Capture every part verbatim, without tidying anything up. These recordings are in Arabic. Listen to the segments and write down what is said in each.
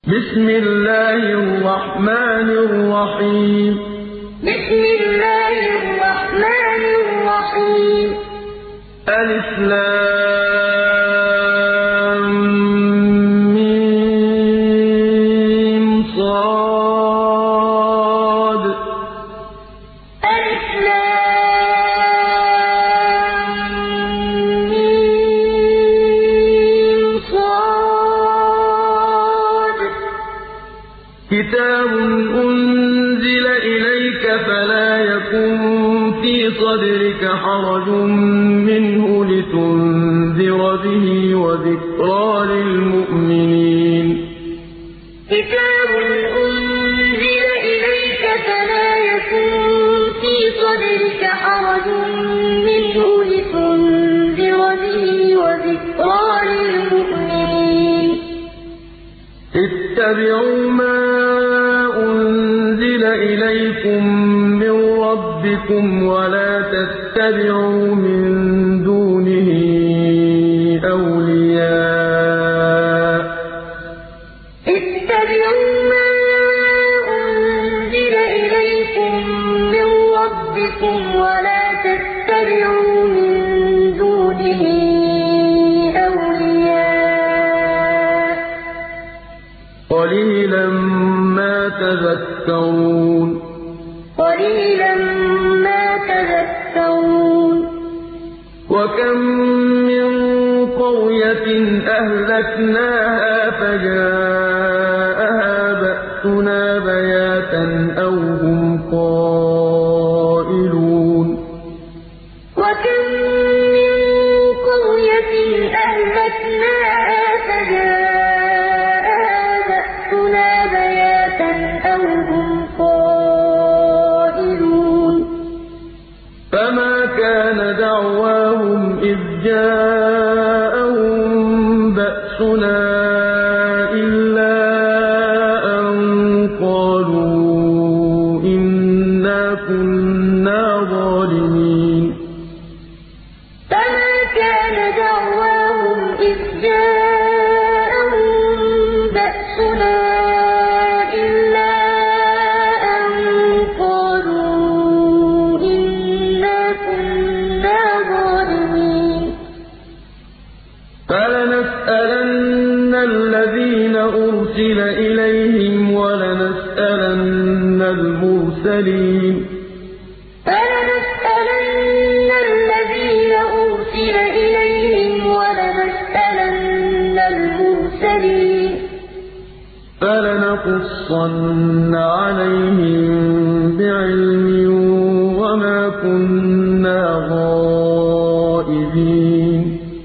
بسم الله الرحمن الرحيم بسم الله الرحمن الرحيم ألف لام ميم صاد ألف لام ميم صاد كتاب أنزل إليك فلا يكن في صدرك حرج منه لتنذر به وذكرى للمؤمنين كتاب أنزل إليك فلا يكن في صدرك حرج منه لتنذر به وذكرى للمؤمنين اتبعوا ما أنزل إليكم من ربكم ولا تتبعوا من دونه أولياء اتبعوا ما أنزل إليكم من ربكم ولا تتبعوا من دونه أولياء قليلا ما تذكرون قليلا ما تذكرون وكم من قرية أهلكناها فجاءها بأسنا بياتا أو هم قائلون وكم من قرية أهلكناها فجاءها بأسنا بياتا أو هم قائلون فما كان دعواهم إذ جاءهم بأسنا إلا أن قالوا إنا كنا ظالمين فما كان دعواهم إذ جاءهم بأسنا إلا أن قالوا إنا كنا ظالمين فلنسألن الذين أرسل إليهم ولنسألن المرسلين فلنسألن الذين أرسل إليهم ولنسألن المرسلين فلنقصن عليهم بعلم وما كنا غائبين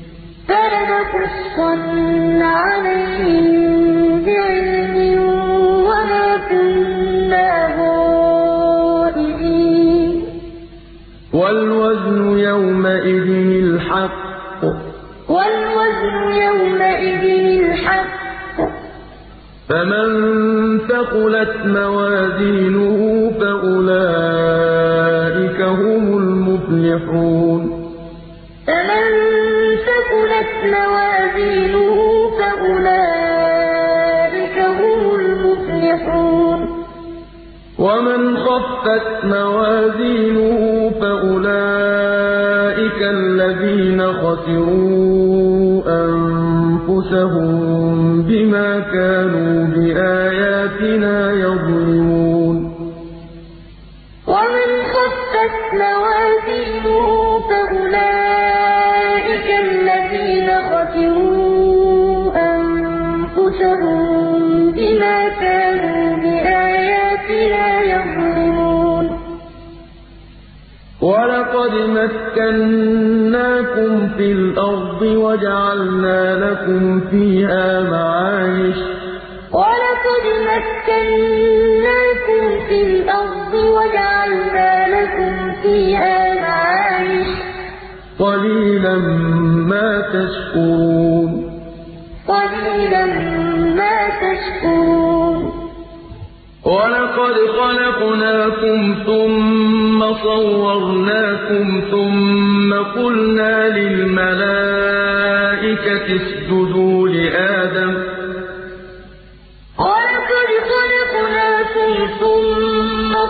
فلنقصن عليهم بعلم وما كنا غائبين والوزن يومئذ الحق والوزن يومئذ الحق فمن ثقلت موازينه فأولئك هم المفلحون فمن ثقلت موازينه فأولئك هم المفلحون ومن خفت موازينه فأولئك الذين خسروا أنفسهم بما كانوا بآياتنا يظلمون ومن خفت موازينه فأولئك الذين خسروا أنفسهم بما كانوا بآياتنا يظلمون ولقد مكناكم في الأرض وجعلنا لكم فيها معايش ولقد مكناكم في الأرض وجعلنا لكم فيها معايش قليلا ما تشكرون قليلا ما تشكرون ولقد خلقناكم ثم صورناكم ثم قلنا للملائكة اسجدوا لآدم قال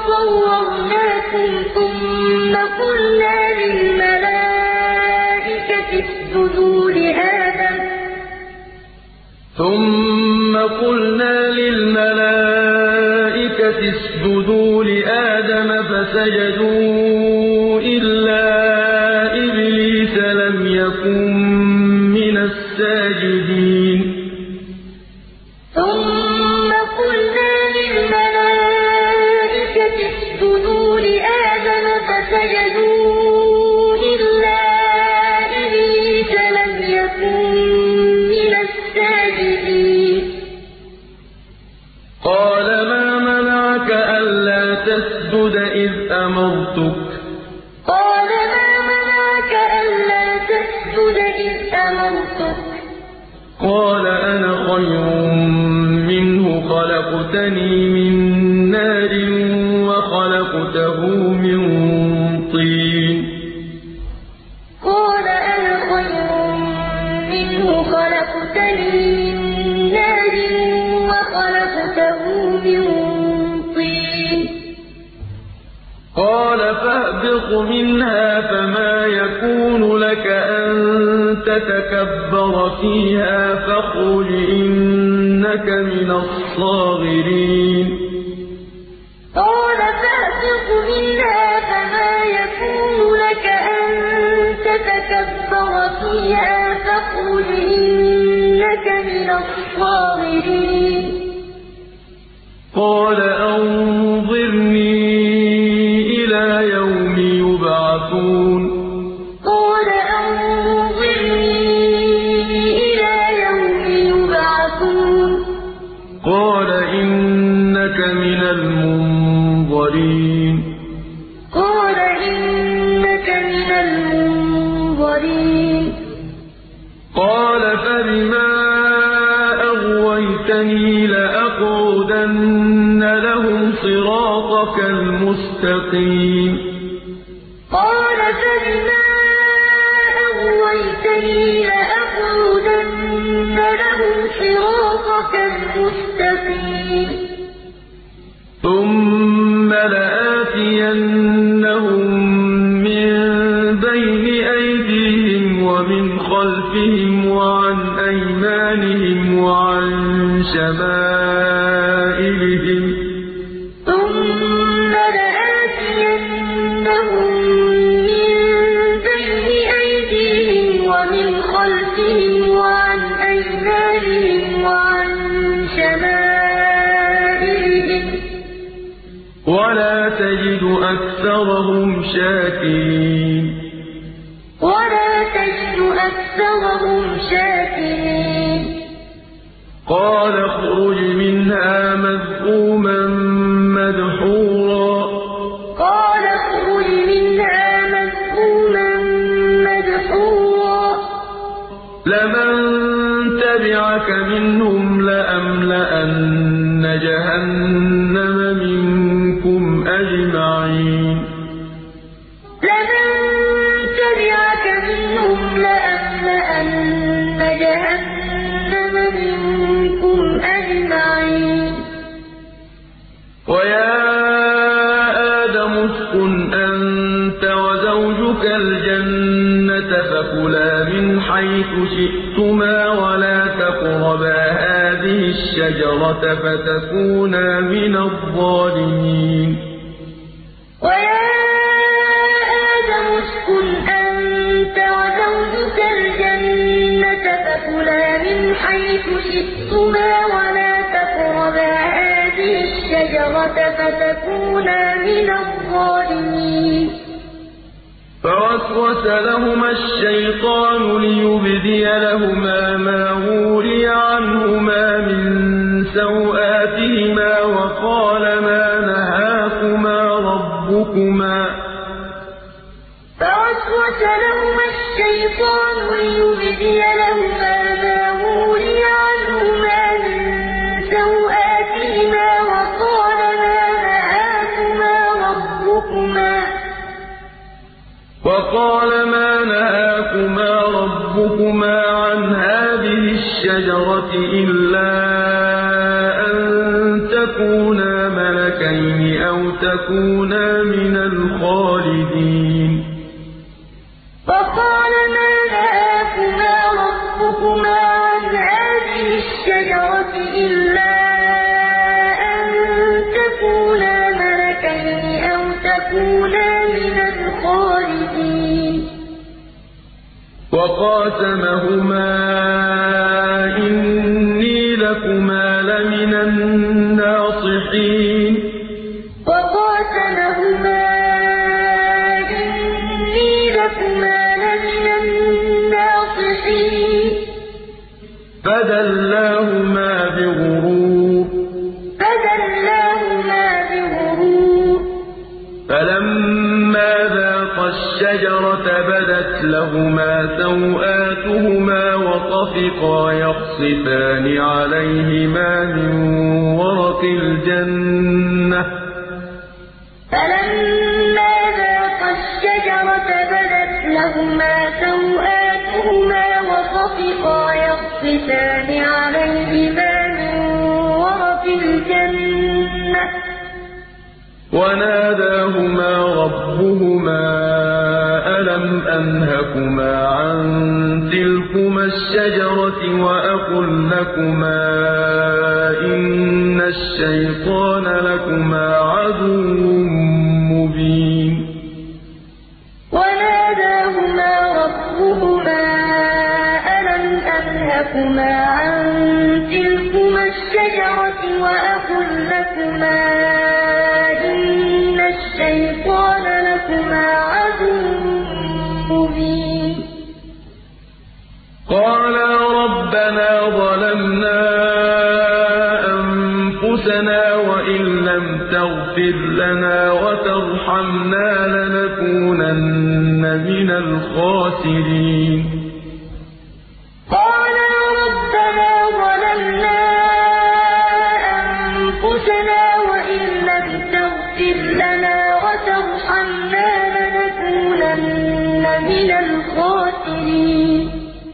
وَصَوَّرْنَاكُمْ ثُمَّ قُلْنَا لِلْمَلَائِكَةِ اسْجُدُوا لِآدَمَ ثُمَّ قُلْنَا لِلْمَلَائِكَةِ اسْجُدُوا لِآدَمَ فَسَجَدُوا إِلَّا إِبْلِيسَ لَمْ يَكُن مِّنَ السَّاجِدِينَ ثُمَّ قُلْنَا لِلْمَلَائِكَةِ اسْجُدُوا لِآدَمَ فَسَجَدُوا إِلَّا إِبْلِيسَ لَمْ يَكُن مِّنَ السَّاجِدِينَ قَالَ مَا مَنَعَكَ أَلَّا تَسْجُدَ إِذْ أَمَرْتُكَ قَالَ مَا مَنَعَكَ أَلَّا تَسْجُدَ إِذْ أَمَرْتُكَ قَالَ أَنَا خَيْرٌ مِّنْهُ خَلَقْتَنِي مِن نَّارٍ وَخَلَقْتَهُ مِن طِينٍ قَالَ أَنَا خَيْرٌ مِّنْهُ خَلَقْتَنِي مِن نَّارٍ وَخَلَقْتَهُ مِن طِينٍ قَالَ فَاهْبِطْ مِنْهَا فَمَا يَكُونُ لَكَ أَن تَتَكَبَّرَ فِيهَا فَاخْرُجْ إِنَّكَ مِنَ الصَّاغِرِينَ قَالَ فَاهْبِطْ مِنْهَا فَمَا يَكُونُ لَكَ أَن تَتَكَبَّرَ فِيهَا فَاخْرُجْ إِنَّكَ مِنَ الصَّاغِرِينَ قَالَ أَنظِرْنِي إِلَىٰ يَوْمِ يُبْعَثُونَ قَالَ أَنظِرْنِي إِلَىٰ يَوْمِ يُبْعَثُونَ قَالَ إِنَّكَ مِنَ الْمُنظَرِينَ قَالَ إِنَّكَ مِنَ الْمُنظَرِينَ قَالَ فَبِمَا أَغْوَيْتَنِي لَأَقْعُدَنَّ لَهُمْ صِرَاطَكَ الْمُسْتَقِيمَ قَالَ فَبِمَا أَغْوَيْتَنِي لَأَقْعُدَنَّ لَهُمْ صِرَاطَكَ الْمُسْتَقِيمَ ثُمَّ لَآتِيَنَّهُم مِّن بَيْنِ أَيْدِيهِمْ وَمِنْ خَلْفِهِمْ وَعَنْ أَيْمَانِهِمْ وَعَن شَمَائِلِهِمْ ۖ ثُمَّ لَآتِيَنَّهُم مِّن بَيْنِ أَيْدِيهِمْ وَمِنْ خَلْفِهِمْ وَعَنْ أَيْمَانِهِمْ وَعَن شَمَائِلِهِمْ ۖ وَلَا تَجِدُ أَكْثَرَهُمْ شَاكِرِينَ وَلَا تَجِدُ أَكْثَرَهُمْ شَاكِرِينَ قَالَ اخْرُجْ مِنْهَا مَذْءُومًا مَّدْحُورًا قَالَ اخْرُجْ مِنْهَا مَذْءُومًا مَّدْحُورًا لَمَن تَبِعَكَ مِنْهُمْ لَأَمْلَأَنَّ جَهَنَّمَ مِنكُمْ أَجْمَعِينَ لَمَن تَبِعَكَ مِنْهُمْ لَأَمْلَأَنَّ جَهَنَّمَ مِنكُمْ أَجْمَعِينَ وَيَا آدَمُ اسْكُنْ أَنتَ وَزَوْجُكَ الْجَنَّةَ فَكُلَا مِنْ حَيْثُ شِئْتُمَا وَلَا تَقْرَبَا هَٰذِهِ الشَّجَرَةَ فَتَكُونَا مِنَ الظَّالِمِينَ وَيَا آدَمُ اسْكُنْ أَنتَ وَزَوْجُكَ الْجَنَّةَ فَكُلَا مِنْ حَيْثُ شِئْتُمَا وَلَا تَقْرَبَا هَٰذِهِ الشَّجَرَةَ فَتَكُونَا مِنَ الظَّالِمِينَ فَوَسْوَسَ لَهُمَا الشَّيْطَانُ لِيُبْدِيَ لَهُمَا مَا وُورِيَ عَنْهُمَا مِن سَوْآتِهِمَا وَقَالَ مَا نَهَاكُمَا رَبُّكُمَا فَوَسْوَسَ لَهُمَا الشَّيْطَانُ لِيُبْدِيَ لَهُمَا مَا وُورِيَ عَنْهُمَا مِن سَوْآتِهِمَا وَقَالَ مَا نَهَاكُمَا رَبُّكُمَا وَقَالَ مَا نَهَاكُمَا رَبُّكُمَا عَنْ هَٰذِهِ الشَّجَرَةِ إِلَّا أَن تَكُونَا مَلَكَيْنِ أَوْ تكونا من الخالدين وقال ما نهاكما ربكما عن هذه الشجرة إلا أن تكونا ملكين أو تكونا من الخالدين وقاسمهما إني لكما لمن الناصحين وقاسمهما إني لكما لمن الناصحين فدلاهما بغرور فدلاهما بغرور فلما ذاقا الشجرة بدت لهما سوآتهما وطفقا يخصفان عليهما من ورق الجنة فلما ذاقا الشجرة بدت لهما سوآتهما وطفقا يخصفان عليهما من ورق الجنة وناداهما ربهما ألم أنهكما عن تلكما الشجرة وأقل لكما إن الشيطان لكما عدو مبين وناداهما ربهما ألم أنهكما عن تلكما الشجرة وأقل لكما إن الشيطان لكما عدو مبين قالا ربنا ظلمنا أنفسنا وإن لم تغفر لنا وترحمنا لنكونن من الخاسرين قالا ربنا ظلمنا أنفسنا وإن لم تغفر لنا وترحمنا لنكونن من الخاسرين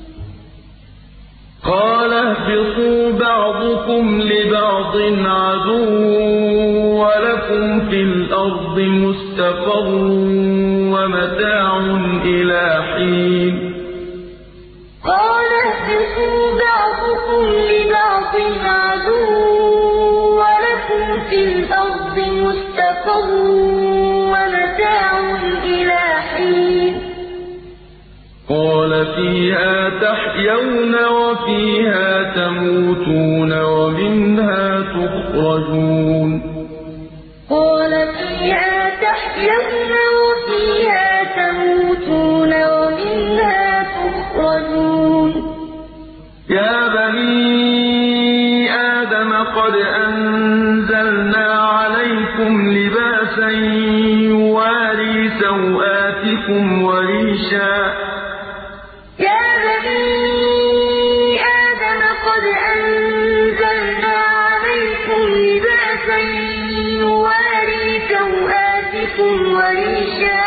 قال اهبطوا بعضكم لبعض عدو ولكم في الأرض مستقر ومتاع إلى حين قال اهبطوا بعضكم لبعض عدو ولكم في الأرض مستقر ومتاع إلى حين قال فيها تحيون وفيها تموتون ومنها تخرجون قال فيها تحيون وفيها تموتون ومنها تخرجون يا بني آدم قد أنزلنا عليكم لباسا يواري سوآتكم وريشا يا بني آدم قد أنزلنا عليكم لباسا يواري سوآتكم وريشا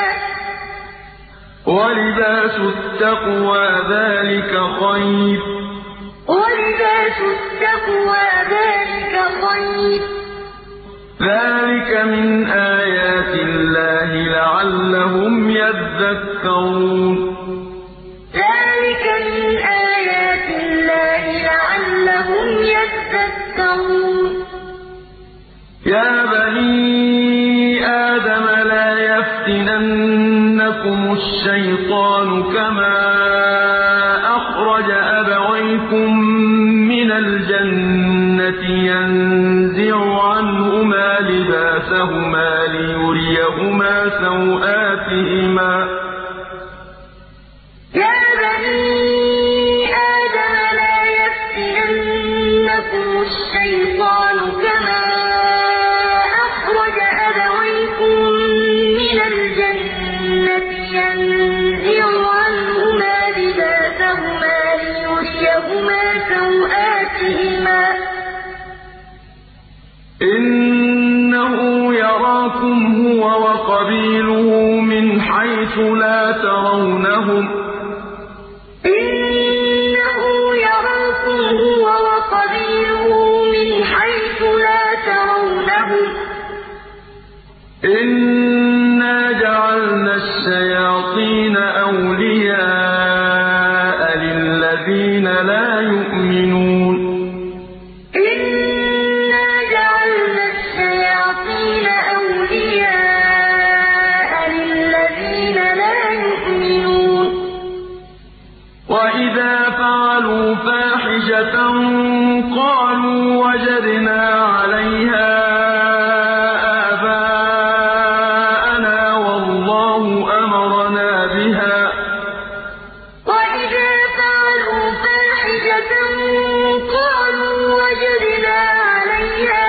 ولباس التقوى ذلك خير ولباس التقوى ذلك خير ذلك من آيات الله لعلهم يذكرون ذلك من آيات الله لعلهم يذكرون يا بني آدم لا يفتننكم الشيطان كما أخرج أبويكم من الجنة ينزع عنهما لباسهما ليريهما سوآتهما يا بني آدم لا يفتننكم الشيطان كما أخرج أبويكم من الجنة ينزع عنهما لباسهما ليريهما سوآتهما إنه يراكم هو وقبيله من حيث لا ترونهم إنه يراكم هو وقبيله من حيث لا ترونهم فاحشة قالوا وجدنا عليها آباءنا والله أمرنا بها وإذا فعلوا فاحشة قالوا وجدنا عليها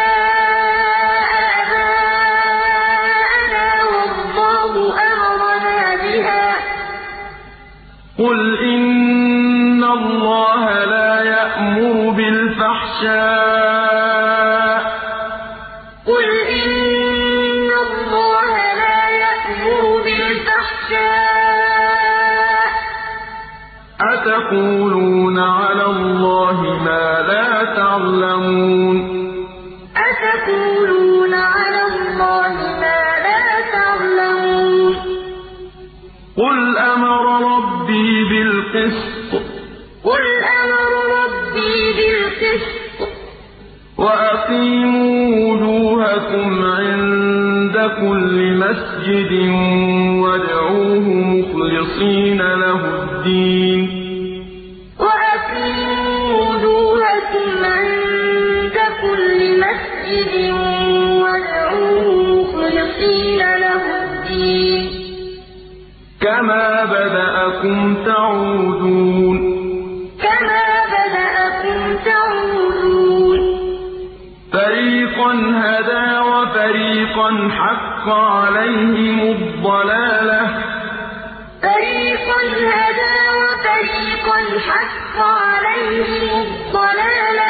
آباءنا والله أمرنا بها قل إن الله لا يأمر بالفحشاء قل إن الله لا يأمر بالفحشاء أتقولون على الله ما لا تعلمون أتقولون على الله ما لا تعلمون قل أمر ربي بالقسط قل أمر ربي بالقسط وأقيموا وجوهكم عند كل مسجد وادعوه مخلصين له الدين وأقيموا وجوهكم عند كل مسجد وادعوه مخلصين له الدين كما بدأكم تعودون كما بدأكم تعودون فريقا هدى وفريقا حق عليهم الضلالة فريقا هدى وفريقا حق عليهم الضلالة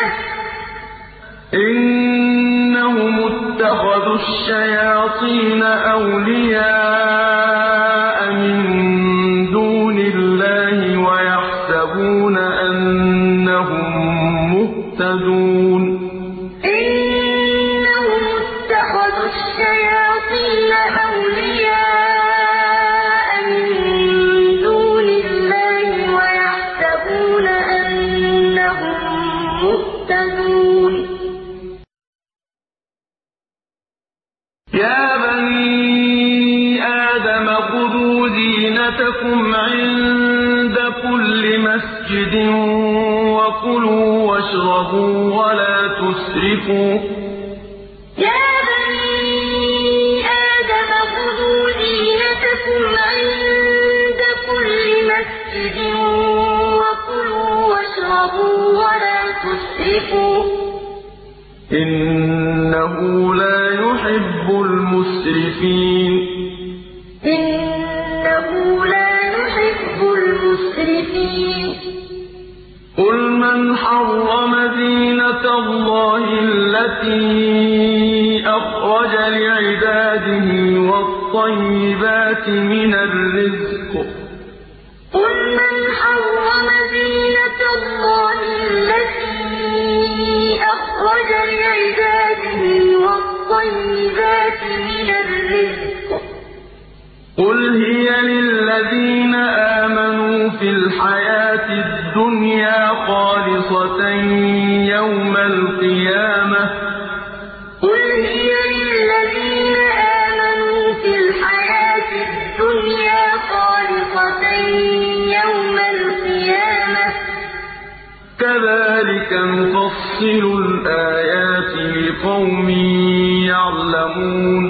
إنهم اتخذوا الشياطين أولياء من دون الله ويحسبون أنهم مهتدون إنهم اتخذوا الشياطين أولياء من دون الله ويحسبون أنهم مهتدون يا بني آدم خذوا زينتكم عند كل مسجد وكلوا واشربوا ولا تسرفوا يا بني آدم خذوا زينتكم عند كل مسجد وكلوا واشربوا ولا تسرفوا إنه لا يحب المسرفين إنه لا يحب المسرفين قل من حرم زينة الله التي أخرج لعباده والطيبات من الرزق قل من حرم زينة الله التي أخرج لعباده والطيبات من الرزق قل هي للذين آمنوا في الحياة الدنيا خالصة يوم القيامة قل هي للذين آمنوا في الحياة الدنيا خالصة يوم القيامة كذلك نفصل الآيات لقوم يعلمون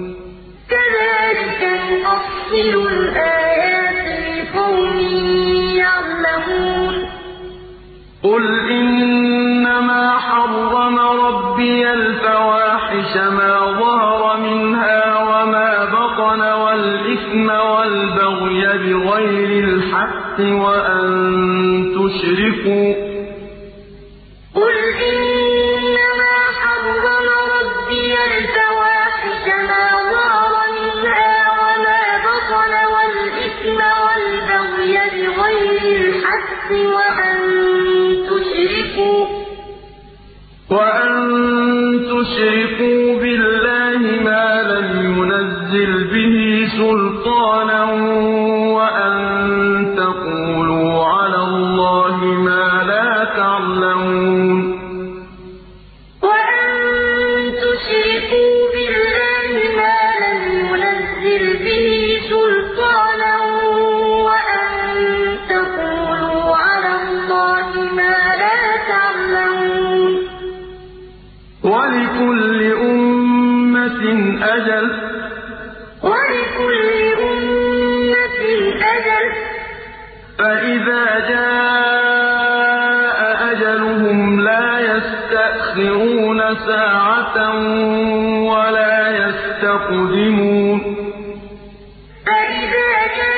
كذلك نفصل الآيات لقوم يعلمون قل إنما حرم ربي الفواحش ما ظهر منها وما بطن والإثم والبغي بغير الحق وأن تشركوا قل إنما حرم ربي الفواحش ما ظهر منها وما بطن والإثم والبغي بغير الحق وأن تشركوا وأن تشركوا بالله ما لم ينزل به سلطانا وأن تقولوا على الله ما لا تعلمون وأن تشركوا بالله ما لم ينزل به سلطانا وأن تقولوا على الله ما لا تعلمون وَلِكُلِّ أُمَّةٍ أَجَلٌ ۖ فَإِذَا جَاءَ أَجَلُهُمْ لَا يَسْتَأْخِرُونَ سَاعَةً وَلَا يَسْتَقْدِمُونَ فَإِذَا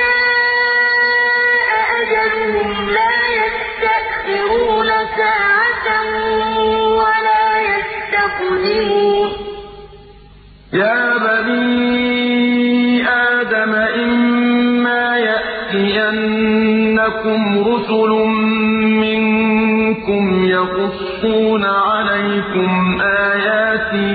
جَاءَ أَجَلُهُمْ لَا يَسْتَأْخِرُونَ سَاعَةً وَلَا يَسْتَقْدِمُونَ يَا بَنِي آدَمَ إِمَّا يَأْتِيَنَّكُمْ رُسُلٌ مِّنكُمْ يَقُصُّونَ عَلَيْكُمْ آيَاتِي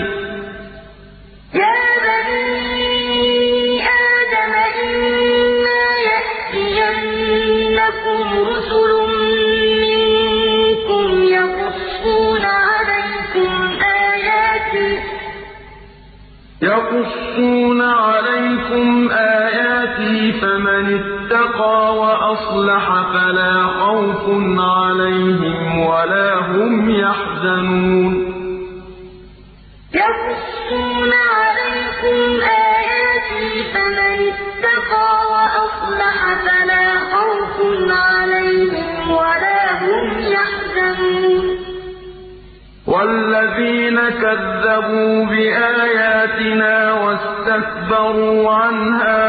يَقُصُّونَ عَلَيْكُمْ آيَاتِي فَمَنِ اتَّقَىٰ وَأَصْلَحَ فَلَا خَوْفٌ عَلَيْهِمْ وَلَا هُمْ يَحْزَنُونَ يَقُصُّونَ عَلَيْكُمْ آيَاتِي فَمَنِ اتَّقَىٰ وَأَصْلَحَ فَلَا خَوْفٌ عَلَيْهِمْ وَلَا هُمْ يَحْزَنُونَ وَالَّذِينَ كَذَّبُوا بِآيَاتِنَا وَاسْتَكْبَرُوا عَنْهَا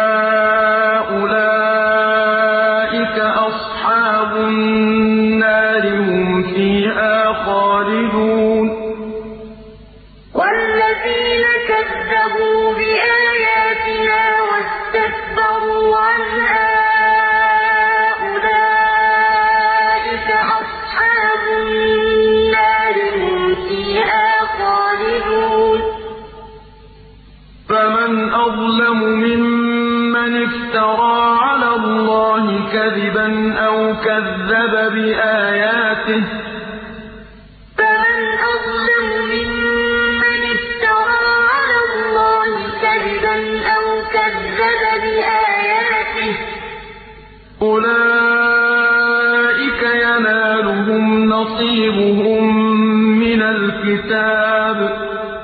أُولَٰئِكَ أَصْحَابُ النَّارِ ۖ هُمْ فِيهَا خَالِدُونَ وَالَّذِينَ كَذَّبُوا بِآيَاتِنَا وَاسْتَكْبَرُوا عَنْهَا أُولَٰئِكَ أَصْحَابُ النَّارِ ۖ هُمْ فِيهَا خَالِدُونَ فَمَنْ أَظْلَمُ مِمَّنِ افْتَرَىٰ عَلَى اللَّهِ كَذِبًا أَوْ كَذَّبَ بِآيَاتِهِ ۚ فَمَنْ أَظْلَمُ مِمَّنِ افْتَرَىٰ عَلَى اللَّهِ كَذِبًا أَوْ كَذَّبَ بِآيَاتِهِ ۚ أُولَٰئِكَ يَنَالُهُمْ نَصِيبُهُم مِّنَ الْكِتَابِ ۖ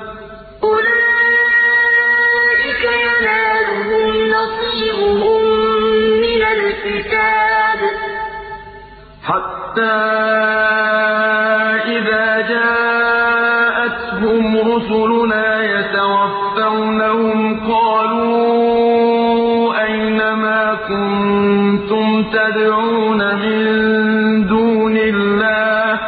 حَتَّىٰ إِذَا جَاءَتْهُمْ رُسُلُنَا يَتَوَفَّوْنَهُمْ قَالُوا أَيْنَ مَا كُنتُمْ تَدْعُونَ مِن دُونِ اللَّهِ ۖ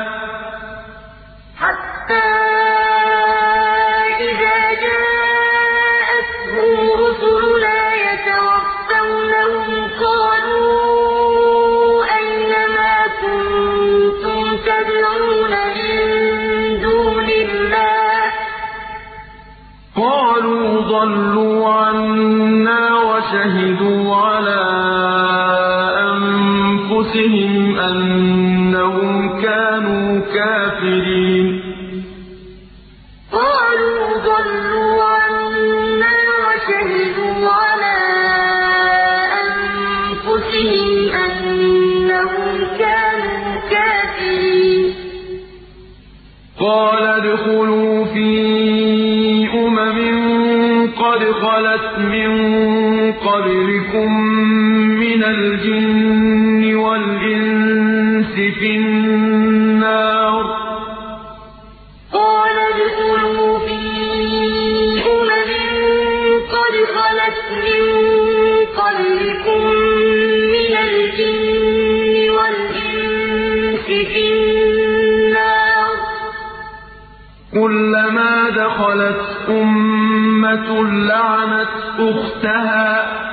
قَالُوا ضَلُّوا عَنَّا وَشَهِدُوا عَلَىٰ أَنفُسِهِمْ أَنَّهُمْ كَانُوا كَافِرِينَ قَالُوا ضَلُّوا عَنَّا وَشَهِدُوا عَلَىٰ أَنفُسِهِمْ أَنَّهُمْ كَانُوا كَافِرِينَ قَالَ ادْخُلُوا فِي أُمَمٍ قَدْ خَلَتْ مِن قَبْلِكُم مِّنَ الْجِنِّ وَالْإِنسِ فِي النَّارِ ۖ قَالَ ادْخُلُوا فِي أُمَمٍ قَدْ خَلَتْ مِن قَبْلِكُم مِّنَ الْجِنِّ وَالْإِنسِ فِي النَّارِ ۖ كُلَّمَا دَخَلَتْ أُمَّةٌ لَّعَنَتْ أُخْتَهَا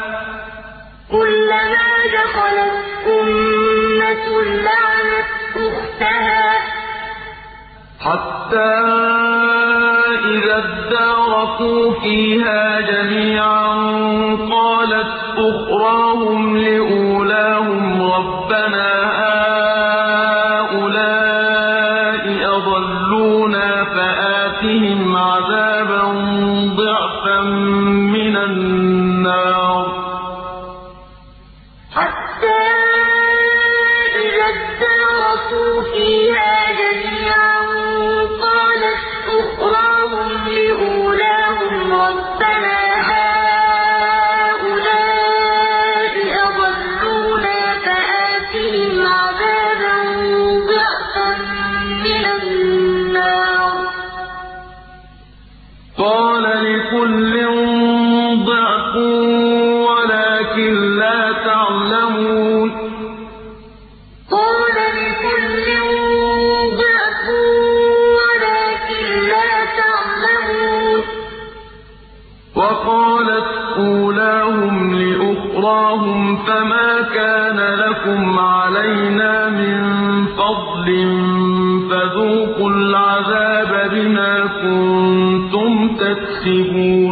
حَتَّىٰ إِذَا ادَّارَكُوا فِيهَا جَمِيعًا قَالَتْ أُخْرَاهُمْ لِأُولَاهُمْ رَبَّنَا هَٰؤُلَاءِ أَضَلُّونَا فَآتِهِمْ عَذَابًا ضِعْفًا مِّنَ النَّارِ ۖ حَتَّىٰ إِذَا ادَّارَكُوا فِيهَا جَمِيعًا قَالَتْ أُخْرَاهُمْ وقالت أولاهم لأخراهم فما كان لكم علينا من فضل فذوقوا العذاب بما كنتم تكسبون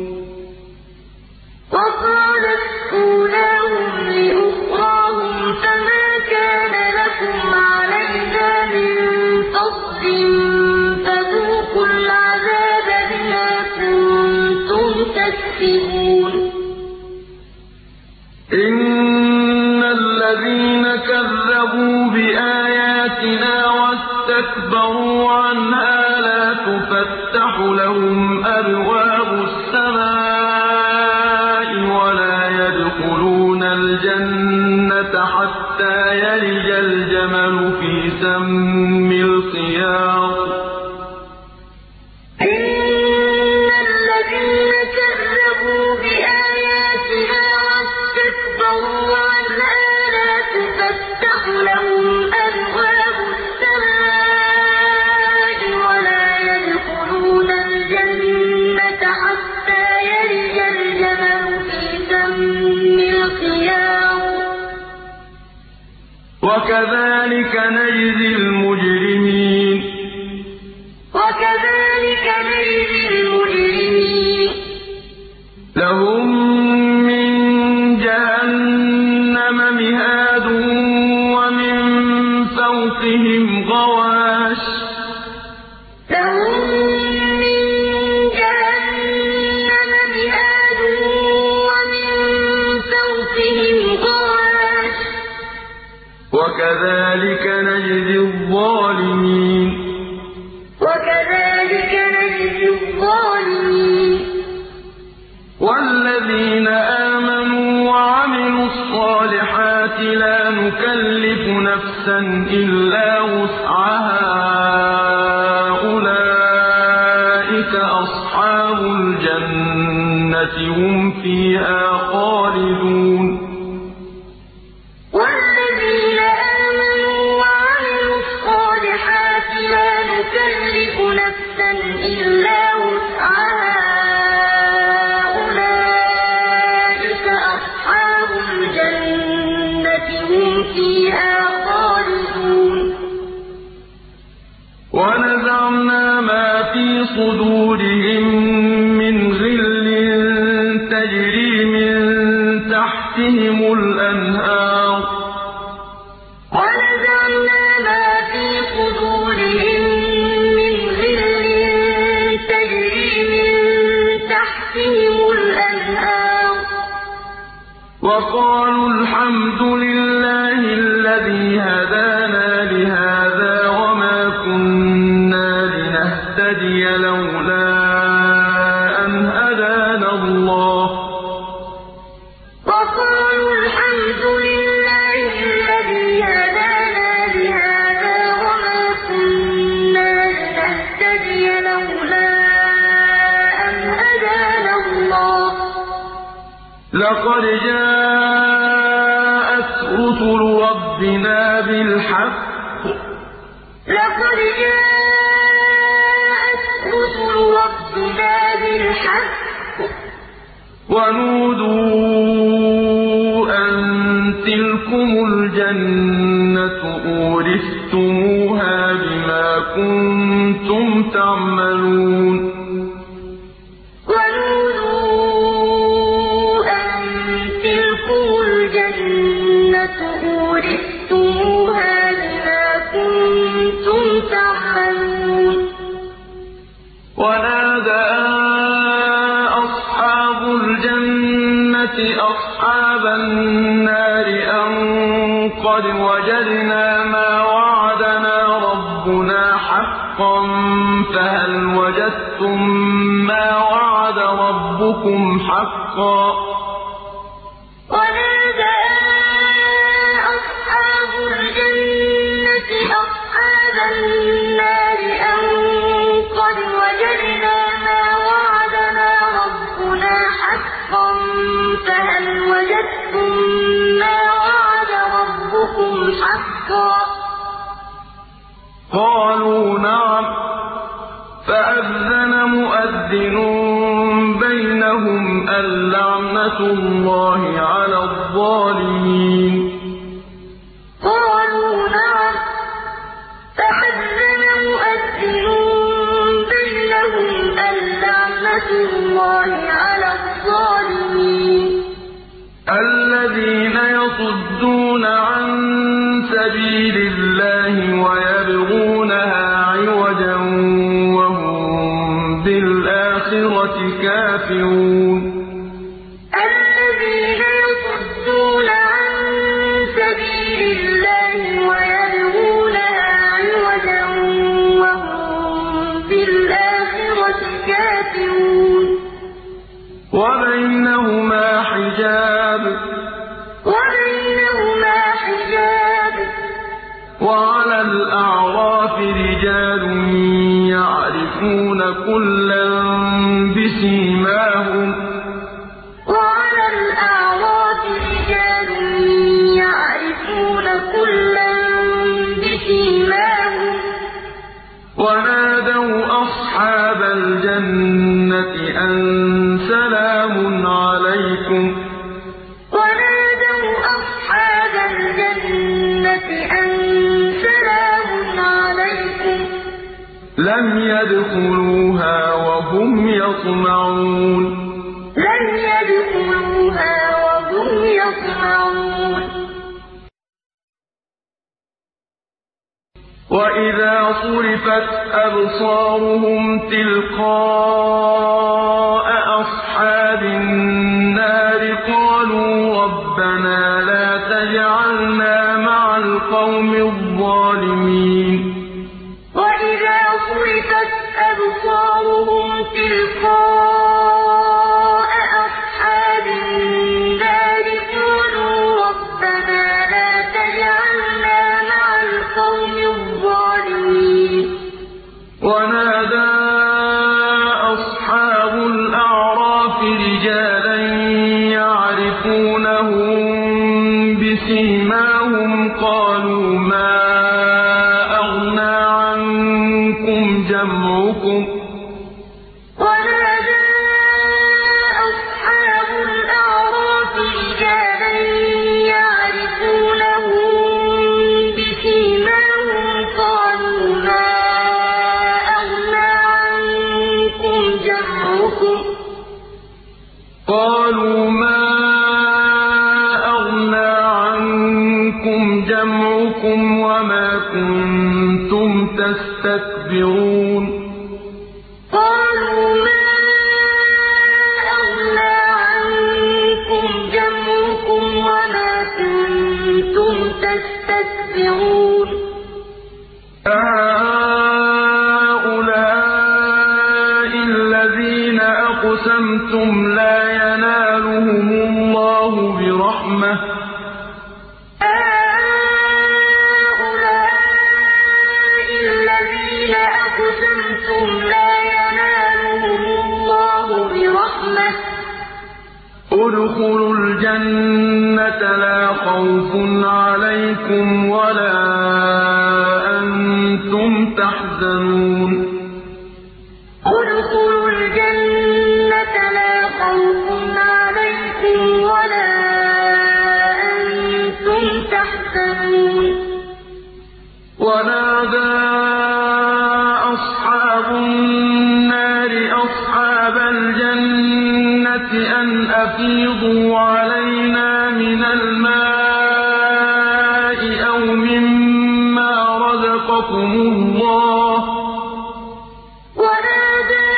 وقالت أولاهم لأخراهم فما كان لكم علينا من فضل فذوقوا العذاب بما كنتم تكسبون إن الذين كذبوا بآياتنا واستكبروا عنها لا تفتح لهم أبواب السماء ولا يدخلون الجنة حتى يلج الجمل في سم الخياط إن الذين كذبوا بآياتنا واستكبروا عنها لا تفتح لهم أبواب السماء ولا يدخلون الجنة حتى يلج الجمل في سم الخياط وكذلك نجزي المجرمين وكذلك نجزي المجرمين لهم من جهنم مهاد ومن فوقهم غواش لهم من جهنم مهاد ومن فوقهم غواش وكذلك نجزي الظالمين وكذلك نجزي الظالمين والذين آمنوا وعملوا الصالحات لا نكلف نفسا إلا وسعها أولئك أصحاب الجنة هم فيها خالدون والذين آمنوا وعملوا الصالحات لا نكلف نفسا إلا وسعها أولئك أصحاب الجنة هم فيها خالدون ونزعنا ما في صدورهم من غل تجري من تحتهم الأنهار ونزعنا ما في صدورهم من غل تجري من تحتهم الأنهار وقالوا الحمد لله الذي هدانا لهذا وما كنا لنهتدي لولا أن هدانا الله وقالوا الحمد لله الذي هدانا لهذا وما كنا لنهتدي لولا أن هدانا الله لقد جاءت رسل ربنا بالحق لقد جاءت رسل ربنا بالحق ونودوا أن تلكم الجنة أورثتموها بما كنتم تعملون ونودوا أن تلكم الجنة أورثتموها بما كنتم تعملون ونادى أصحاب الجنة أصحاب النار أن قد وجدنا ما وعدنا ربنا حقا فهل وجدتم ما وعد ربكم حقا ونادى أصحاب الجنة أصحاب النار أن قد وجدنا ما وعدنا ربنا حقا فهل وجدتم ما وعد ربكم حقا قالوا نعم فأذن مؤذن بينهم اللعنة الله على الظالمين. قالوا نعم. فأذن مؤذن بينهم اللعنة الله على الظالمين. الذين يصدون عن سبيل الله ويبغونها عوجا وهم بالآخرة كافرون. الذين يصدون عن سبيل الله ويبغونها عوجا وهم بالآخرة كافرون. وبينهما حجاب وبينهما حجاب. وعلى الأعراف رجال يعرفون كلا بسيماهم وعلى الأعراف رجال يعرفون كلا بسيماهم. ونادوا أصحاب الجنة أن سلام عليكم ونادوا أصحاب الجنة أن سلام عليكم. لم يدخلوها وهم يطمعون. لم يدخلوها وهم يطمعون. وإذا صرفت أبصارهم تلقاء أصحاب النار قالوا ربنا لا تجعلنا مع القوم الظالمين. وإذا صرفت أبصارهم تلقاء أصحاب النار قالوا ربنا لا تجعلنا مع القوم الظالمين. ونادى أصحاب الأعراف رجالا يعرفونهم بسيماهم قالوا ما أغنى عنكم جمعكم ونادى أصحاب الأعراف رجالا يعرفونهم بسيماهم قالوا ما أغنى عنكم جمعكم قالوا ما أغنى عنكم جمعكم وما كنتم تستكبرون. قالوا ما أغنى عنكم جمعكم وما كنتم تستكبرون. أهؤلاء الذين أقسمتم لا ينالهم الله برحمة هؤلاء الذين أقسمتم لا ينالهم الله برحمة ادخلوا الجنة لا خوف عليكم ولا أنتم تحزنون. ادخلوا الجنة لا خوف عليكم ولا أنتم تحزنون. ونادى أصحاب النار أصحاب الجنة أن أفيضوا علينا من الماء أو مما رزقكم الله. ونادى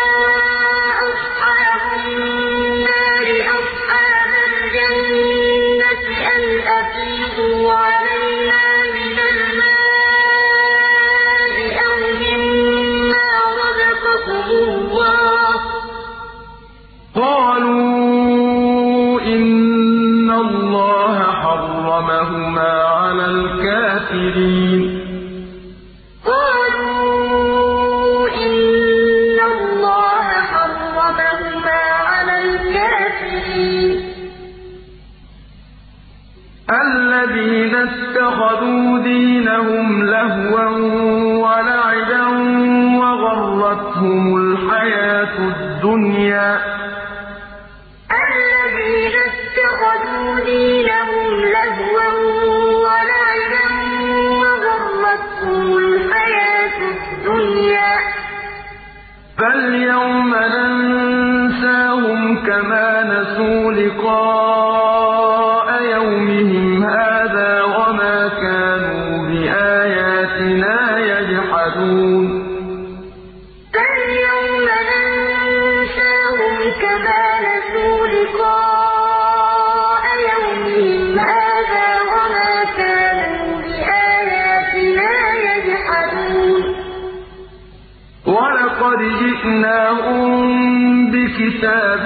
أصحاب النار أصحاب الجنة أن أفيضوا علينا من الماء أو مما رزقكم الله. قالوا إن الله حرمهما على الكافرين. قالوا إن الله حرمهما على الكافرين. الذين اتخذوا دينهم لهوا ولعبا وغرتهم الحياة الدنيا فاليوم ننساهم كما نسوا لقاء يومهم هذا وما كانوا بآياتنا يجحدون فاليوم ننساهم كما نسوا لقاء يومهم هذا وما كانوا بآياتنا يجحدون ولقد جئناهم بكتاب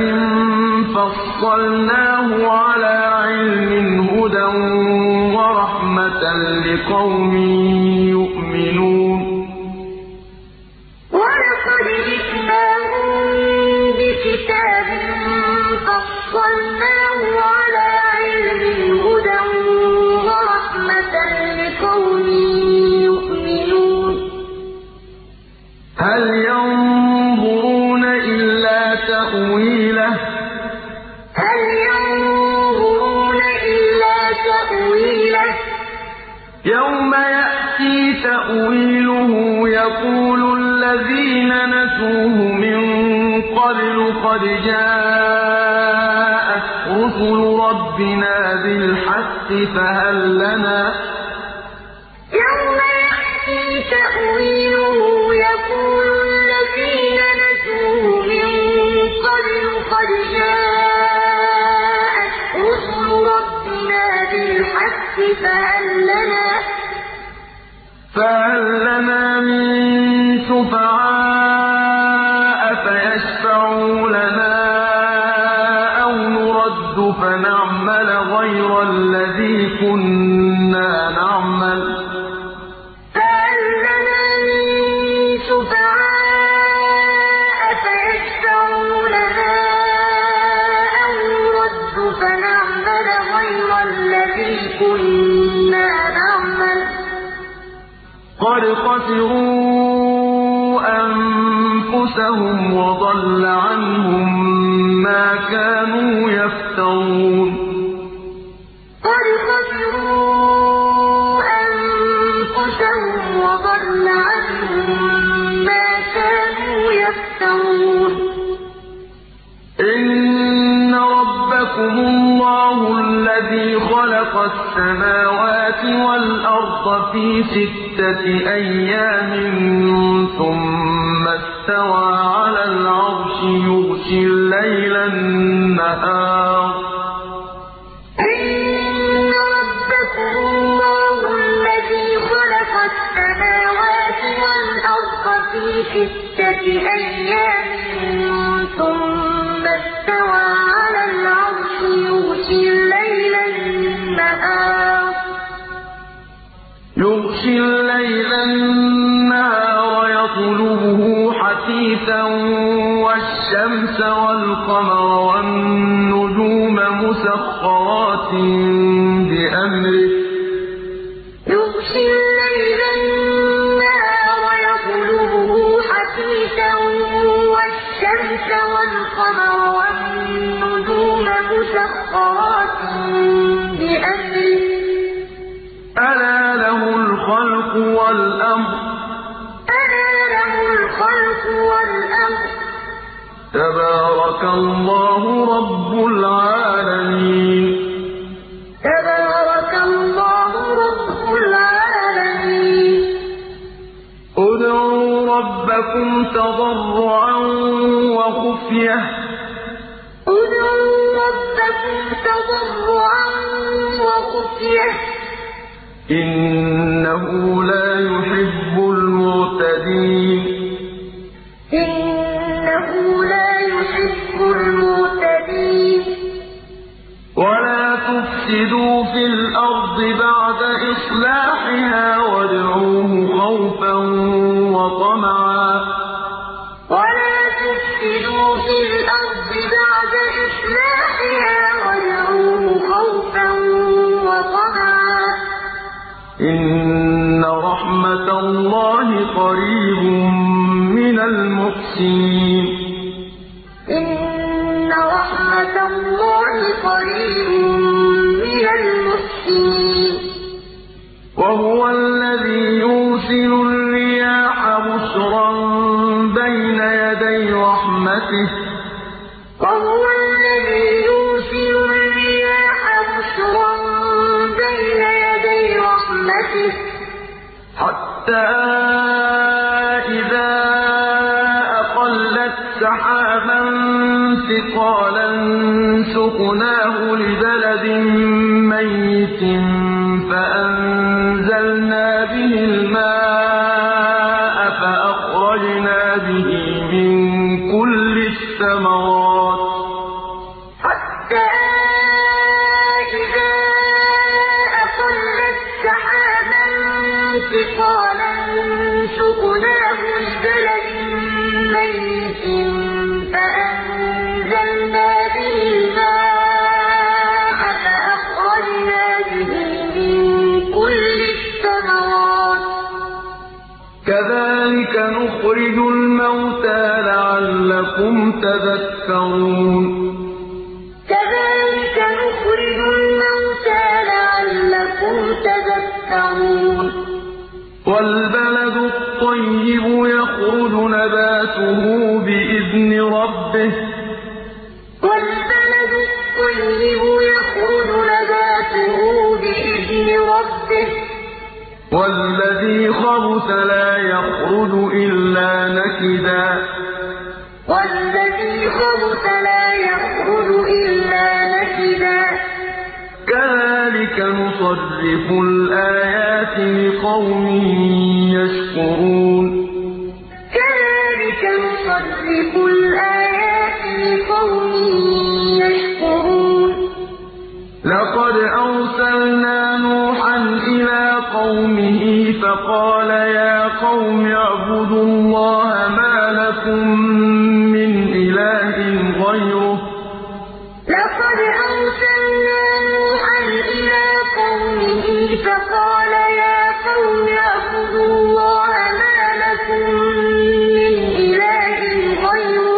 فصلناه على علم هدى ورحمة لقوم يؤمنون ولقد جئناهم بكتاب فصلناه على علم هدى ورحمة لقوم يؤمنون هل ينظرون إلا تأويله هل ينظرون إلا تأويله يوم يأتي تأويله يقول الذين نسوه من قبل قد جاءت رسل ربنا بالحق فهل لنا يوم يأتي تأويله يقول الذين نسوه من قبل قد جاءت رسل ربنا بالحق فهل لنا فهل لنا من شفعاء فيشفعوا لنا أو نرد فنعمل غير الذي كنا نعمل فهل لنا من شفعاء فيشفعوا لنا أو نرد فنعمل غير الذي كنا نعمل قد خسروا أنفسهم وضل عنهم ما كانوا يفترون قد خسروا أنفسهم وضل عنهم ما كانوا يفترون إن ربكم الله الذي خلق السماوات والأرض في ستة أيام ثم استوى على العرش يغشي الليل النهار إن ربكم الله الذي خلق السماوات والأرض في ستة أيام ثم استوى على العرش يغشي الليل النهار يغشي الليل النهار يطلبه حثيثا والشمس والقمر والنجوم مسخرات بأمره يغشي الليل النهار يطلبه حثيثا والشمس والقمر والنجوم مسخرات بأمره ألا له الخلق والأمر ألا له الخلق والأمر تبارك الله رب العالمين تبارك الله رب العالمين ادعوا ربكم تضرعا وخفية ادعوا ربكم تضرعا وخفية إنه لا يحب المعتدين إنه لا يحب المعتدين ولا تفسدوا في الأرض بعد إصلاحها وادعوه خوفا وطمعا ولا تفسدوا في الأرض بعد إصلاحها وادعوه خوفا وطمعا إن رحمة الله قريب من المحسنين إن رحمة الله قريب من المحسنين وهو الذي يرسل الرياح بشرا بين يدي رحمته وهو الذي يرسل الرياح بشرا بين يدي رحمته حتى إذا أقلت سحابا ثقالا سقناه لبلد ميت فأنزلنا به الماء فأخرجنا به من كل الثمرات حتى إذا أقلت سحابا ثقالا سقناه لبلد ميت فأنزلنا به الماء فأخرجنا به من كل الثمرات كذلك نخرج الموتى لعلكم تذكرون كذلك نخرج الموتى لعلكم تذكرون والبلد الطيب يخرج نباته بإذن ربه والبلد الطيب يخرج نباته بإذن ربه والذي خبث لا يخرج إلا نكدا والذي خبث لا يخرج إلا نكدا كذلك نصرف الآيات لقوم يشكرون كذلك نصرف الآيات لقوم يشكرون لقد أرسلنا نوحا إلى قومه فقال يا قوم اعبدوا الله ما لكم من إله غيره لقد أرسلنا نوحا إلى قومه فقال يا قوم اعبدوا الله ما لكم من إله غيره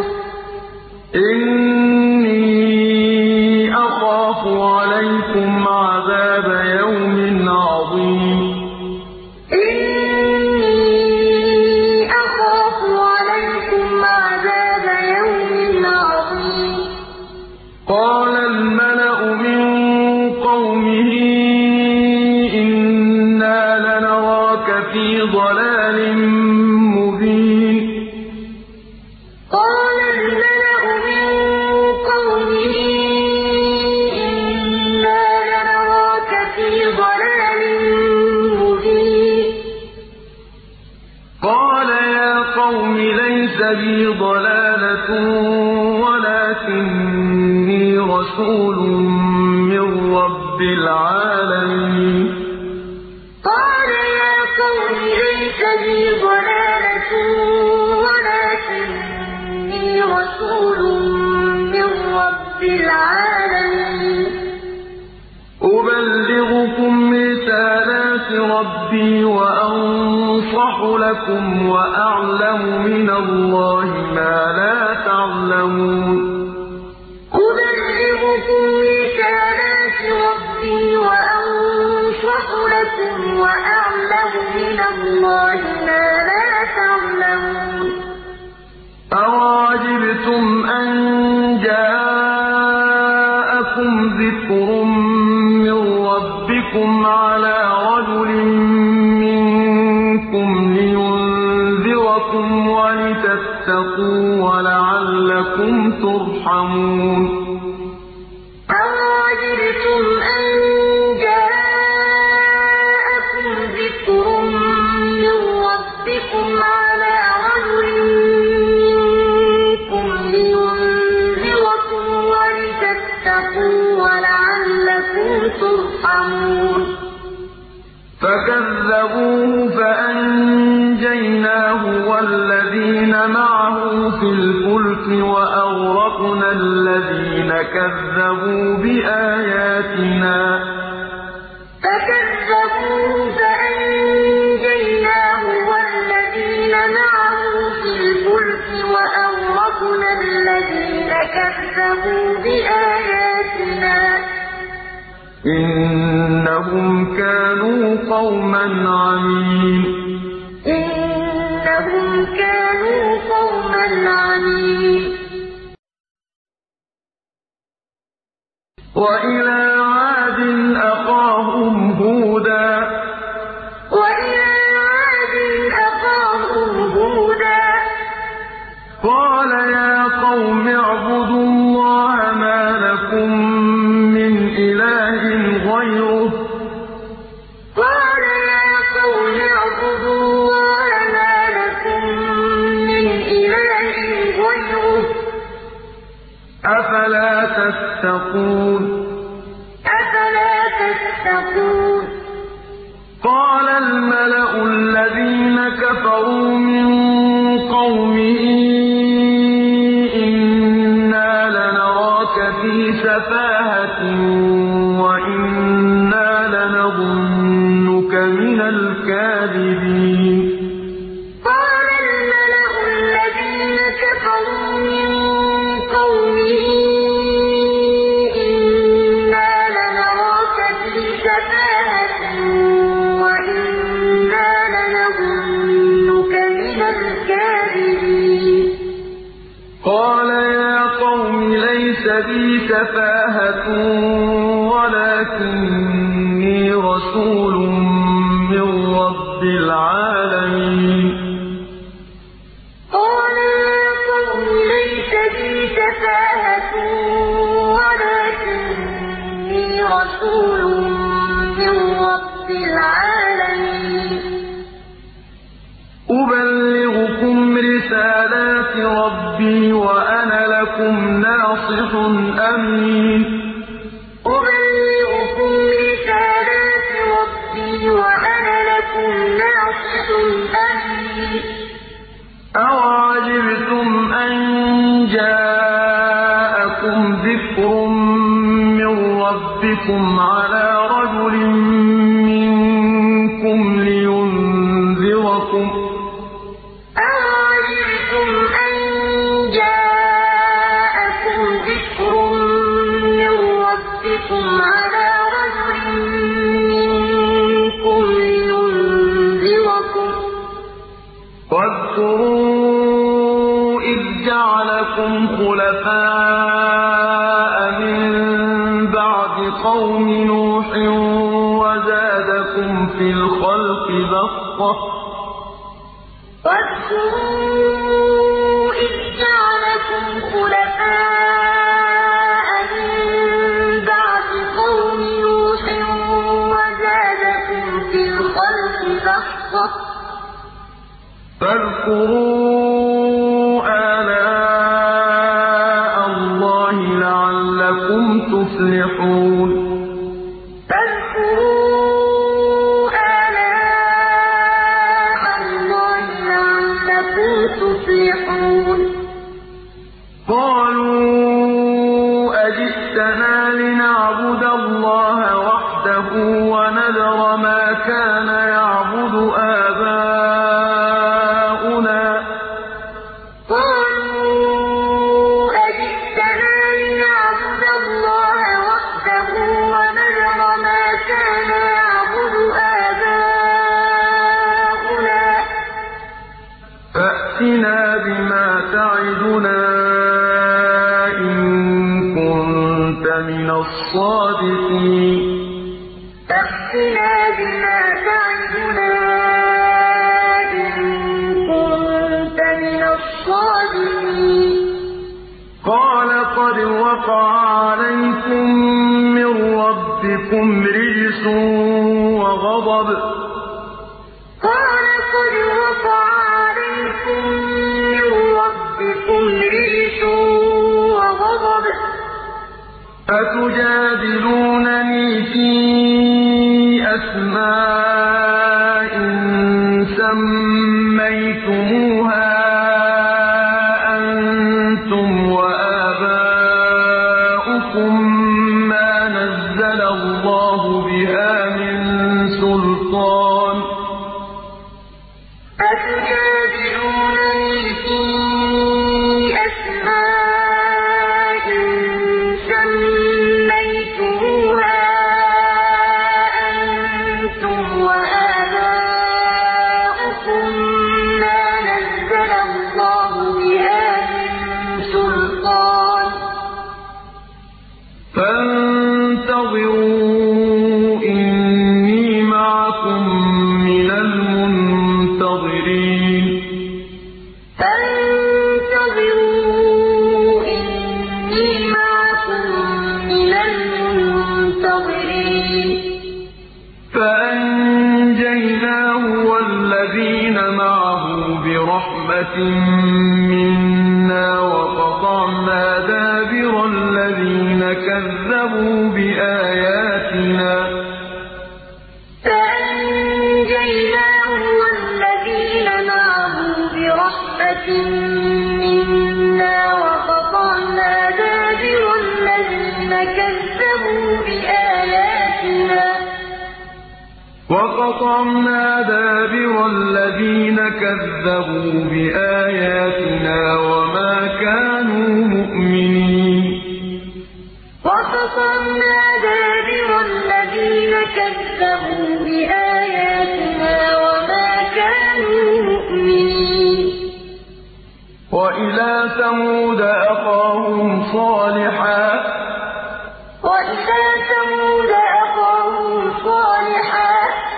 إني أخاف عليكم عذاب يوم عظيم إني أخاف عليكم عذاب يوم عظيم قال الملأ من قومه إنا لنراك في ضلال مبين قال الملأ من قومه إنا لنراك في ضلال مبين قال يا قوم ليس بي ضلالة ولكني رسول من رب العالمين قال يا قوم ليس بي ضلالة ولكني رسول من رب العالمين أبلغكم رسالات ربي وأنصح لكم وأعلم من الله ما لا تعلمون أبلغكم رسالات ربي وأنصح لكم وأعلم من الله ما لا تعلمون أَوَعَجِبْتُمْ أَن جَاءَكُمْ ذِكْرٌ مِّن رَّبِّكُمْ عَلَىٰ رَجُلٍ مِّنكُمْ لِيُنذِرَكُمْ وَلِتَتَّقُوا وَلَعَلَّكُمْ تُرْحَمُونَ أَوَعَجِبْتُمْ أَن جَاءَكُمْ ذِكْرٌ مِّن رَّبِّكُمْ عَلَىٰ رَجُلٍ مِّنكُمْ لِيُنذِرَكُمْ وَلِتَتَّقُوا وَلَعَلَّكُمْ تُرْحَمُونَ فَكَذَّبُوهُ فَأَنجَيْنَاهُ وَالَّذِينَ مَعَهُ فِي الْفُلْكِ وَأَغْرَقْنَا الَّذِينَ كَذَّبُوا بِآيَاتِنَا فَكَذَّبُوهُ فَأَنجَيْنَاهُ وَالَّذِينَ مَعَهُ فِي الْفُلْكِ وَأَغْرَقْنَا الَّذِينَ كَذَّبُوا بِآيَاتِنَا إِنَّهُمْ كَانُوا قَوْمًا عَمِينَ إِنَّهُمْ كَانُوا قَوْمًا عَمِينَ وإلى عاد أخاهم هودا قال يا قوم اعبدوا الله ما لكم من إله غيره قال يا قوم اعبدوا الله ما لكم من إله غيره أفلا تتقون أفلا تتقون قال الملأ الذين كفروا من قومه إنا لنراك في سفاهة وإنا لنظنك من الكاذبين قال الملأ الذين كفروا من قومه إنا لنراك في سفاهة وإنا لنظنك من الكاذبين قال يا قوم ليس بي سفاهة ولكني رسول من رب العالمين قال يا قوم ليس بي سفاهة ولكني رسول من رب العالمين أبلغكم رسالات ربي وأنا لكم ناصح أمين أبلغكم رسالات ربي وأنا لكم ناصح أمين أوعجبتم أن جاءكم ذكر من ربكم على رجل منكم لينذركم أوعجبتم أن جاءكم ذكر من ربكم على رجل منكم لينذركم واذكروا إذ جعلكم خلفاء من بعد قوم نوح وزادكم في الخلق بسطة واذكروا إذ جعلكم خلفاء من بعد قوم نوح وزادكم في الخلق بسطة فاذكروا آلاء الله لعلكم تفلحون فاذكروا آلاء الله لعلكم تفلحون قالوا أجئتنا لنعبد الله وحده ونذر ما كان يعبد آباؤنا قالوا أجئتنا لنعبد الله وحده ونذر ما كان يعبد آباؤنا فأتنا بما تعدنا إن كنت من الصادقين فأتنا بما تعدنا إن كنت من الصادقين قال قد وقع عليكم من ربكم رجس وغضب قال قد وقع عليكم من ربكم رجس وغضب أتجادلونني في أسماء سميتموها أنتم وآباؤكم ما نزل الله بها من سلطان أتجادلونني في أسماء سميتموها كذبوا بآياتنا فأنجيناه والذين معه برحمة منا وقطعنا دابر الذين كذبوا بآياتنا وقطعنا دابر الذين كذبوا بآياتنا وما كانوا مؤمنين وقطعنا دابر الذين كذبوا بآياتنا وما كانوا مؤمنين وإلى ثمود أخاهم صالحا وإلى ثمود أخاهم صالحا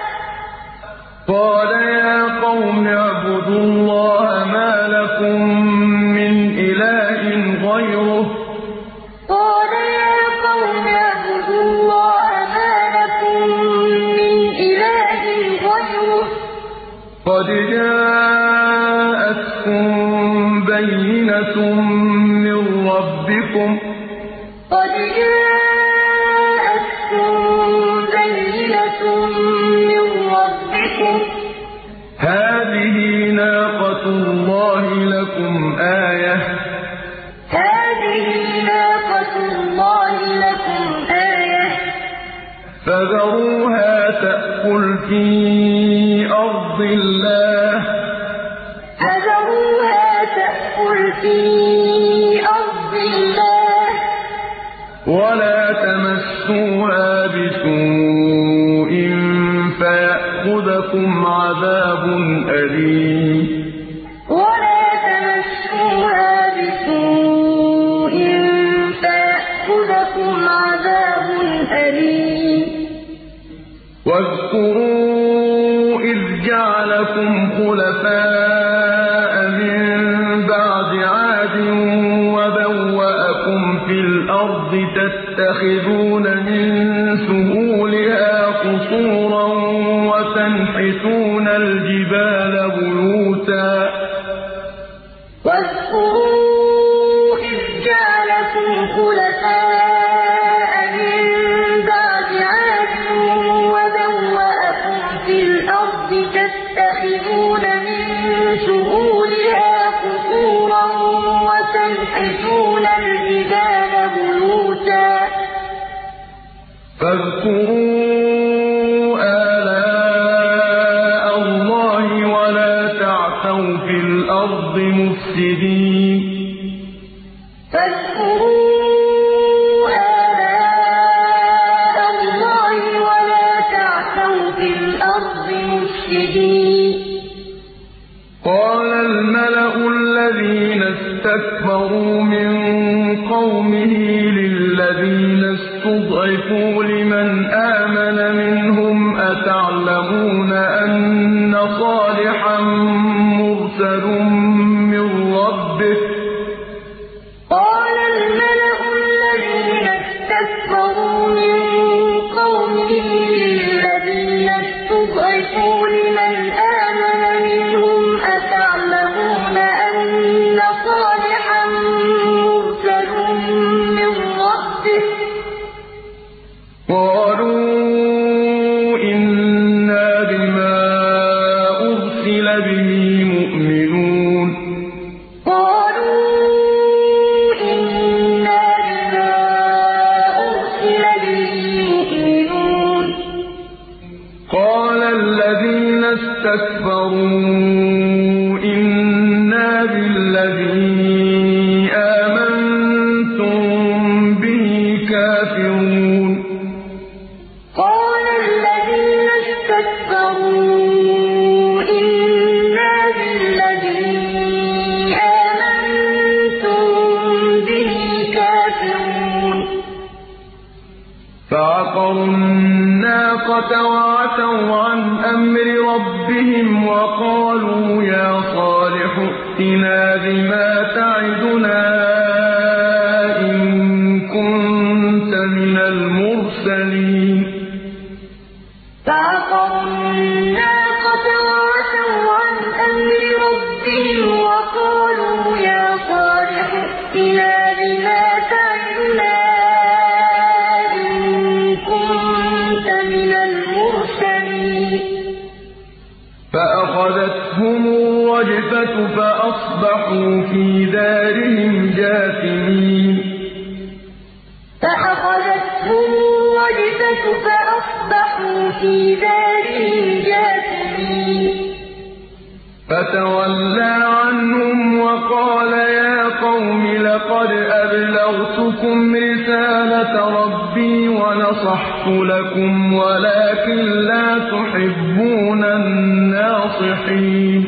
قال يا قوم اعبدوا الله ما لكم من إله غيره قال يا قوم اعبدوا الله ما لكم من إله غيره قد جاءتكم بينة من ربكم قد جاءتكم بينة من ربكم هذه ناقة الله لكم آية هذه ناقة الله لكم آية فذروها تأكل في أرض الله فذروها تأكل في أرض الله ولا تمسوها بسوء فيأخذكم عذاب أليم ولا تمسوها بسوء فيأخذكم عذاب أليم واذكروا إذ جعلكم خلفاء من بعد عاد وبوأكم في الأرض تتخذون من سهولها قصورا وتنحتون الجبال بيوتا واذكروا إذ جعلكم خلفاء من بعد عاد وبوأكم في الأرض تتخذون من سهولها قصورا وتنحتون الجبال بيوتا فاذكروا آلاء الله ولا تعثوا في الأرض مفسدين فاذكروا آلاء الله ولا تعثوا في الأرض مفسدين قال الملأ الذين استكبروا من قومه للذين استضعفوا لمن آمن منهم أتعلمون أن صالحا مرسل من ربه قال الملأ الذين استكبروا من قومه للذين استضعفوا لمن آمن منهم أتعلمون أن صالحا مرسل من ربه قالوا إنا بما أرسل به مؤمنون قالوا إنا بما أرسل به مؤمنون قال الذين استكبروا إنا بالذي آمنتم به كافرون قال الذين استكبروا إنا بالذي آمنتم به كافرون فعقروا الناقة وعتوا عن أمر ربهم وقالوا يا صالح ائتنا بما تعدنا إن كنت من المرسلين فعقروا الناقة وعتوا عن أمر ربهم وقالوا يا صالح ائتنا بما تعدنا جاثمين فأخذتهم الرجفة فأصبحوا في دارهم جاثمين فتولى عنهم وقال يا قوم لقد أبلغتكم رسالة ربي ونصحت لكم ولكن لا تحبون الناصحين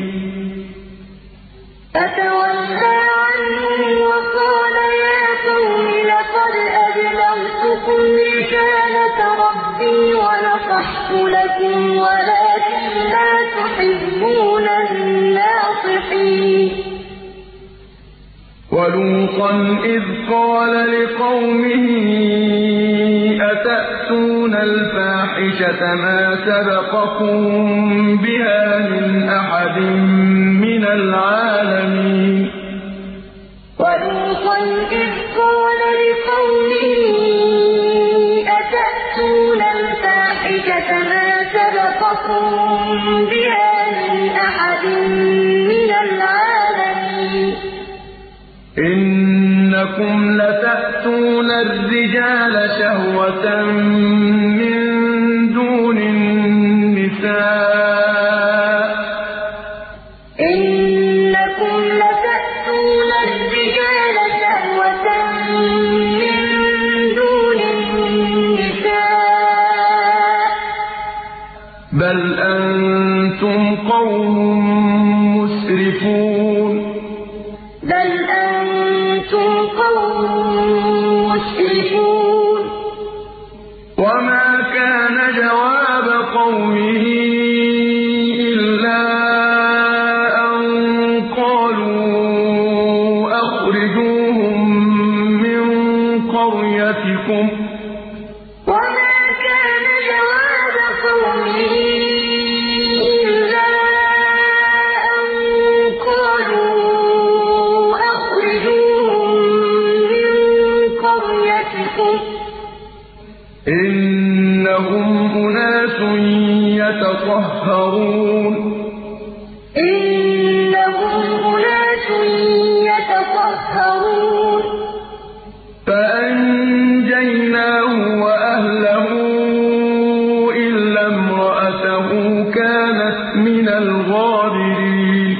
فتولى عنهم وقال يا قوم لقد أبلغتكم رسالة ربي ونصحت لكم ولكن لا تحبون الناصحين ولوطا إذ قال لقومه أتأتون الفاحشة ما سبقكم بها من أحد من العالمين ولوطا إذ قال لقومه أتأتون الفاحشة ما سبقكم بها من أحد من العالمين إنكم لتأتون الرجال شهوة من دون النساء إنكم لتأتون الرجال شهوة من دون النساء بل أنتم قوم مسرفون بل أنتم قوم مسرفون وما كان جواب قومه إلا أن قالوا أخرجوهم من قريتكم وما كان جواب قومه إلا أن قالوا أخرجوهم من قريتكم إنهم أناس يتطهرون إنهم أناس يتطهرون فأنجيناه وأهله إلا امرأته كانت من الغابرين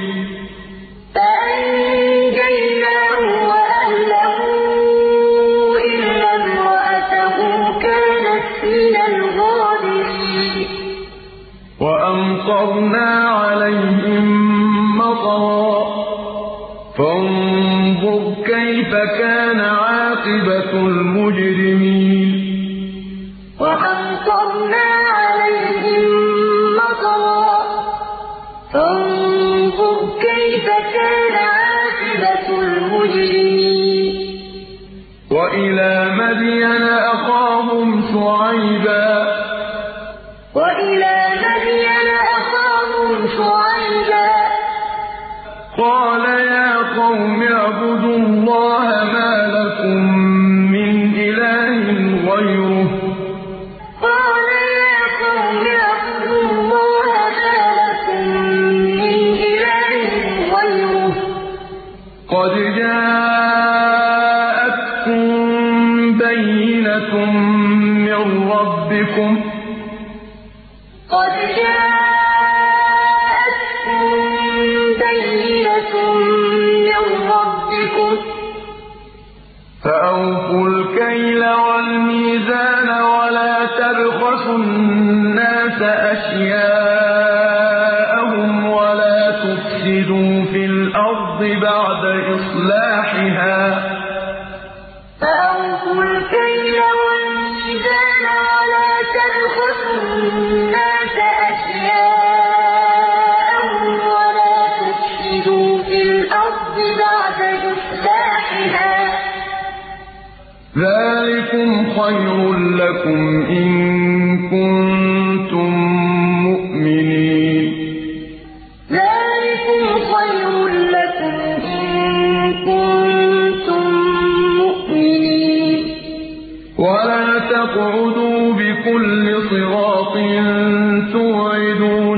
فأنجيناه وأهله إلا امرأته كانت من الغابرين وأمطرنا عليهم مطرا فانظر كيف كان عاقبة المجرمين وأمطرنا عليهم مطرا فانظر كيف كان عاقبة المجرمين وإلى مدين أخاهم شعيبا وإلى مدين أخاهم شعيبا قال يا قوم اعبدوا الله ما لكم من إله غيره قال يا قوم اعبدوا الله ما لكم من إله غيره قد جاءتكم بينة من ربكم قد جاءتكم بينة من ربكم فأوفوا الكيل والميزان ولا تبخسوا الناس أشياءهم ولا تفسدوا في الأرض بعد إصلاحها فأوفوا الكيل والميزان ولا تبخسوا الناس أشياءهم ولا تفسدوا في الأرض بعد إصلاحها ذلكم خير لكم إن كنتم مؤمنين ذلكم خير لكم إن كنتم مؤمنين ولا تقعدوا بكل صراط توعدون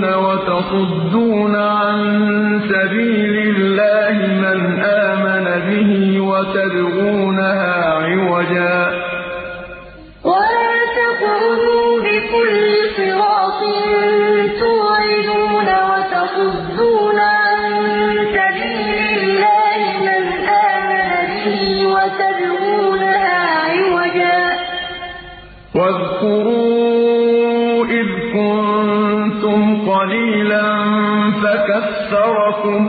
وتصدون عن سبيل الله من آمن به وتبغونها عوجا ولا تقعدوا بكل صراط توعدون وتصدون عن سبيل الله من آمن به وتبغونها عوجا واذكروا إذ كنتم قليلا فكثركم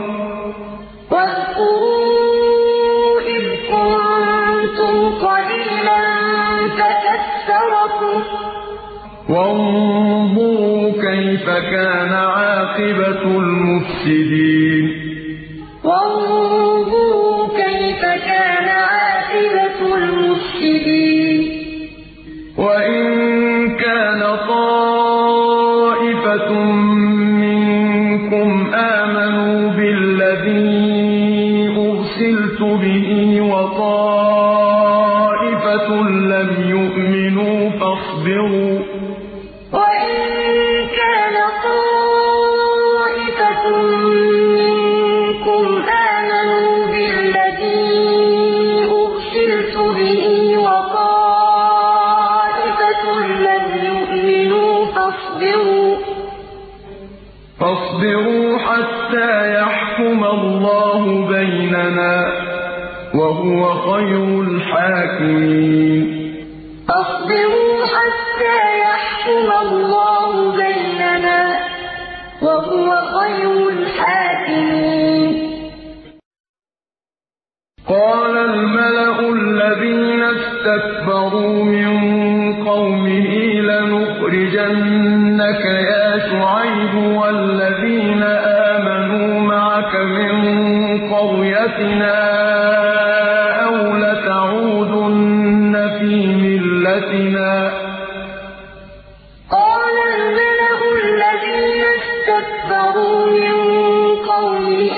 واذكروا إذ كنتم قليلا فكثركم وانظروا كيف كان عاقبة المفسدين وانظروا كيف كان عاقبة المفسدين وإن كان طائفة منكم آمنوا بالذي أرسلت به وطائفة لم يؤمنوا فاصبروا وإن كان طائفة منكم آمنوا بالذي أرسلت به وطائفة لم يؤمنوا فاصبروا فاصبروا حتى يحكم الله بيننا وهو خير الحاكمين فاصبروا حتى يحكم الله بيننا وهو خير الحاكمين قال الملأ الذين استكبروا من قومه لنخرجنك يا شعيب والذين آمنوا معك من قريتنا أو لتعودن في ملتنا قال الملأ الذين استكبروا من قومه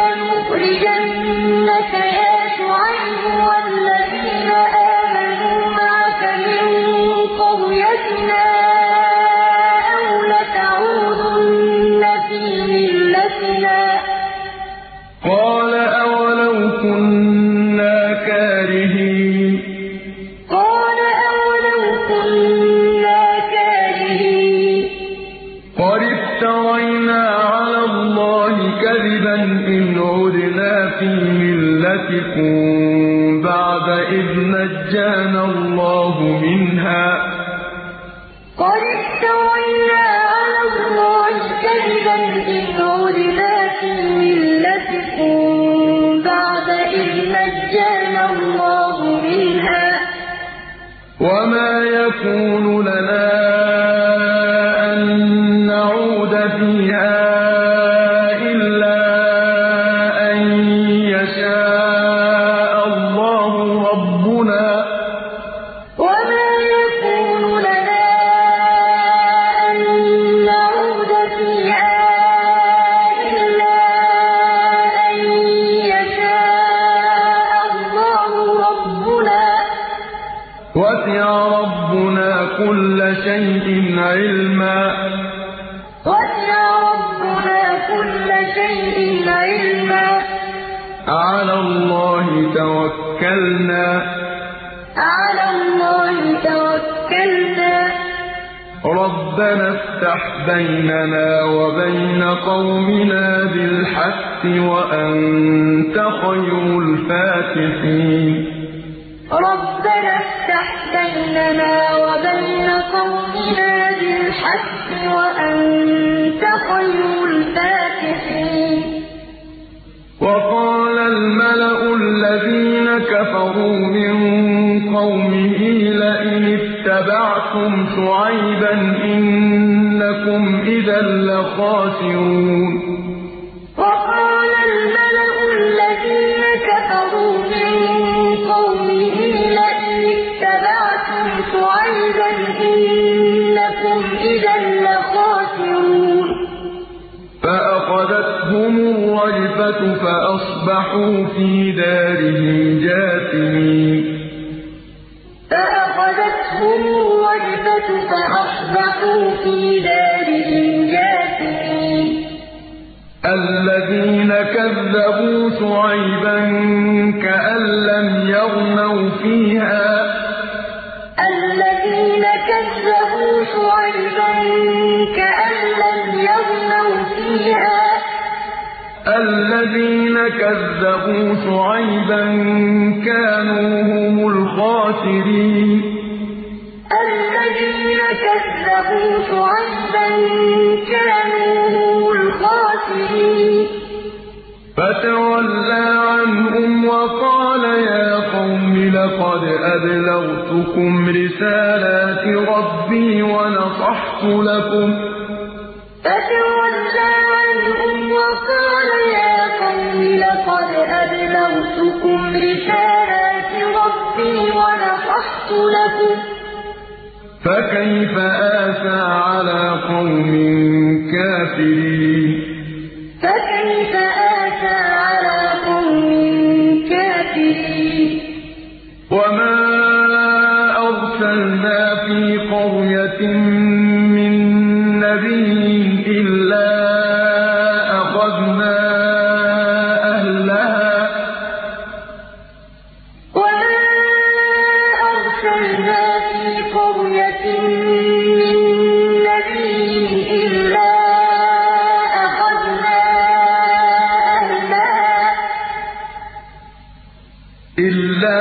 لنخرجنك يا شعيب والذين آمنوا معك من قريتنا أو لتعودن في ملتنا قال أولو كنا كارهين قال أولو كنا كارهين قد افترينا على الله كذبا إن عدنا في ملتكم بعد إذ نجانا الله منها قد افترينا على الله كذبا إن عدنا في ملتكم بعد إذ نجانا الله منها وما يكون لنا أن نعود فيها إلا أن يشاء الله ربنا وما يكون لنا أن نعود فيها إلا أن يشاء الله ربنا وسع ربنا كل شيء علما وسع ربنا كل شيء علما على الله توكلنا على الله توكلنا ربنا افتح بيننا وبين قومنا بالحق وأنت خير الفاتحين ربنا افتح بيننا وبين قومنا بالحق وأنت خير الفاتحين وقال الملأ الذين كفروا من قومه لئن اتبعتم شعيبا إنكم إذا لخاسرون وقال الملأ الذين كفروا من قومه لئن اتبعتم شعيبا إنكم إذا لخاسرون فأخذتهم الرجفة فأصبحوا في دارهم جاثمين فأخذتهم الرجفة فأصبحوا في دارهم جاثمين الذين كذبوا شعيبا كأن لم يغنوا فيها الذين كذبوا شعيبا كأن لم يغنوا فيها الذين كذبوا شعيبا كانوا هم الخاسرين الذين كذبوا شعيبا كانوا هم الخاسرين فتولى عنهم وقال يا قوم لقد أبلغتكم رسالات ربي ونصحت لكم فتولى عنهم وقال يا قوم لقد أبلغتكم رسالات ربي ونصحت لكم فكيف آسى على قوم كافرين فكيف آسى على قوم كافرين وما أرسلنا في قرية من نبي إلا أخذنا أهلها وما أرسلنا في قرية من نبي إلا أخذنا أهلها إلا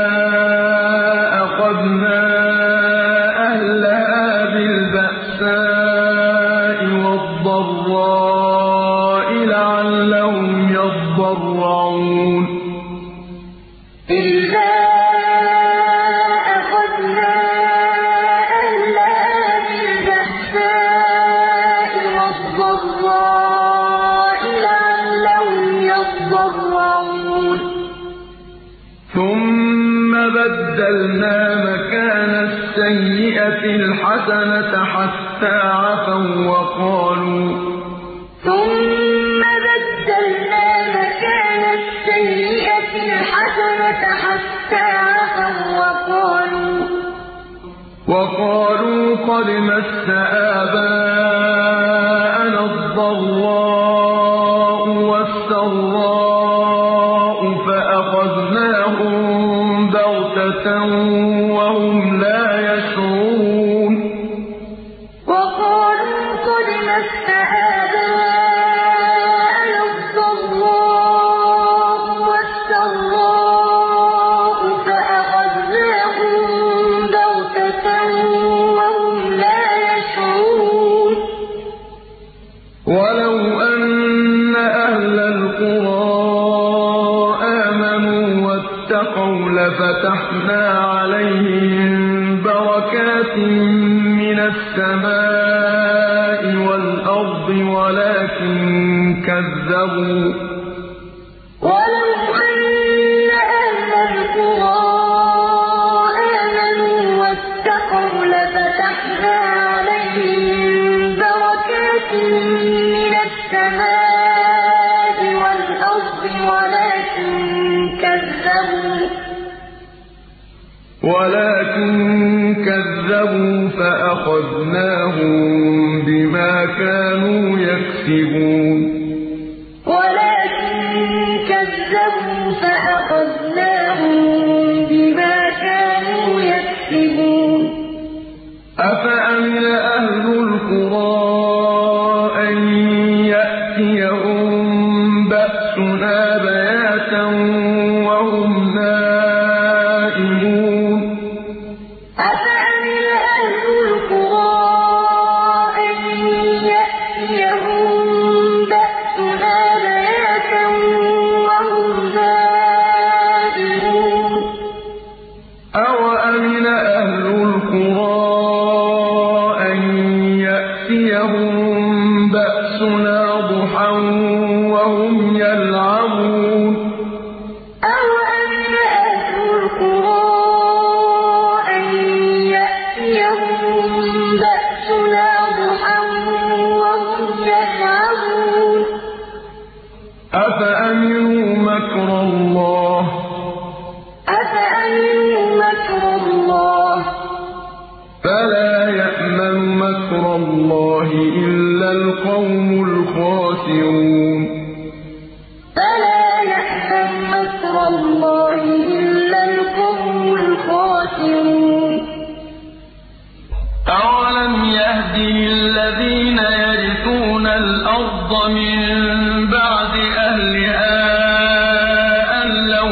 أخذنا أهلها بالبأساء والضراء لعلهم يضرعون إلا أخذنا أهلها بالبأساء والضراء لعلهم يضرعون ثم بدلنا مكان السيئة الحسنة حتى عفوا وقالوا ثم بدلنا مكان السيئة الحسنة حتى عفوا وقالوا وقالوا قد مس آباءنا الضراء والسراء فأخذناهم بغتة وهم لا يشعرون وقالوا قد مس آباءنا الضراء والسراء فأخذناهم بغتة وهم لا يشعرون ولو أن أهل القرى آمنوا واتقوا لفتحنا عليهم بركات من السماء والأرض ولكن كذبوا ولو أن أهل القرى آمنوا واتقوا لفتحنا عليهم بركات من السماء والأرض ولكن كذبوا ولكن كذبوا فأخذناهم بما كانوا يكسبون ولكن كذبوا فأخذناهم بما كانوا يكسبون أفأمن أهل القرى أن يأتيهم بأسنا بياتا وهم نائمون أفأمن أهل القرى أن يأتيهم بأسنا بياتا وهم نائمون أوأمن أهل القرى أن يأتيهم بأسنا ضحى وهم يلعبون أوأمن أهل القرى أن يأتيهم بأسنا ضحى وهم يلعبون أفأمنوا مكر الله أفأمنوا مكر الله فلا يأمن مكر الله إلا القوم الخاسرون فلا يأمن مكر الله إلا يهدي الذين يرثون الأرض من بعد أهلها أن لو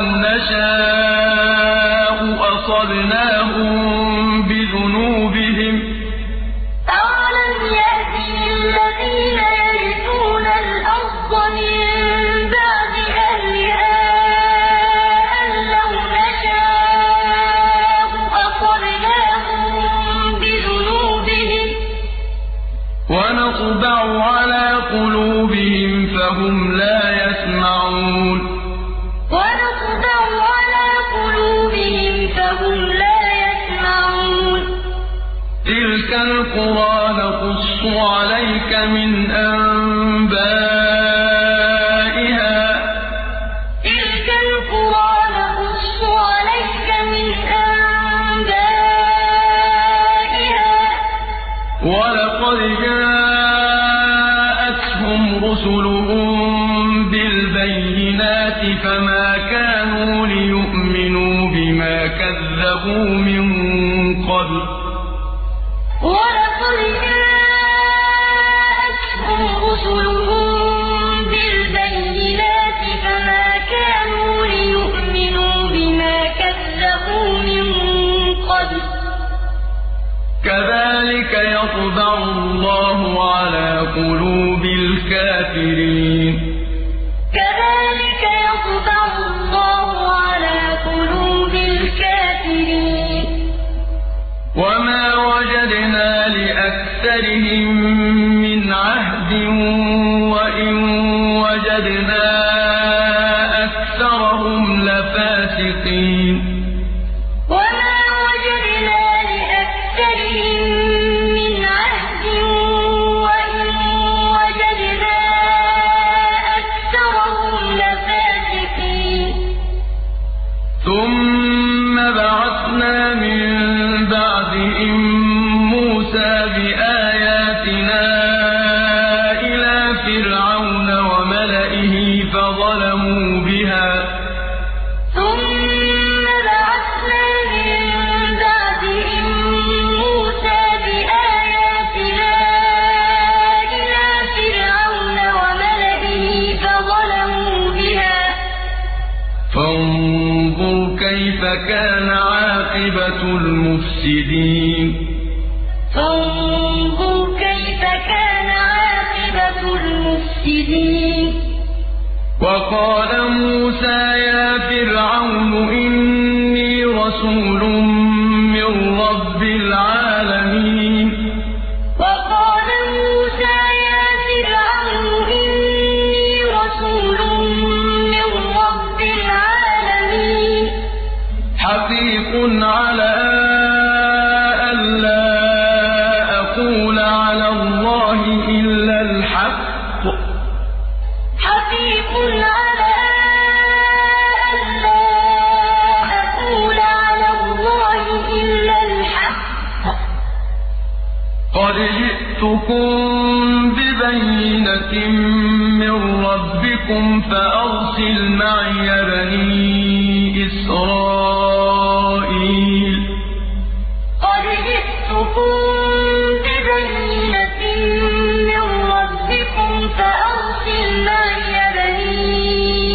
نشاء أصبناهم بذنوبهم أولم يهدي الذين يرثون الأرض من بعد أهلها أن لو نشاء أصبناهم بذنوبهم ونطبع على قلوبهم فهم لا يسمعون ونطبع على قلوبهم فهم لا يسمعون تلك القرى نقص عليك من أنبائها تلك القرى نقص عليك من أنبائها ولقد جاءتهم رسلهم بالبينات فما كانوا ليؤمنوا بما كذبوا من قبل ولقد جاءتهم رسلهم بالبينات فما كانوا ليؤمنوا بما كذبوا من قبل كذلك يطبع الله على قلوب الكافرين كذلك يطبع الله على قلوب الكافرين وما وجدنا لأكثرهم من عهد وإن وجدنا أكثرهم لفاسقين وما وجدنا لأكثرهم من عهد وإن وجدنا أكثرهم لفاسقين ثم بعثنا من بعدهم موسى بآياتنا إلى فرعون وملئه فظلموا بها ثم بعثنا من بعدهم موسى بآياتنا إلى فرعون وملئه فظلموا بها فانظر كيف كان عاقبة المفسدين فانظر كيف كان عاقبة المفسدين وقال موسى يا فرعون إني رسول من رب العالمين وقال موسى يا فرعون إني رسول من رب العالمين حقيق على ألا أقول على الله إلا الحق حقيق على ألا أقول على الله إلا الحق قد جئتكم ببينة من ربكم فأرسل معي بني إسرائيل قد جئتكم ببينة من ربكم فأرسل معي بني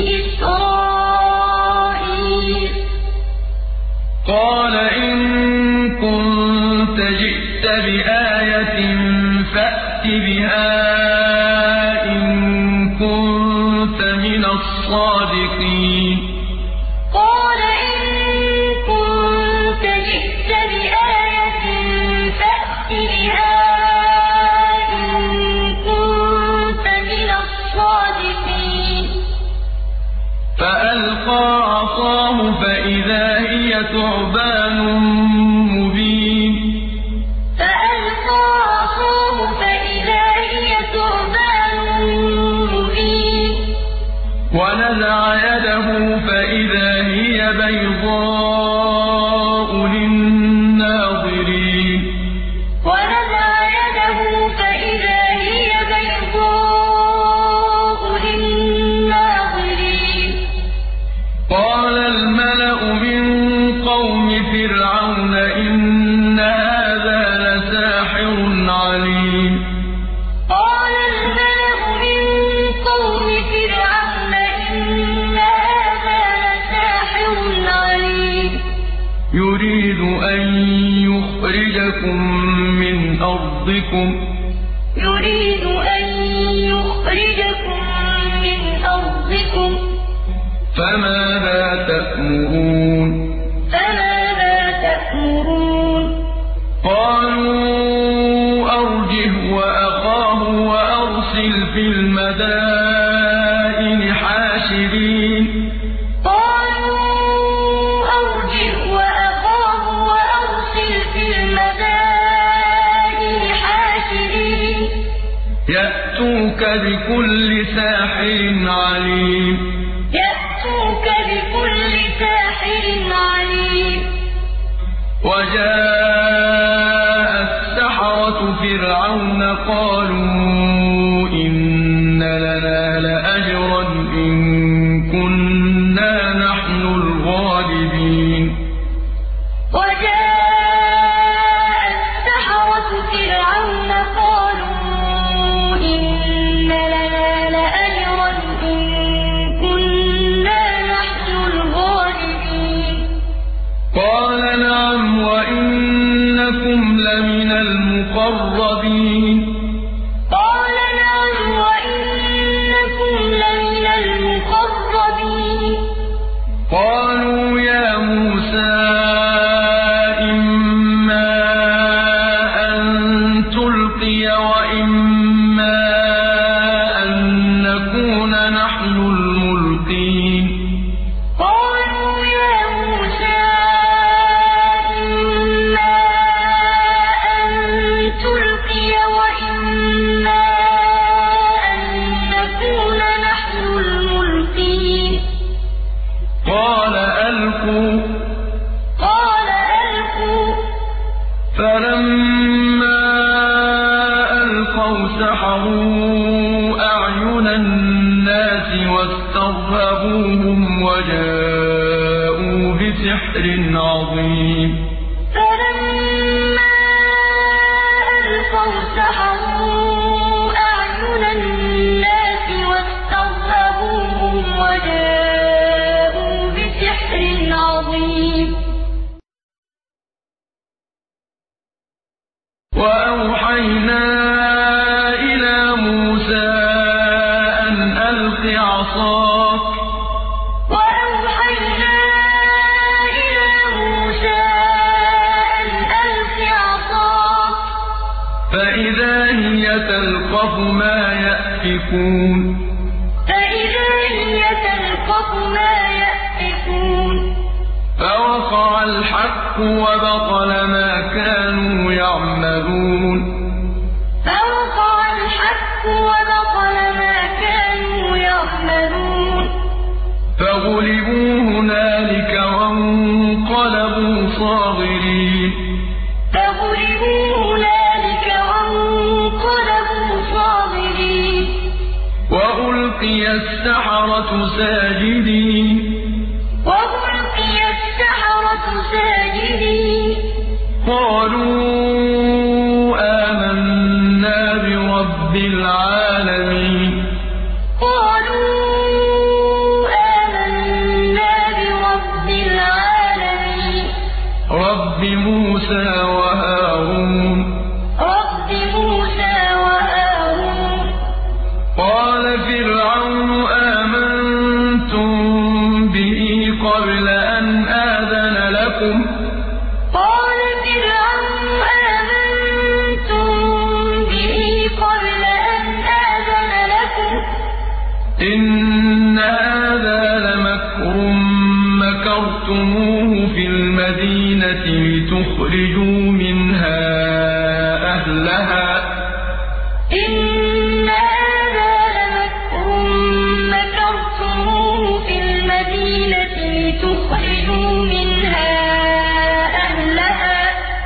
إسرائيل قال إن كنت جئت بآية فأت بها إن كنت من الصادقين قال إن كنت جئت بآية فأت بها إن كنت من الصادقين فألقى عصاه فإذا هي ثعبان مبين فألقى عصاه فإذا هي ثعبان مبين ونزع يده فإذا هي بيضاء للناظرين ونزع يده فإذا هي بيضاء للناظرين قال الملأ من قوم فرعون إن هذا لساحر عليم أن يخرجكم من أرضكم يريد أن يخرجكم من أرضكم فماذا تأمرون فماذا تأمرون قالوا أرجه وأخاه وأرسل في المدائن حاشرين قالوا أرجه وأخاه وأرسل في المدائن حاشرين يأتوك بكل ساحر عليم يأتوك بكل ساحر عليم وجاء السحرة فرعون قالوا إن لنا لأجرا إن كنا نحن الغالبين وجاء السحرة فرعون قالوا إن لنا لأجرا إن كنا نحن الغالبين قال نعم وإنكم لمن المقربين قال نعم وإنكم لمن المقربين قالوا يا موسى إما أن تلقي وإما أن نكون نحن الملقين قالوا يا موسى إما أن تلقي وإما أن نكون نحن الملقين قال ألقوا قال ألقوا فلما ألقوا سحروا أعين الناس واسترهبوهم وجاءوا بسحر عظيم فلما ألقوا سحروا أعين الناس واسترهبوهم وجاءوا بسحر عظيم وأوحينا إلى موسى أن ألق عصاك وأوحينا إلى موسى أن ألق عصاك فإذا هي تلقف ما يأفكون فإذا هي تلقف ما يأفكون فوقع الحق وبطل ما كانوا يعملون فوقع الحق وبطل ما كانوا يعملون فغلبوا هنالك وانقلبوا صاغرين فغلبوا هنالك وانقلبوا صاغرين وألقي السحرة ساجدين وألقي السحرة ساجدين قالوا آمنا برب العالمين قالوا آمنا برب العالمين رب موسى وهارون رب موسى وهارون قال فرعون آمنتم به قبل أن آذن لكم قال فرعون آمنتم به قبل أن آذن لكم إن هذا لمكر مكرتموه في المدينة لتخرجوا منها أهلها إن هذا لمكر مكرتموه في المدينة لتخرجوا منها أهلها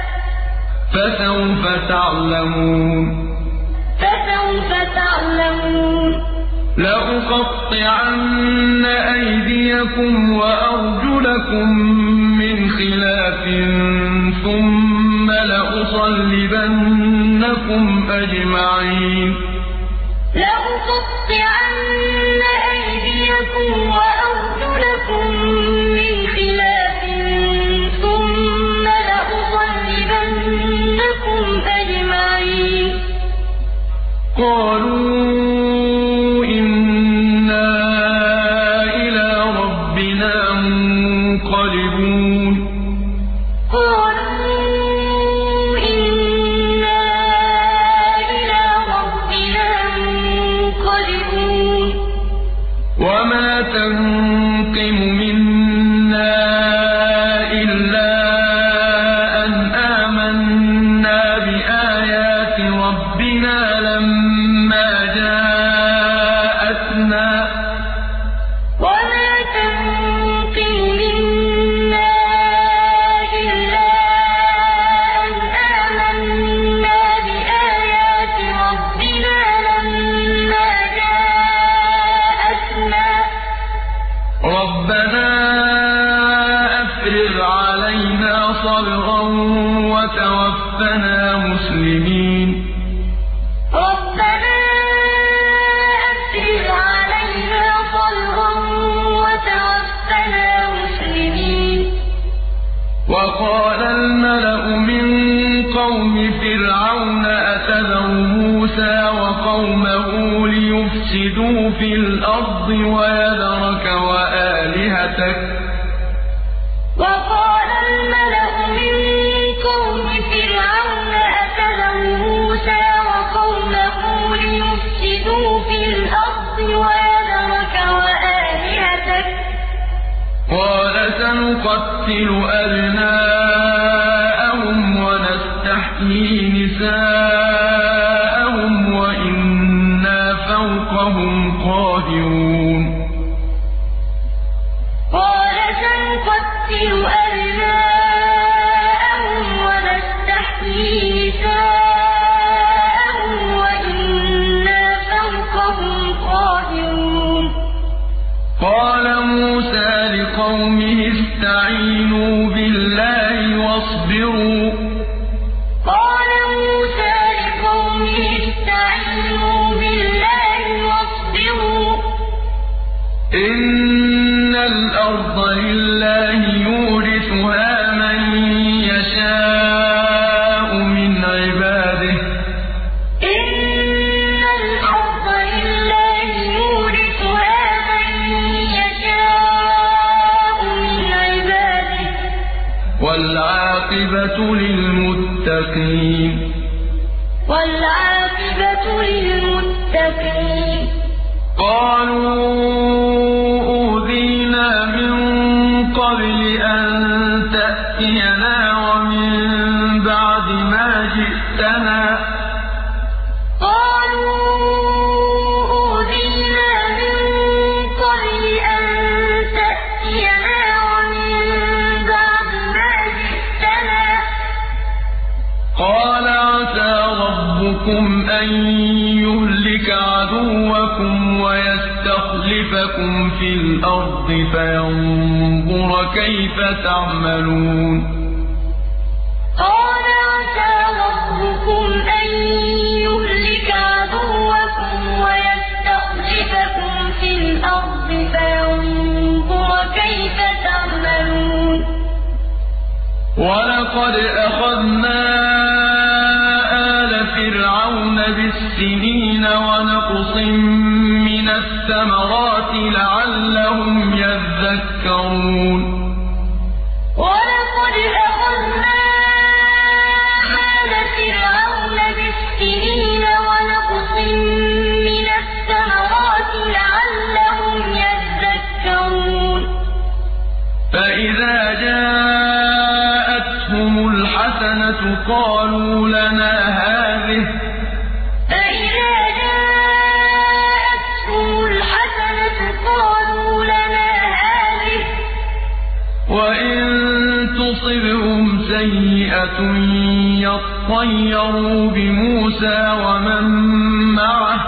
فسوف تعلمون فسوف تعلمون لأقطعن أيديكم وأرجلكم من خلاف ثم لأصلبنكم أجمعين لأقطعن أيديكم وأرجلكم من خلاف ثم قَالُوا إِنَّا إِلَىٰ رَبِّنَا مُنقَلِبُونَ وَمَا تَنقِمُ مِنَّا إِلَّا أَنْ آمَنَّا بِآيَاتِ رَبِّنَا لَمَّا جَاءَتْنَا ۚ وَمَا تَنقِمُ مِنَّا إِلَّا أَنْ آمَنَّا بِآيَاتِ رَبِّنَا لَمَّا جَاءَتْنَا ۚ رَبَّنَا أَفْرِغْ عَلَيْنَا صَبْرًا وَتَوَفَّنَا مُسْلِمِينَ رَبَّنَا أَفْرِغْ عَلَيْنَا صَبْرًا وَتَوَفَّنَا مُسْلِمِينَ وَقَالَ الْمَلَأُ مِن قَوْمِ فِرْعَوْنَ أَتَذَرُ مُوسَىٰ وَقَوْمَهُ لِيُفْسِدُوا فِي الْأَرْضِ وَيَذَرَكَ وَآلِهَتَكَ ۚ وَقَالَ الْمَلَأُ مِن قَوْمِ فِرْعَوْنَ أَتَذَرُ مُوسَىٰ وَقَوْمَهُ لِيُفْسِدُوا فِي الْأَرْضِ وَيَذَرَكَ وَآلِهَتَكَ ۚ قَالَ سَنُقَتِّلُ أَبْنَاءَهُمْ وَنَسْتَحْيِي نِسَاءَهُمْ وَإِنَّا فَوْقَهُمْ قَاهِرُونَ قَالَ سَنُقَتِّلُ أَبْنَاءَهُمْ وَنَسْتَحْيِي نِسَاءَهُمْ وَإِنَّا فَوْقَهُمْ قَاهِرُونَ قَالَ مُوسَىٰ لِقَوْمِهِ اسْتَعِينُوا بِاللَّهِ وَاصْبِرُوا ۖ قَالَ مُوسَىٰ لِقَوْمِهِ اسْتَعِينُوا بِاللَّهِ وَاصْبِرُوا ۖ إِنَّ الْأَرْضَ لِلَّهِ يُورِثُهَا مَن يَشَاءُ مِنْ عِبَادِهِ ۖ إِنَّ الْأَرْضَ لِلَّهِ يُورِثُهَا مَن يَشَاءُ مِنْ عِبَادِهِ ۖ وَالْعَاقِبَةُ لِلْمُتَّقِينَ وَالْعَاقِبَةُ لِلْمُتَّقِينَ قَالُوا أُوذِينَا مِن قَبْلِ أَن تَأْتِيَنَا وَمِن بَعْدِ مَا جِئْتَنَا ۚ قَالُوا أُوذِينَا مِن قَبْلِ أَن تَأْتِيَنَا وَمِن بَعْدِ مَا جِئْتَنَا ۚ قَالَ عَسَىٰ رَبُّكُمْ أَن يُهْلِكَ عَدُوَّكُمْ وَيَسْتَخْلِفَكُمْ فِي الْأَرْضِ فَيَنظُرَ كَيْفَ تَعْمَلُونَ قَالَ عَسَىٰ رَبُّكُمْ أَن يُهْلِكَ عَدُوَّكُمْ وَيَسْتَخْلِفَكُمْ فِي الْأَرْضِ فَيَنظُرَ كَيْفَ تَعْمَلُونَ وَلَقَدْ أَخَذْنَا آلَ فِرْعَوْنَ بِالسِّنِينَ وَنَقْصٍ مِّنَ الثَّمَرَاتِ لَعَلَّهُمْ يَذَّكَّرُونَ وَلَقَدْ أَخَذْنَا آلَ فِرْعَوْنَ بِالسِّنِينَ وَنَقْصٍ مِّنَ الثَّمَرَاتِ لَعَلَّهُمْ يَذَّكَّرُونَ فَإِذَا جَاءَتْهُمُ الْحَسَنَةُ قَالُوا لَنَا هَٰذِهِ ۖ فَإِذَا جَاءَتْهُمُ الْحَسَنَةُ قَالُوا لَنَا هَٰذِهِ ۖ وَإِن تُصِبْهُمْ سَيِّئَةٌ يَطَّيَّرُوا بِمُوسَىٰ وَمَن مَّعَهُ ۗ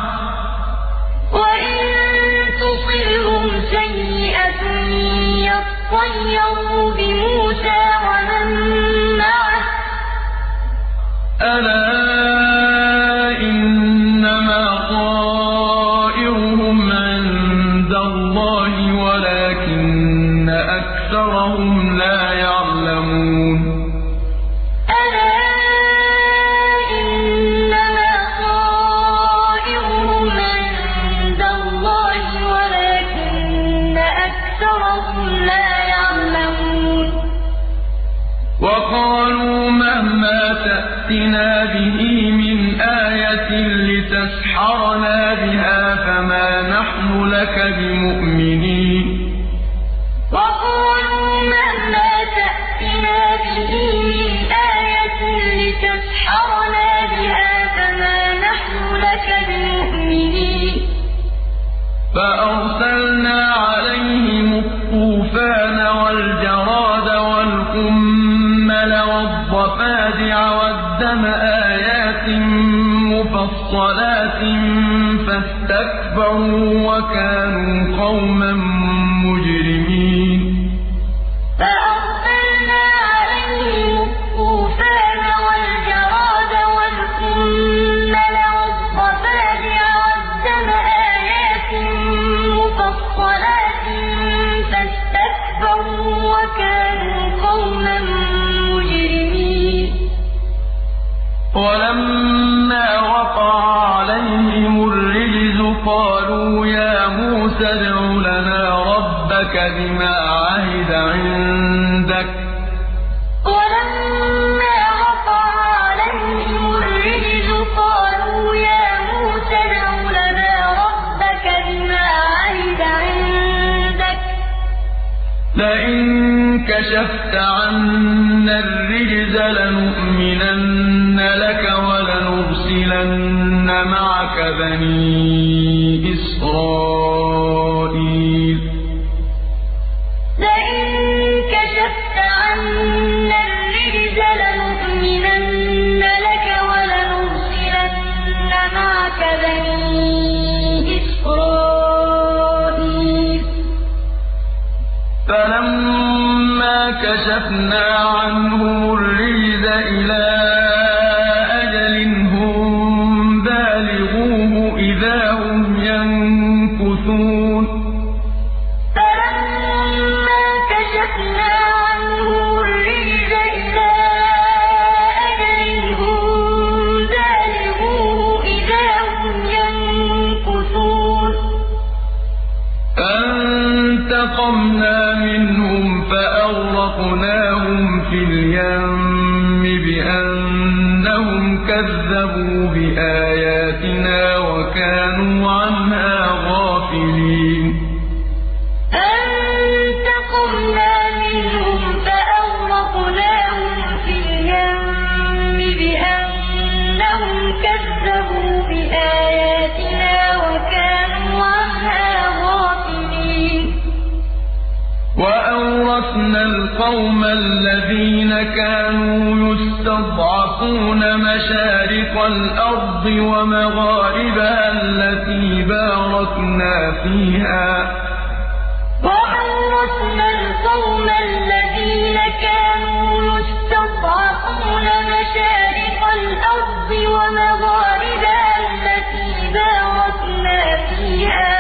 وَإِن تُصِبْهُمْ سَيِّئَةٌ يَطَّيَّرُوا بِمُوسَىٰ وَمَن مَّعَهُ ۗ أَلَا إِنَّمَا طَائِرُهُمْ عِندَ اللَّهِ وَلَٰكِنَّ أَكْثَرَهُمْ لَا يَعْلَمُونَ أَلَا إِنَّمَا طَائِرُهُمْ عِندَ اللَّهِ وَلَٰكِنَّ أَكْثَرَهُمْ لَا يَعْلَمُونَ تَأْتِنَا بِهِ مِنْ آيَةٍ لِتَسْحَرَنَا بِهَا فَمَا نَحْنُ لَكَ بِمُؤْمِنِينَ وَقَالُوا مَهْمَا تَأْتِنَا بِهِ مِنْ آيَةٍ لِتَسْحَرَنَا بِهَا فَمَا نَحْنُ لَكَ بِمُؤْمِنِينَ فَأَرْسَلْنَا عَلَيْهِمُ الطُّوفَانَ وَالْجَرَادَ وَالْقُمَّلَ وَالضَّفَادِعَ وَالدَّمَ آيَاتٍ مُّفَصَّلَاتٍ فَاسْتَكْبَرُوا وَكَانُوا قَوْمًا مُّجْرِمِينَ فَأَرْسَلْنَا عَلَيْهِمُ الطُّوفَانَ وَالْجَرَادَ وَالْقُمَّلَ وَالضَّفَادِعَ وَالدَّمَ آيَاتٍ مُّفَصَّلَاتٍ فَاسْتَكْبَرُوا وَكَانُوا قَوْمًا مُّجْرِمِينَ وَلَمَّا وَقَعَ عَلَيْهِمُ الرِّجْزُ قَالُوا يَا مُوسَى ادْعُ لَنَا رَبَّكَ بِمَا عَهِدَ عِندَكَ وَلَمَّا وَقَعَ عَلَيْهِمُ الرِّجْزُ قَالُوا يَا مُوسَى ادْعُ لَنَا رَبَّكَ بِمَا عَهِدَ عِندَكَ لَئِن كَشَفْتَ عَنَّا الرِّجْزَ لَنُؤْمِنَنَّ لَكَ وَلَنُرْسِلَنَّ مَعَكَ بَنِي إِسْرَائِيلَ لَئِن كَشَفْتَ عَنَّا الرِّجْزَ لَنُؤْمِنَنَّ لَكَ وَلَنُرْسِلَنَّ مَعَكَ بَنِي إِسْرَائِيلَ فَلَمَّا كَشَفْنَا عَنْهُمُ الرِّجْزَ إِلَىٰ أَجَلٍ هُم بَالِغُوهُ إِذَا هُمْ يَنكُثُونَ فَلَمَّا كَشَفْنَا عَنْهُمُ الرِّجْزَ إِلَىٰ أَجَلٍ هُم بَالِغُوهُ إِذَا هُمْ يَنكُثُونَ فَانتَقَمْنَا مِنْهُمْ فَأَغْرَقْنَاهُمْ فِي الْيَمِّ بِأَنَّهُمْ كَذَّبُوا بِآيَاتِنَا وَكَانُوا عَنْهَا غَافِلِينَ فَانتَقَمْنَا مِنْهُمْ فَأَغْرَقْنَاهُمْ فِي الْيَمِّ بِأَنَّهُمْ كَذَّبُوا بِآيَاتِنَا وَكَانُوا عَنْهَا غَافِلِينَ وَأَوْرَثْنَا الْقَوْمَ الَّذِينَ كَانُوا يُسْتَضْعَفُونَ مَشَارِقَ الْأَرْضِ وَمَغَارِبَهَا الَّتِي بَارَكْنَا فِيهَا وَأَوْرَثْنَا الْقَوْمَ الَّذِينَ كَانُوا يُسْتَضْعَفُونَ مَشَارِقَ الْأَرْضِ وَمَغَارِبَهَا الَّتِي بَارَكْنَا فِيهَا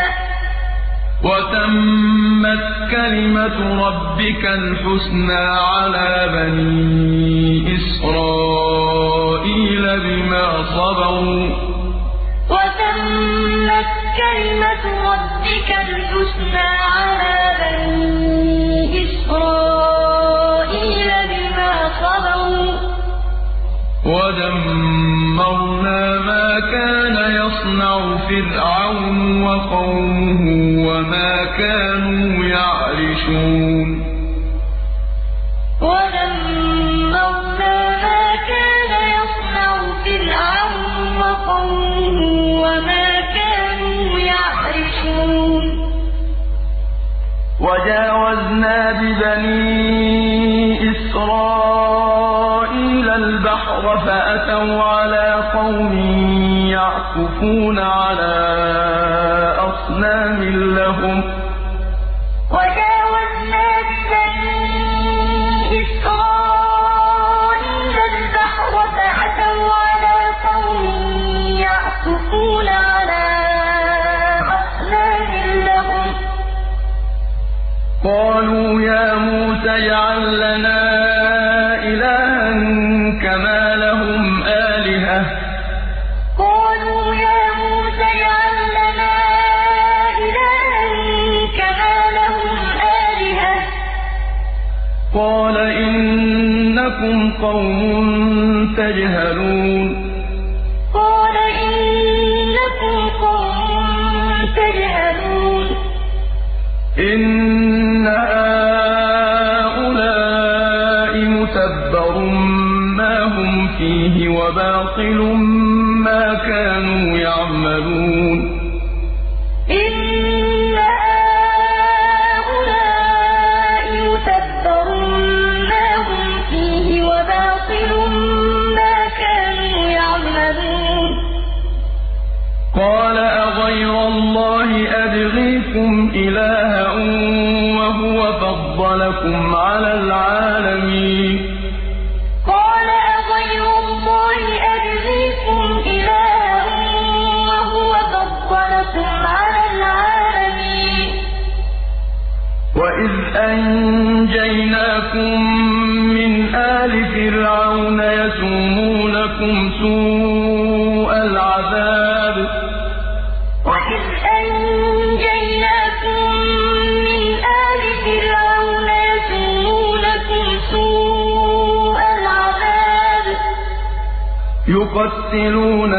وَتَمَّتْ كَلِمَةُ رَبِّكَ الْحُسْنَىٰ عَلَىٰ بَنِي إِسْرَائِيلَ بِمَا صَبَرُوا وَتَمَّتْ كَلِمَةُ رَبِّكَ الْحُسْنَىٰ عَلَىٰ بَنِي إِسْرَائِيلَ بِمَا صَبَرُوا وَدَمَّرْنَا مَا كَانَ يَصْنَعُ فِرْعَوْنُ وَقَوْمُهُ وَمَا كَانُوا يَعْرِشُونَ وَدَمَّرْنَا مَا كَانَ يَصْنَعُ فِرْعَوْنُ وَقَوْمُهُ وَمَا كَانُوا يَعْرِشُونَ وَجَاوَزْنَا بِبَنِي إِسْرَائِيلَ الْبَحْرَ فَأَتَوْا عَلَىٰ قَوْمٍ يَعْكُفُونَ عَلَىٰ أَصْنَامٍ لَّهُمْ وَجَاوَزْنَا بِبَنِي إِسْرَائِيلَ الْبَحْرَ فَأَتَوْا عَلَىٰ قَوْمٍ يَعْكُفُونَ عَلَىٰ أَصْنَامٍ لَّهُمْ قَالُوا يَا مُوسَى اجْعَل لَّنَا إِلَٰهًا كَمَا لَهُمْ آلِهَةٌ قَالُوا يَا مُوسَى اجْعَل لَّنَا إِلَٰهًا إنكم قوم تجهلون قال إنكم قوم تجهلون إن هؤلاء متبر ما هم فيه وباطل ما كانوا يعملون إن هؤلاء متبر ما هم فيه وباطل ما كانوا يعملون قال أغير الله أبغيكم إلها وهو فضلكم على العالمين قال أغير الله أبغيكم إلها وهو فضلكم على العالمين وإذ أنجيناكم من آل فرعون يسومونكم سوء العذاب وإذ أنجيناكم من آل فرعون يسومونكم سوء العذاب يقتلون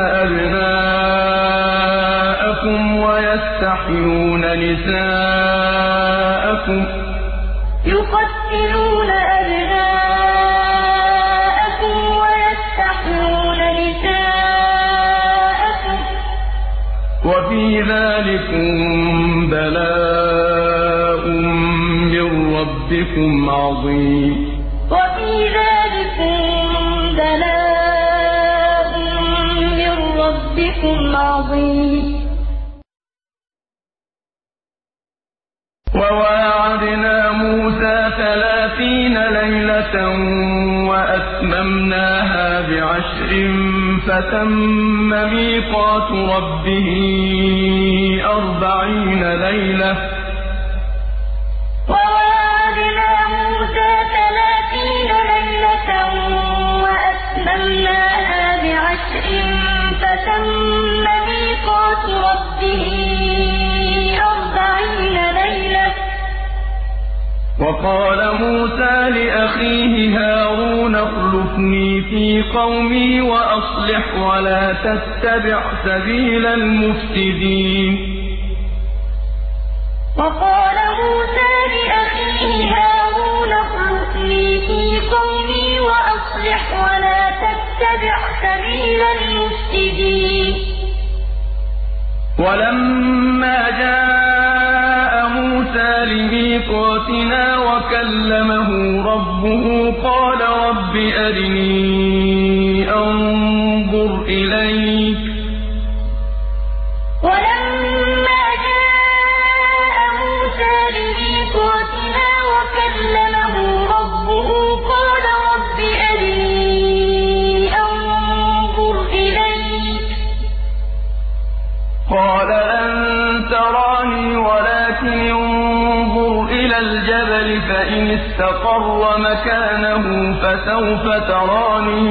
أبناءكم ويستحيون نساءكم يقتلون أبناءكم ويستحيون نساءكم وفي ذلكم بلاء من ربكم عظيم وفي ذلكم بلاء من ربكم عظيم وواعدنا موسى ثلاثين ليلة وأتممناها بعشر فتم ميقات ربه أربعين ليلة وواعدنا موسى ثلاثين ليلة وأتممناها بعشر فتم ميقات ربه أربعين ليلة وقال موسى لأخيه هارون اخلفني في قومي وأصلح ولا تتبع سبيل المفسدين وقال موسى لأخيه هارون اخلفني في قومي وأصلح ولا تتبع سبيل المفسدين ولما جاء موسى لميقاتنا وكلمه ربه قال رب أرني أنظر إليك ولما جاء موسى لميقاتنا وكلمه ربه قال رب أرني أنظر إليك قال لن تراني ولكن انظر إلى الجبل فإن استقر مكانه فسوف تراني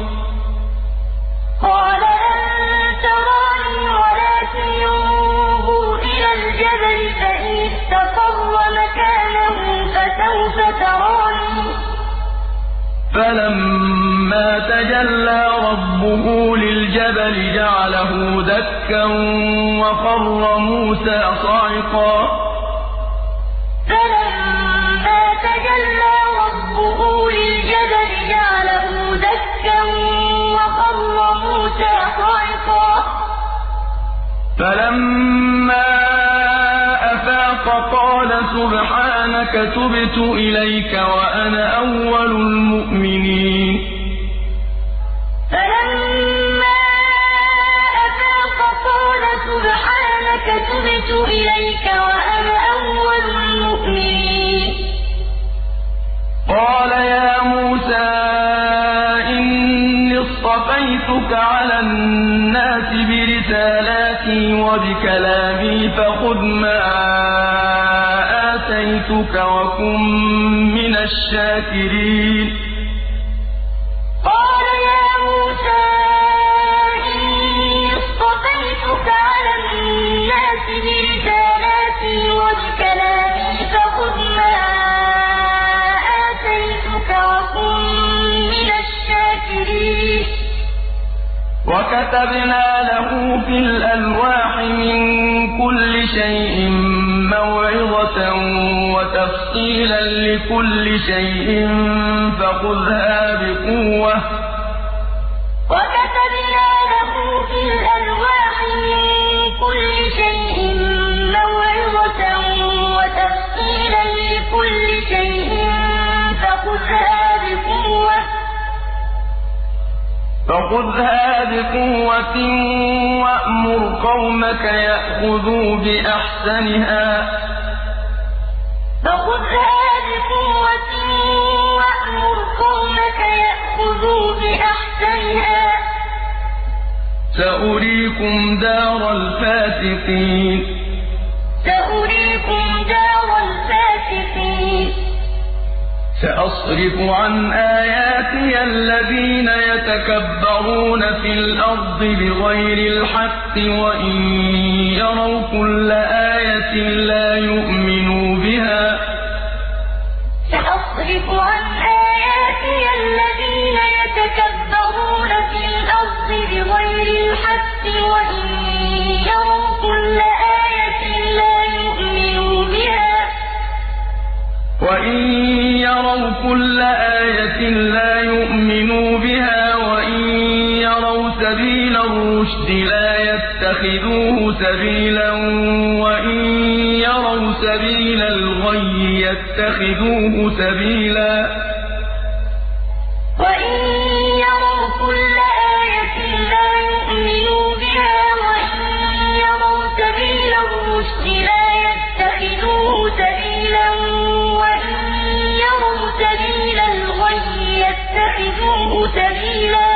قال لن تراني ولكن انظر إلى الجبل فإن استقر مكانه فسوف تراني فلما تجلى ربه للجبل جعله دكا وخر موسى صعقا فلما تجلى ربه للجبل جعله دكا وخر موسى صعقا فلما أفاق قال سبحانك تبت إليك وأنا أول المؤمنين فلما أفاق قال سبحانك تبت إليك وأنا أول المؤمنين قال يا موسى إني اصطفيتك على الناس برسالاتي وبكلامي فخذ ما آتيتك وكن من الشاكرين قال يا موسى إني اصطفيتك على الناس برسالاتي وبكلامي فخذ ما آتيتك وكن وكتبنا له في الألواح من كل شيء موعظة وتفصيلا لكل شيء فخذها بقوة وكتبنا له في الألواح من كل شيء موعظة وتفصيلا لكل شيء فخذها بقوة فخذها بقوة وأمر قومك يأخذوا بأحسنها فخذها بقوة وأمر قومك يأخذوا بأحسنها سأريكم دار الفاسقين سأريكم دار الفاسقين سأصرف عن آياتي الذين يتكبرون في الأرض بغير الحق وإن يروا كل آية لا يؤمنوا بها سأصرف عن آياتي الذين يتكبرون في الأرض بغير الحق وإن يروا كل آية لا يؤمنوا بها وإن يروا كل آية لا يؤمنوا بها وإن يروا سبيل الرشد لا يتخذوه سبيلا وإن يروا سبيل الغي يتخذوه سبيلا وإن يروا كل آية لا يؤمنوا بها وإن يروا سبيل الرشد لا يتخذوه سبيلا وإن يروا سبيل الغي يتخذوه سبيلا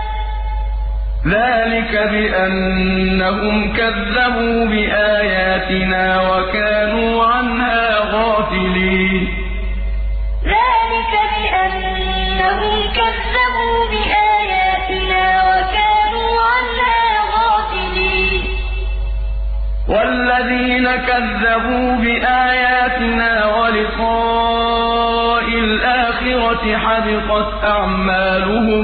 ذلك بأنهم كذبوا بآياتنا وكانوا عنها غافلين ذلك بأنهم كذبوا بآياتنا وكانوا عنها غافلين والذين كذبوا بآياتنا ولقاء الآخرة حبطت أعمالهم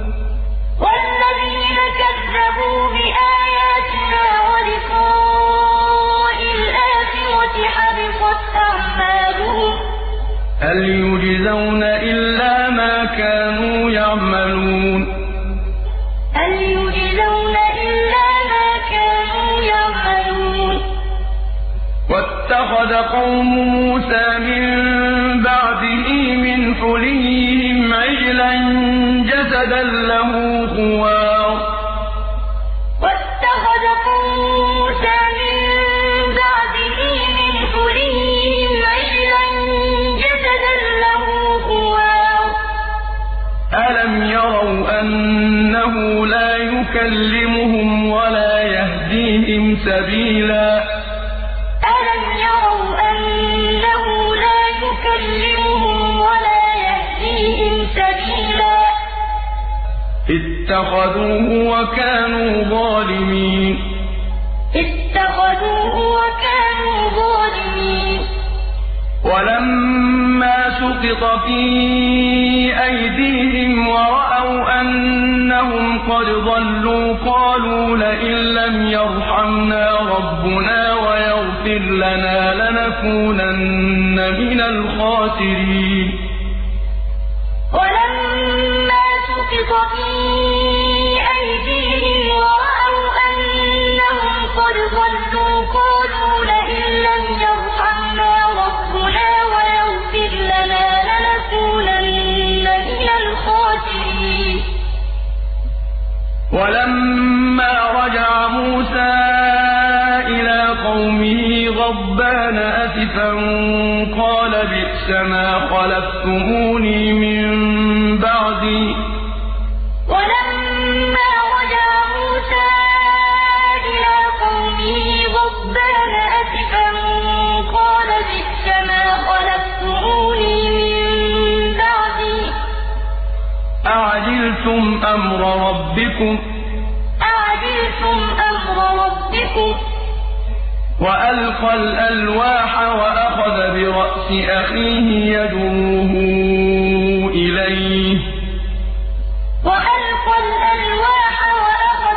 والذين كذبوا بآياتنا ولقاء الآخرة حبطت أعمالهم هل يجزون إلا ما كانوا يعملون هل يجزون إلا ما كانوا يعملون واتخذ قوم موسى من بعده من حليهم عجلا جسدا له خوار واتخذ قوم موسى من بعده من حليهم عجلا جسدا له خوار ألم يروا أنه لا يكلمهم ولا يهديهم سبيلا ألم يروا أنه لا يكلمهم ولا يهديهم سبيلا اتخذوه وكانوا ظالمين اتخذوه وكانوا ظالمين ولما سقط في أيديهم ورأوا أنهم قد ضلوا قالوا لئن لم يرحمنا ربنا ويغفر لنا لنكونن من الخاسرين ولما سقط في أيديهم ورأوا أنهم قد ضلوا قالوا لئن لم يرحمنا ربنا ويغفر لنا لنكونن من الخاسرين ولما رجع موسى إلى قومه غضبان أسفا قال بئس ما خلفتموني من بعدي ولما رجع موسى إلى قومه غضبان أسفا قال بئس ما خلفتموني من بعدي أعجلتم أمر ربكم أعجلتم أمر ربكم وألقى الألواح وأخذ برأس أخيه يجره إليه وألقى الألواح وأخذ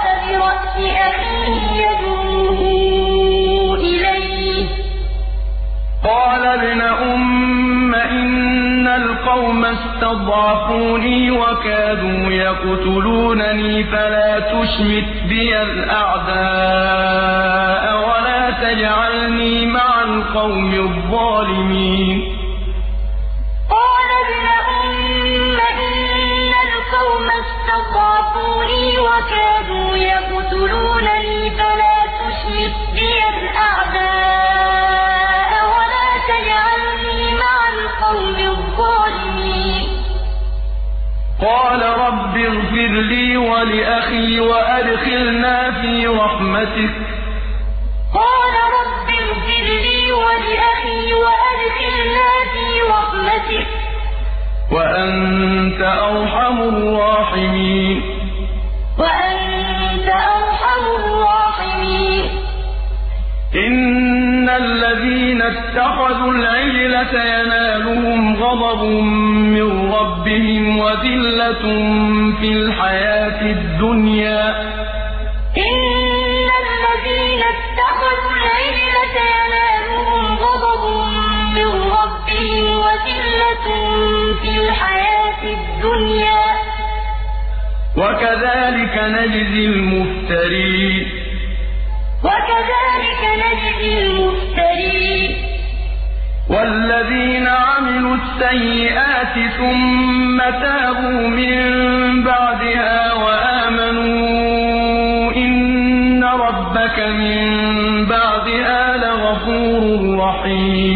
رَأْسِ أَخِيهِ يَجُرُّهُ إِلَيْهِ قَالَ ابْنَ أُمَّ إِنَّ الْقَوْمَ اسْتَضْعَفُونِي وَكَادُوا يَقْتُلُونَنِي فَلَا تُشْمِتْ بِيَ الْأَعْدَاءَ وَلَا تَجْعَلْنِي مَعَ الْقَوْمِ الظَّالِمِينَ قَالَ ابْنَ أُمَّ إِنَّ الْقَوْمَ اسْتَضْعَفُونِي وَكَادُوا يَقْتُلُونَنِي فَلَا تُشْمِتْ بِيَ الْأَعْدَاءَ وَلَا تَجْعَلْنِي مَعَ الْقَوْمِ الظَّالِمِينَ قَالَ رَبِّ اغْفِرْ لِي وَلِأَخِي وَأَدْخِلْنَا فِي رَحْمَتِكَ قَالَ رَبِّ اغْفِرْ لِي وَلِأَخِي وَأَدْخِلْنَا فِي رَحْمَتِكَ وَأَنتَ أَرْحَمُ الرَّاحِمِينَ وَأَنتَ أَرْحَمُ الرَّاحِمِينَ إِنَّ الَّذِينَ اتَّخَذُوا الْعِجْلَ سَيَنَالُهُمْ غَضَبٌ مِّن رَّبِّهِمْ وَذِلَّةٌ فِي الْحَيَاةِ الدُّنْيَا إِنَّ الَّذِينَ اتَّخَذُوا الْعِجْلَ سَيَنَالُهُمْ غَضَبٌ مِّن رَّبِّهِمْ وَذِلَّةٌ فِي الْحَيَاةِ الدُّنْيا وَكَذَٰلِكَ نَجْزِي الْمُفْتَرِينَ وَكَذَٰلِكَ نَجْزِي الْمُفْتَرِينَ وَالَّذِينَ عَمِلُوا السَّيِّئَاتِ ثُمَّ تَابُوا مِن بَعْدِهَا وَآمَنُوا إِنَّ رَبَّكَ مِن بَعْدِهَا لَغَفُورٌ رَّحِيمٌ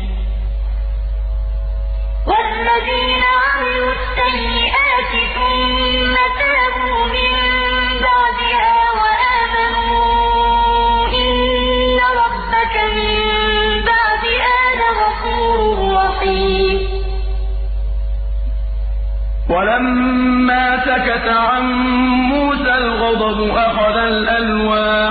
وَالَّذِينَ عَمِلُوا السَّيِّئَاتِ ثُمَّ تَابُوا مِن بَعْدِهَا وَآمَنُوا إِنَّ رَبَّكَ مِن بَعْدِهَا لَغَفُورٌ رَّحِيمٌ وَلَمَّا سَكَتَ عَن مُّوسَى الْغَضَبُ أَخَذَ الْأَلْوَاحَ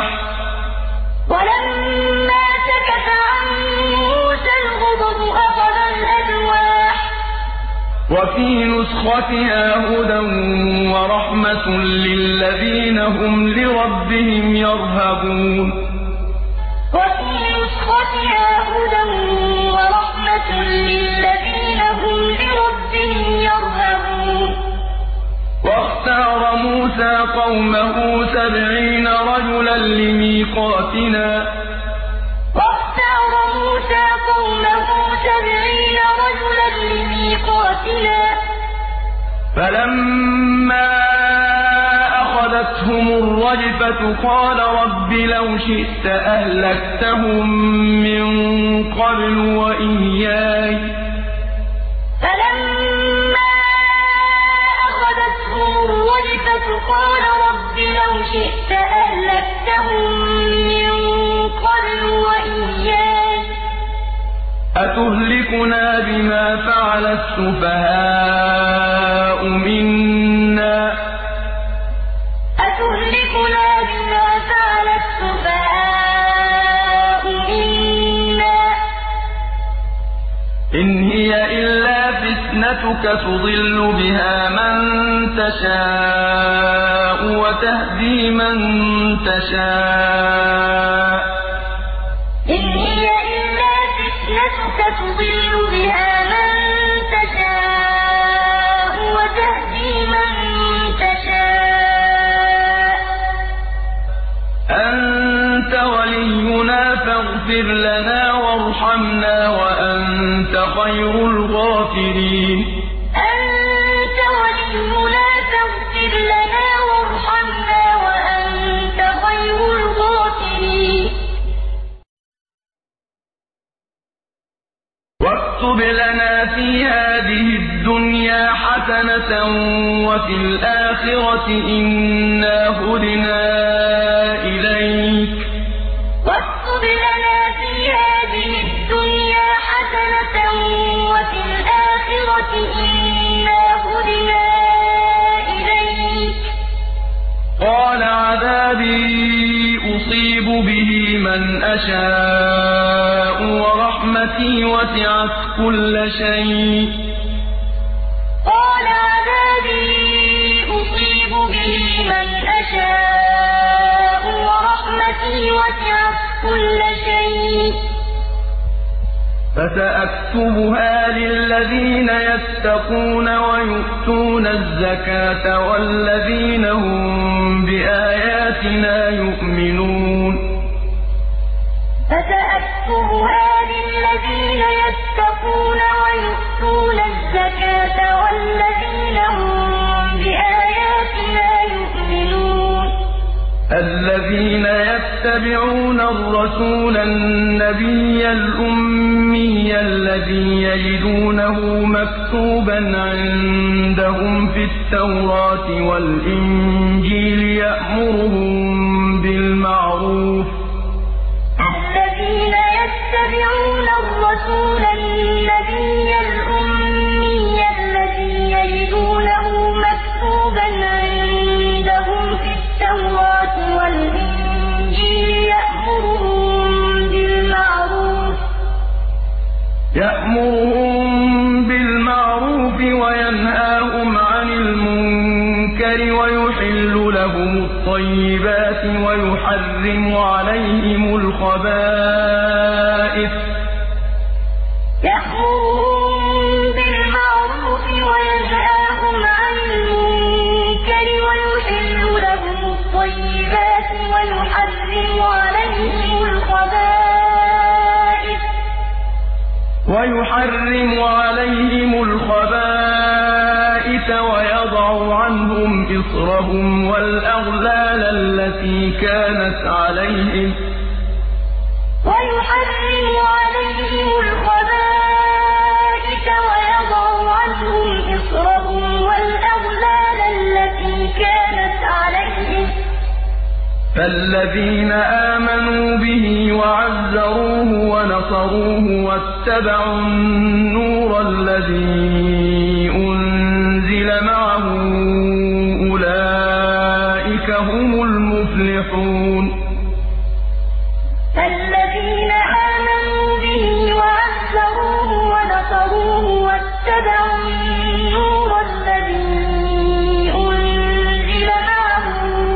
وَلَمَّا سَكَتَ عَن مُّوسَى الْغَضَبُ أَخَذَ الْأَلْوَاحَ وَفِي نُسْخَتِهَا هُدًى وَرَحْمَةٌ لِّلَّذِينَ هُمْ لِرَبِّهِمْ يَرْهَبُونَ وَفِي نُسْخَتِهَا هُدًى وَرَحْمَةٌ لِّلَّذِينَ هُمْ لِرَبِّهِمْ يَرْهَبُونَ وَاخْتَارَ مُوسَىٰ قَوْمَهُ سَبْعِينَ رَجُلًا لِّمِيقَاتِنَا وَاخْتَارَ مُوسَىٰ قَوْمَهُ سَبْعِينَ رَجُلًا لِّمِيقَاتِنَا فَلَمَّا أَخَذَتْهُمُ الرَّجْفَةُ قَالَ رَبِّ لَوْ شِئْتَ أَهْلَكْتَهُم مِّن قَبْلُ وَإِيَّايَ فَلَمَّا أَخَذَتْهُمُ الرَّجْفَةُ قَالَ رَبِّ لَوْ شِئْتَ أَهْلَكْتَهُم مِّن قَبْلُ وَإِيَّايَ أَتُهْلِكُنَا بِمَا فَعَلَ السُّفَهَاءُ مِنَّا أَتُهْلِكُنَا بِمَا فَعَلَ السُّفَهَاءُ مِنَّا إِنْ هِيَ إِلَّا فِتْنَتُكَ تُضِلُّ بِهَا مَن تَشَاءُ وَتَهْدِي مَن تَشَاءُ إِنْ هِيَ إِلَّا فِتْنَتُكَ تُضِلُّ بِهَا مَن تَشَاءُ وَتَهْدِي مَن تَشَاءُ أَنتَ وَلِيُّنَا فَاغْفِرْ لَنَا وَارْحَمْنَا وَأَنتَ خَيْرُ الْغَافِرِينَ أَنتَ وَلِيُّنَا فَاغْفِرْ لَنَا وَارْحَمْنَا وَأَنتَ خَيْرُ الْغَافِرِينَ وَاكْتُبْ لَنَا فِي هَٰذِهِ الدُّنْيَا حَسَنَةً وَفِي الْآخِرَةِ إِنَّا هُدْنَا إِلَيْكَ ۚ وَاكْتُبْ لَنَا فِي هَٰذِهِ الدُّنْيَا حَسَنَةً وَفِي الْآخِرَةِ إِنَّا هُدْنَا إِلَيْكَ ۚ قَالَ عَذَابِي أُصِيبُ بِهِ مَنْ أَشَاءُ وَرَحْمَتِي وَسِعَتْ كُلَّ شَيْءٍ ۚ قَالَ عَذَابِي أُصِيبُ بِهِ مَنْ أَشَاءُ فسأكتبها للذين يتقون ويؤتون الزكاة والذين هم بآياتنا يؤمنون فسأكتبها للذين يتقون ويؤتون الزكاة والذين هم بآياتنا يؤمنون الذين يتبعون الرسول النبي الأمي الذي يجدونه مكتوبا عندهم في التوراة والإنجيل يأمرهم بالمعروف الذين يتبعون الرسول النبي الأمي الذي يجدونه مكتوبا عندهم في التوراة والإنجيل يأمرهم بالمعروف يأمرهم بالمعروف وينهاهم عن المنكر ويحل لهم الطيبات ويحرم عليهم الخبائث يأمرهم بالمعروف وينهاهم عن المنكر ويحل لهم الطيبات ويحرم عليهم الخبائث ويحرم عليهم الخبائث ويضع عنهم إصرهم والأغلال التي كانت عليهم ويحرم عليهم الخبائث ويضع عنهم إصرهم والأغلال التي كانت عليهم فالذين آمنوا به وعزروه ونصروه واتبعوا النور الذي أنزل معه أولئك هم المفلحون الذين آمنوا به وعزروه ونصروه واتبعوا النور الذي أنزل معه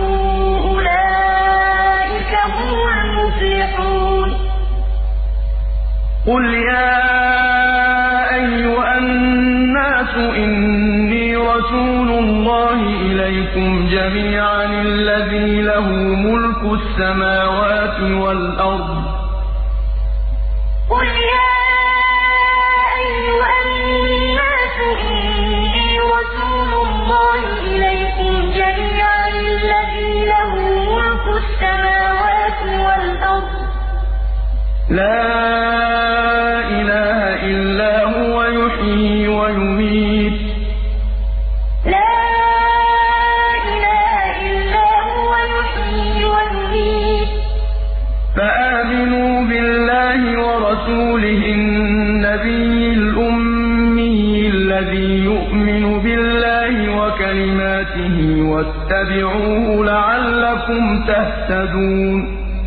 أولئك هم المفلحون قل يا أيها الناس إني رسول الله إليكم جميعا الذي له ملك السماوات والأرض قل يا أيها الناس إني رسول الله إليكم جميعا الذي له ملك السماوات والأرض لا إله إلا هو يحيي ويميت لا إله إلا هو يحيي ويميت فآمنوا بالله ورسوله النبي الأمي الذي يؤمن بالله وكلماته واتبعوه لعلكم تهتدون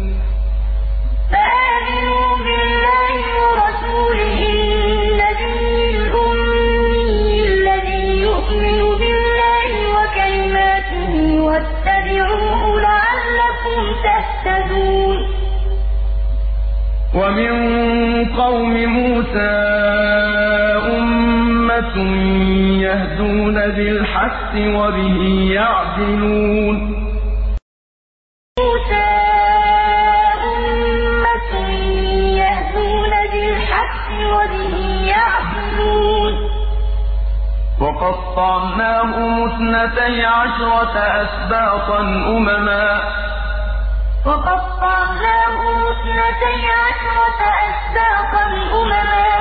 فآمنوا بالله ورسوله النبي الأمي الذي يؤمن بالله وكلماته واتبعوه لعلكم تهتدون ومن قوم موسى أمة يهدون بالحق وبه يعدلون موسى أمة يهدون بالحق وبه يعدلون وقطعناهم اثنتي عشرة أسباطا أمما وقطعناهم اثنتي عشرة أسباطا أمما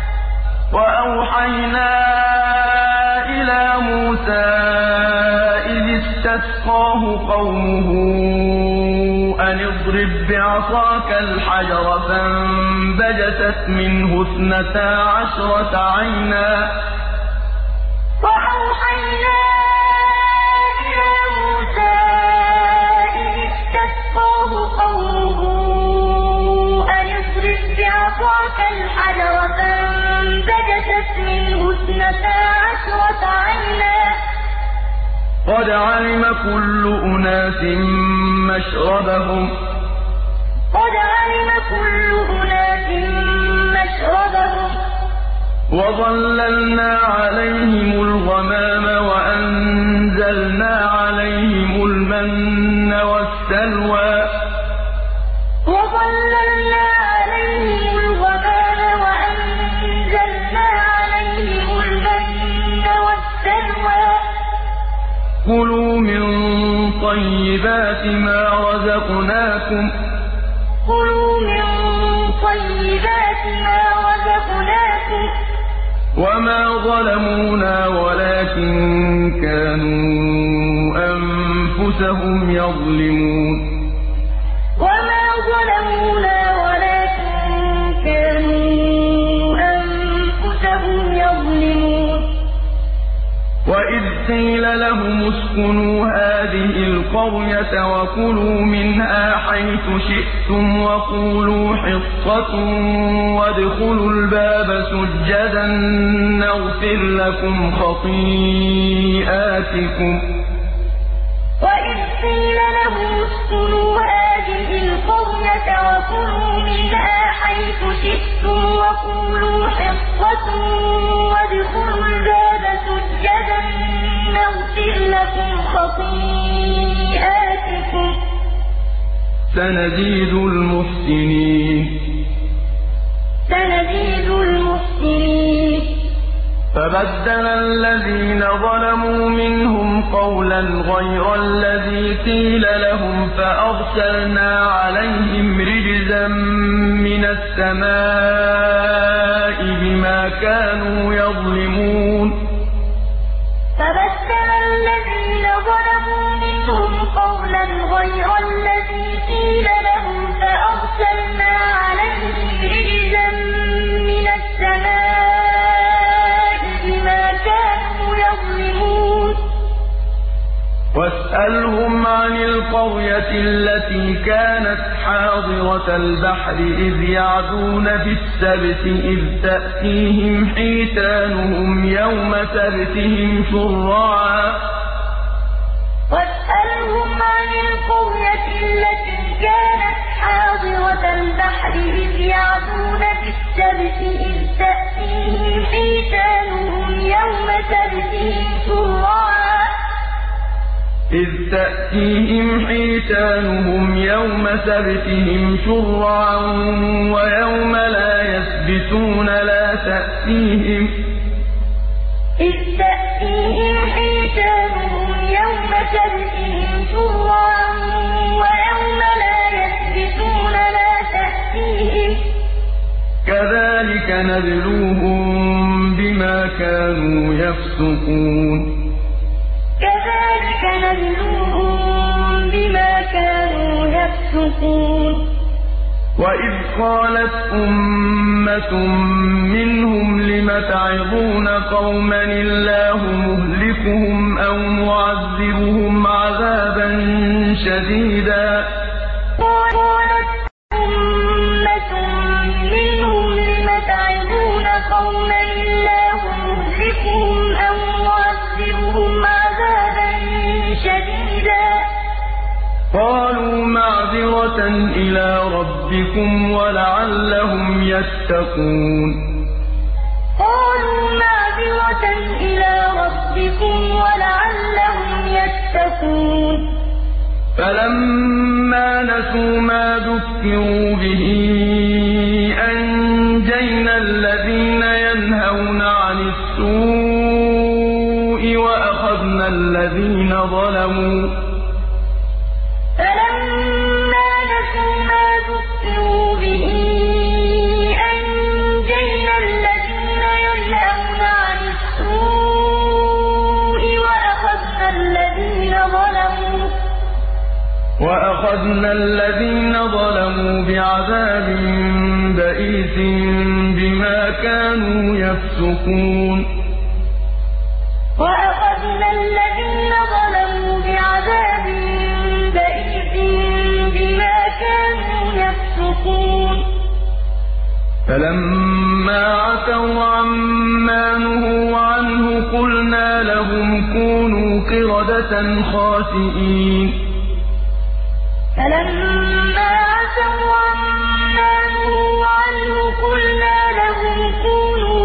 وأوحينا إلى موسى إذ استسقاه قومه أن اضرب بعصاك الحجر فانبجست منه اثنتا عشرة عينا وأوحينا إلى موسى إذ استسقاه قومه أن اضرب بعصاك الحجر فانبجست منه اثنتا عشرة عينا قد علم كل أناس مشربهم قد علم كل أناس مشربهم وظللنا عليهم الغمام وأنزلنا عليهم المن والسلوى وظللنا عليهم الغمام وأنزلنا عليهم المن والسلوى كلوا من طيبات ما رزقناكم كلوا من طيبات ما رزقناكم وما ظلمونا ولكن كانوا أنفسهم يظلمون وما ظلمونا ولكن كانوا أنفسهم يظلمون وإذ قيل لهم اسكنوا هذه القرية وكلوا منها حيث شئتم وقولوا حطة وادخلوا الباب سجدا نغفر لكم خطيئاتكم وإذ قيل لهم اسكنوا هذه القرية وكلوا منها حيث شئتم وقولوا حطة وادخلوا الباب سجدا نغفر لكم خطيئاتكم سنزيد المحسنين سنزيد المحسنين فبدل الذين ظلموا منهم قولا غير الذي قيل لهم فأرسلنا عليهم رجزا من السماء بما كانوا يظلمون فبدل الذين ظلموا منهم قولا غير الذي قيل لهم فأرسلنا عليهم رجزا من السماء بما كانوا يظلمون واسألهم عن القرية التي كانت حاضرة البحر إذ يعدون في السبت إذ تأتيهم حيتانهم يوم سبتهم شرعا واسألهم عن القرية التي كانت حاضرة البحر إذ يعدون في السبت إذ تأتيهم حيتانهم يوم سبتهم شرعا إذ تأتيهم حيتانهم يوم سبتهم شرعا ويوم لا يسبتون لا تأتيهم إذ تأتيهم حيتانهم يوم سبتهم شرعا ويوم لا يسبتون لا تأتيهم كذلك نبلوهم بما كانوا يفسقون كذلك نبلوهم بما كانوا يفسقون وإذ قالت أمة منهم لم تعظون قوما الله مهلكهم أو معذبهم عذابا شديدا قالت أمة منهم لم تعظون قوما الله مهلكهم أو معذبهم عذابا شديدا قالوا معذرة إلى ربكم ولعلهم يتقون قالوا معذرة إلى ربكم ولعلهم يتقون فلما نسوا ما ذكروا به أنجينا الذين ينهون عن السوء وأخذنا الذين ظلموا فلما نسوا ما ذكروا به أنجينا الذين ينهون عن السوء وأخذنا الذين ظلموا وأخذنا الذين ظلموا بعذاب بئيس بما كانوا يفسقون وأخذنا الذين ظلموا بعذاب بئيس بما كانوا يفسقون فلما عتوا عما نهوا عنه قلنا لهم كونوا قردة خاسئين فلما عتوا عما نهوا عنه قلنا لهم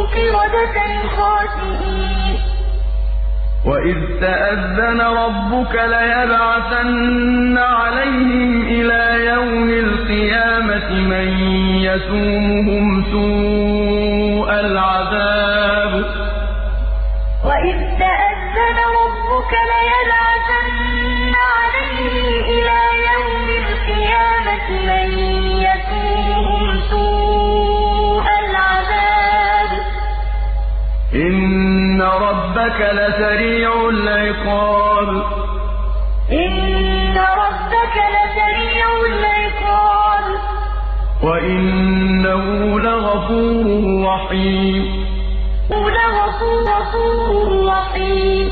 قِرَدَةً خَاسِئِينَ وَإِذْ تَأَذَّنَ رَبُّكَ لَيَبْعَثَنَّ عَلَيْهِمْ إِلَىٰ يَوْمِ الْقِيَامَةِ مَن يَسُومُهُمْ سُوءَ الْعَذَابِ وَإِذْ تَأَذَّنَ رَبُّكَ لَيَبْعَثَنَّ عَلَيْهِمْ إِلَىٰ يَوْمِ الْقِيَامَةِ مَن يَسُومُهُمْ سُوءَ الْعَذَابِ إِنَّ رَبَّكَ لَسَرِيعُ الْعِقَابِ إِنَّ رَبَّكَ لَسَرِيعُ الْعِقَابِ وَإِنَّهُ لَغَفُورٌ رَّحِيمٌ لَغَفُورٌ رَّحِيمٌ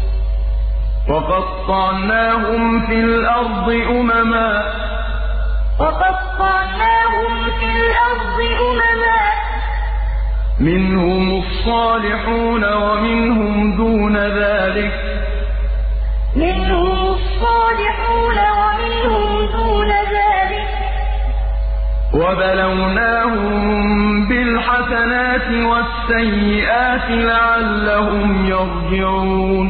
وَقَطَّعْنَاهُمْ فِي الْأَرْضِ أُمَمًا وَقَطَّعْنَاهُمْ فِي الْأَرْضِ أُمَمًا مِّنْهُمُ الصَّالِحُونَ وَمِنْهُمْ دُونَ ذَٰلِكَ مِنْهُمُ الصَّالِحُونَ وَمِنْهُمْ دُونَ ذَٰلِكَ وَبَلَوْنَاهُم بِالْحَسَنَاتِ وَالسَّيِّئَاتِ لَعَلَّهُمْ يَرْجِعُونَ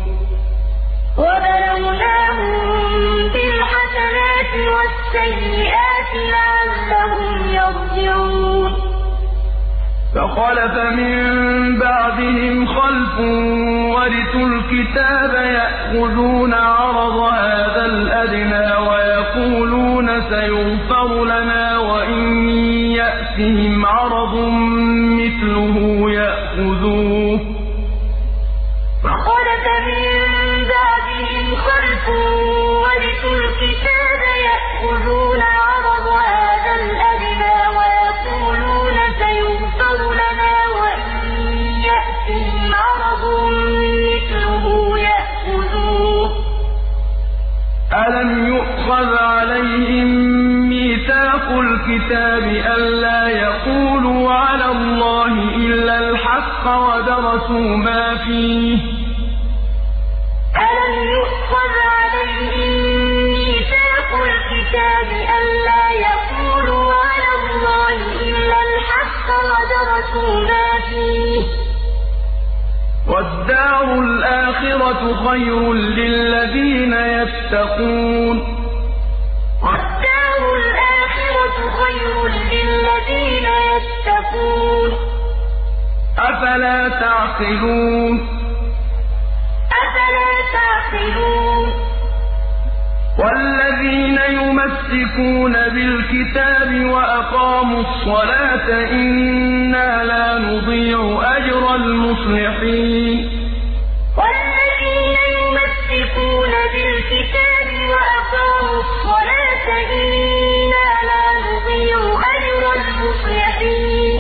وَبَلَوْنَاهُم بِالْحَسَنَاتِ وَالسَّيِّئَاتِ لَعَلَّهُمْ يَرْجِعُونَ فَخَلَفَ مِن بَعْدِهِمْ خَلْفٌ وَرِثُوا الْكِتَابَ يَأْخُذُونَ عَرَضَ هَٰذَا الْأَدْنَىٰ وَيَقُولُونَ سَيُغْفَرُ لَنَا وَإِن يَأْتِهِمْ عَرَضٌ مِّثْلُهُ يَأْخُذُوهُ ۚ فَخَلَفَ مِن بَعْدِهِمْ خَلْفٌ وَرِثُوا الْكِتَابَ يَأْخُذُونَ عَرَضَ هَٰذَا الْأَدْنَىٰ وَيَقُولُونَ سَيُغْفَرُ لَنَا وَإِن يَأْتِهِمْ عَرَضٌ مِّثْلُهُ يَأْخُذُوهُ ۚ أَلَمْ يُؤْخَذْ عَلَيْهِم مِّيثَاقُ الْكِتَابِ أَلَّا يَقُولُوا عَلَى اللَّهِ إِلَّا الْحَقَّ وَدَرَسُوا مَا فِيهِ ۗ أَلَمْ يُؤْخَذْ عَلَيْهِم مِّيثَاقُ الْكِتَابِ أَلَّا يَقُولُوا عَلَى اللَّهِ إِلَّا الْحَقَّ وَدَرَسُوا مَا فِيهِ ۗ وَالدَّارُ الْآخِرَةُ خَيْرٌ لِّلَّذِينَ يَتَّقُونَ وَالدَّارُ الْآخِرَةُ خَيْرٌ لِّلَّذِينَ يَتَّقُونَ أَفَلَا تَعْقِلُونَ أَفَلَا تَعْقِلُونَ وَالَّذِينَ يُمَسِّكُونَ بِالْكِتَابِ وَأَقَامُوا الصَّلَاةَ إِنَّا لَا نُضِيعُ أَجْرَ الْمُصْلِحِينَ وَالَّذِينَ يُمَسِّكُونَ بِالْكِتَابِ وَأَقَامُوا الصَّلَاةَ إِنَّا لَا نُضِيعُ أَجْرَ الْمُصْلِحِينَ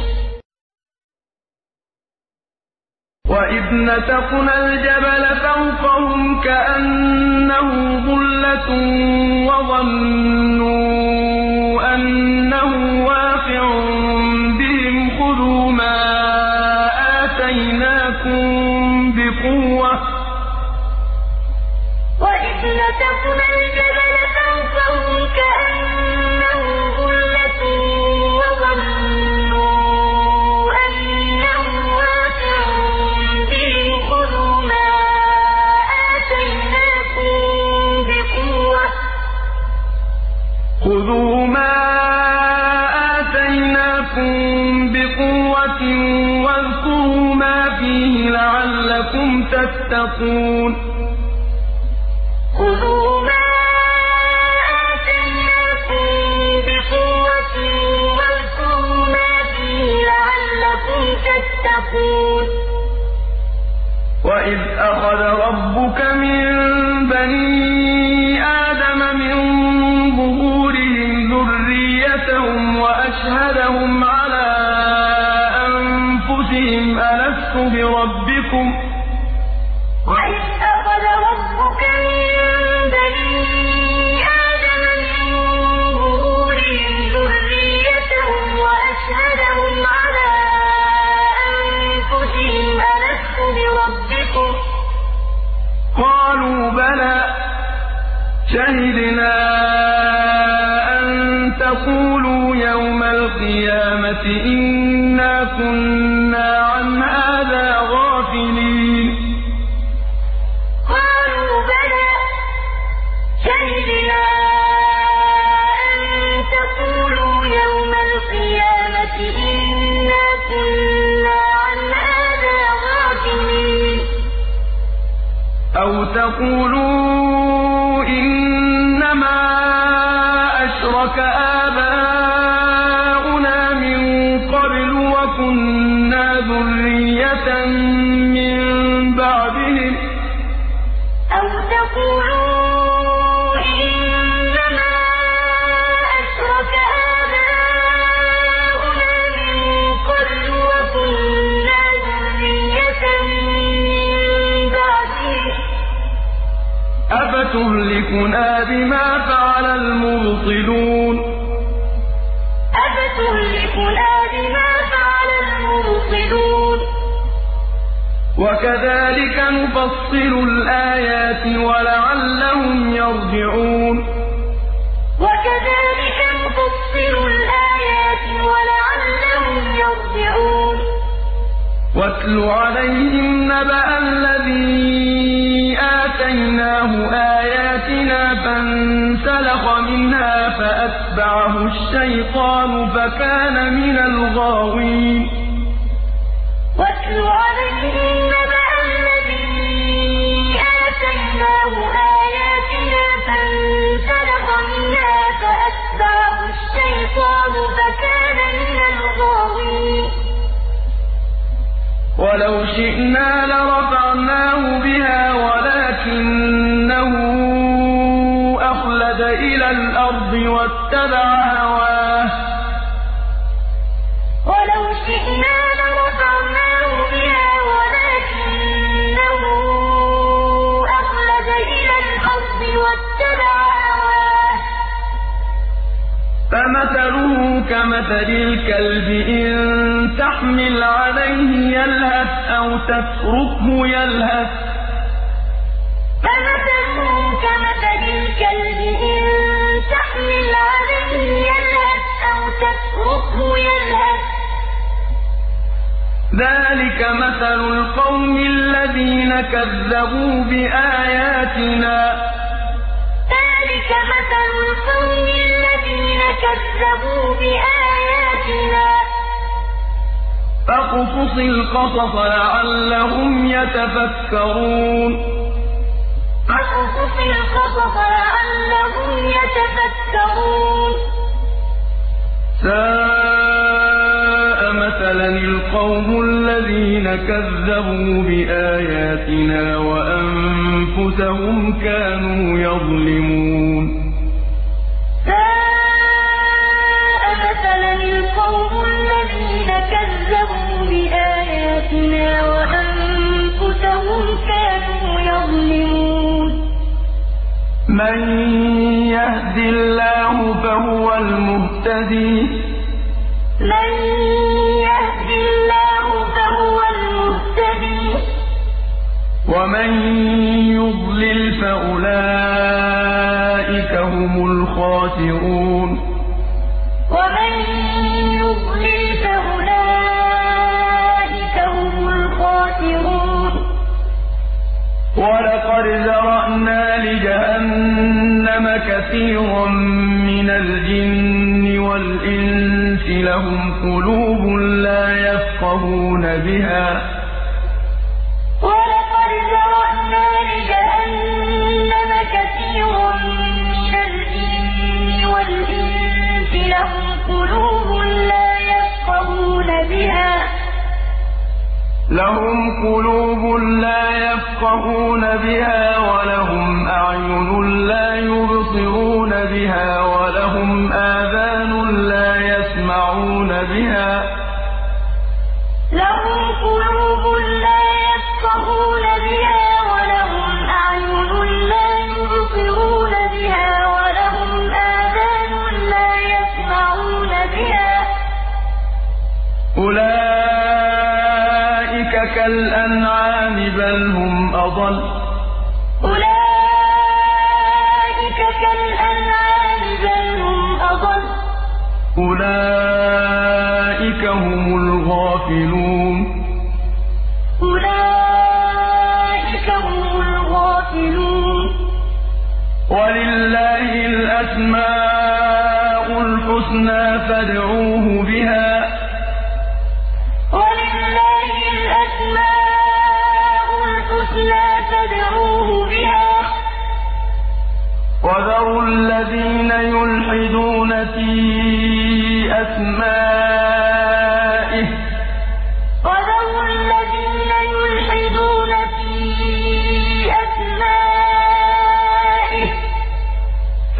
وَإِذْ نَتَقْنَا الْجَبَلَ فَوْقَهُمْ كَأَنَّهُ ظُلَّةٌ وَظَنُّوا أَنَّهُ واقِعٌ بِهِمْ خُذُوا مَا آتَيْنَاكُم بِقُوَّةٍ وَإِذْ نَتَقْنَا الْجَبَلَ فَوْقَهُمْ كَأَنَّهُ ظُلَّةٌ وَظَنُّوا أَنَّهُ واقِعٌ بِهِمْ خُذُوا مَا آتَيْنَاكُم بِقُوَّةٍ خُذُوا مَا آتَيْنَاكُم بِقُوَّةٍ وَاذْكُرُوا مَا فِيهِ لَعَلَّكُمْ تَتَّقُونَ خُذُوا مَا آتَيْنَاكُم بِقُوَّةٍ وَاذْكُرُوا مَا فِيهِ لَعَلَّكُمْ تَتَّقُونَ وَإِذْ أَخَذَ رَبُّكَ مِن بَنِي آدَمَ مِن ظُهُورِهِمْ ذُرِّيَّتَهُمْ وَأَشْهَدَهُمْ عَلَىٰ أَنفُسِهِمْ أَلَسْتُ بِرَبِّكُمْ ۖ وَإِذْ أَخَذَ رَبُّكَ مِن بَنِي آدَمَ مِن ظُهُورِهِمْ ذُرِّيَّتَهُمْ وَأَشْهَدَهُمْ عَلَىٰ أَنفُسِهِمْ أَلَسْتُ بِرَبِّكُمْ ۖ قَالُوا بَلَىٰ شَهِدْنَا أَن تَقُولُوا يَوْمَ الْقِيَامَةِ إِنَّا كُنَّا عَنْ تقولوا إنما أشرك آباؤنا من قبل وكنا ذرية من بعدهم أو تقولوا إنما أشرك آباؤنا من قبل وكنا ذرية من بعدهم أفتهلكنا بما فعل المبطلون أفتهلكنا بما فعل المبطلون وكذلك نفصل الآيات ولعلهم يرجعون وكذلك نفصل الآيات ولعلهم يرجعون واتل عليهم نبأ الذي آتيناه آياتنا فانسلخ منها فأتبعه الشيطان فكان من الغاوين واتل عليهم نبأ الذي آتيناه آياتنا فانسلخ منها فأتبعه الشيطان فكان من الغاوين ولو شئنا لرفعناه بها ولكنه أخلد إلى الأرض واتبع هواه ولو شئنا لرفعناه بها ولكنه أخلد إلى الأرض واتبع هواه فمثله كمثل الكلب إن تحمل عليه يلهث أو تتركه يلهث فمثله كمثل الكلب إن تحمل عليه يلهث أو تتركه يلهث ذلك مثل القوم الذين كذبوا بآياتنا ذلك مثل القوم الذين كذبوا بآياتنا فاقصص القصص لعلهم يتفكرون فاقصص القصص لعلهم يتفكرون ساء مثلا القوم الذين كذبوا بآياتنا وأنفسهم كانوا يظلمون ساء مثلا القوم الذين كذبوا بآياتنا وأنفسهم كانوا يظلمون من يهد الله فهو المهتدي من يهد الله فهو المهتدي ومن يضلل فأولئك هم الخاسرون ومن يضلل فأولئك هم الخاسرون ولقد ذرأنا لجهنم كثيرا من الجن والإنس لهم قلوب لا يفقهون بها ولقد ذرأنا لجهنم كثيرا من الجن والإنس لهم قلوب لا يفقهون بها لهم قلوب لا يفقهون بها ولهم أعين لا يبصرون بها ولهم آذان لا يسمعون بها لهم قلوب لا يفقهون بها ولهم أعين لا يبصرون بها ولهم آذان لا يسمعون بها أولئك كالأنعام بل هم أضل أولئك كالأنعام بل هم أضل أولئك هم الغافلون أولئك هم الغافلون ولله الأسماء الحسنى فادعوه بها ولله الأسماء الحسنى فادعوه بها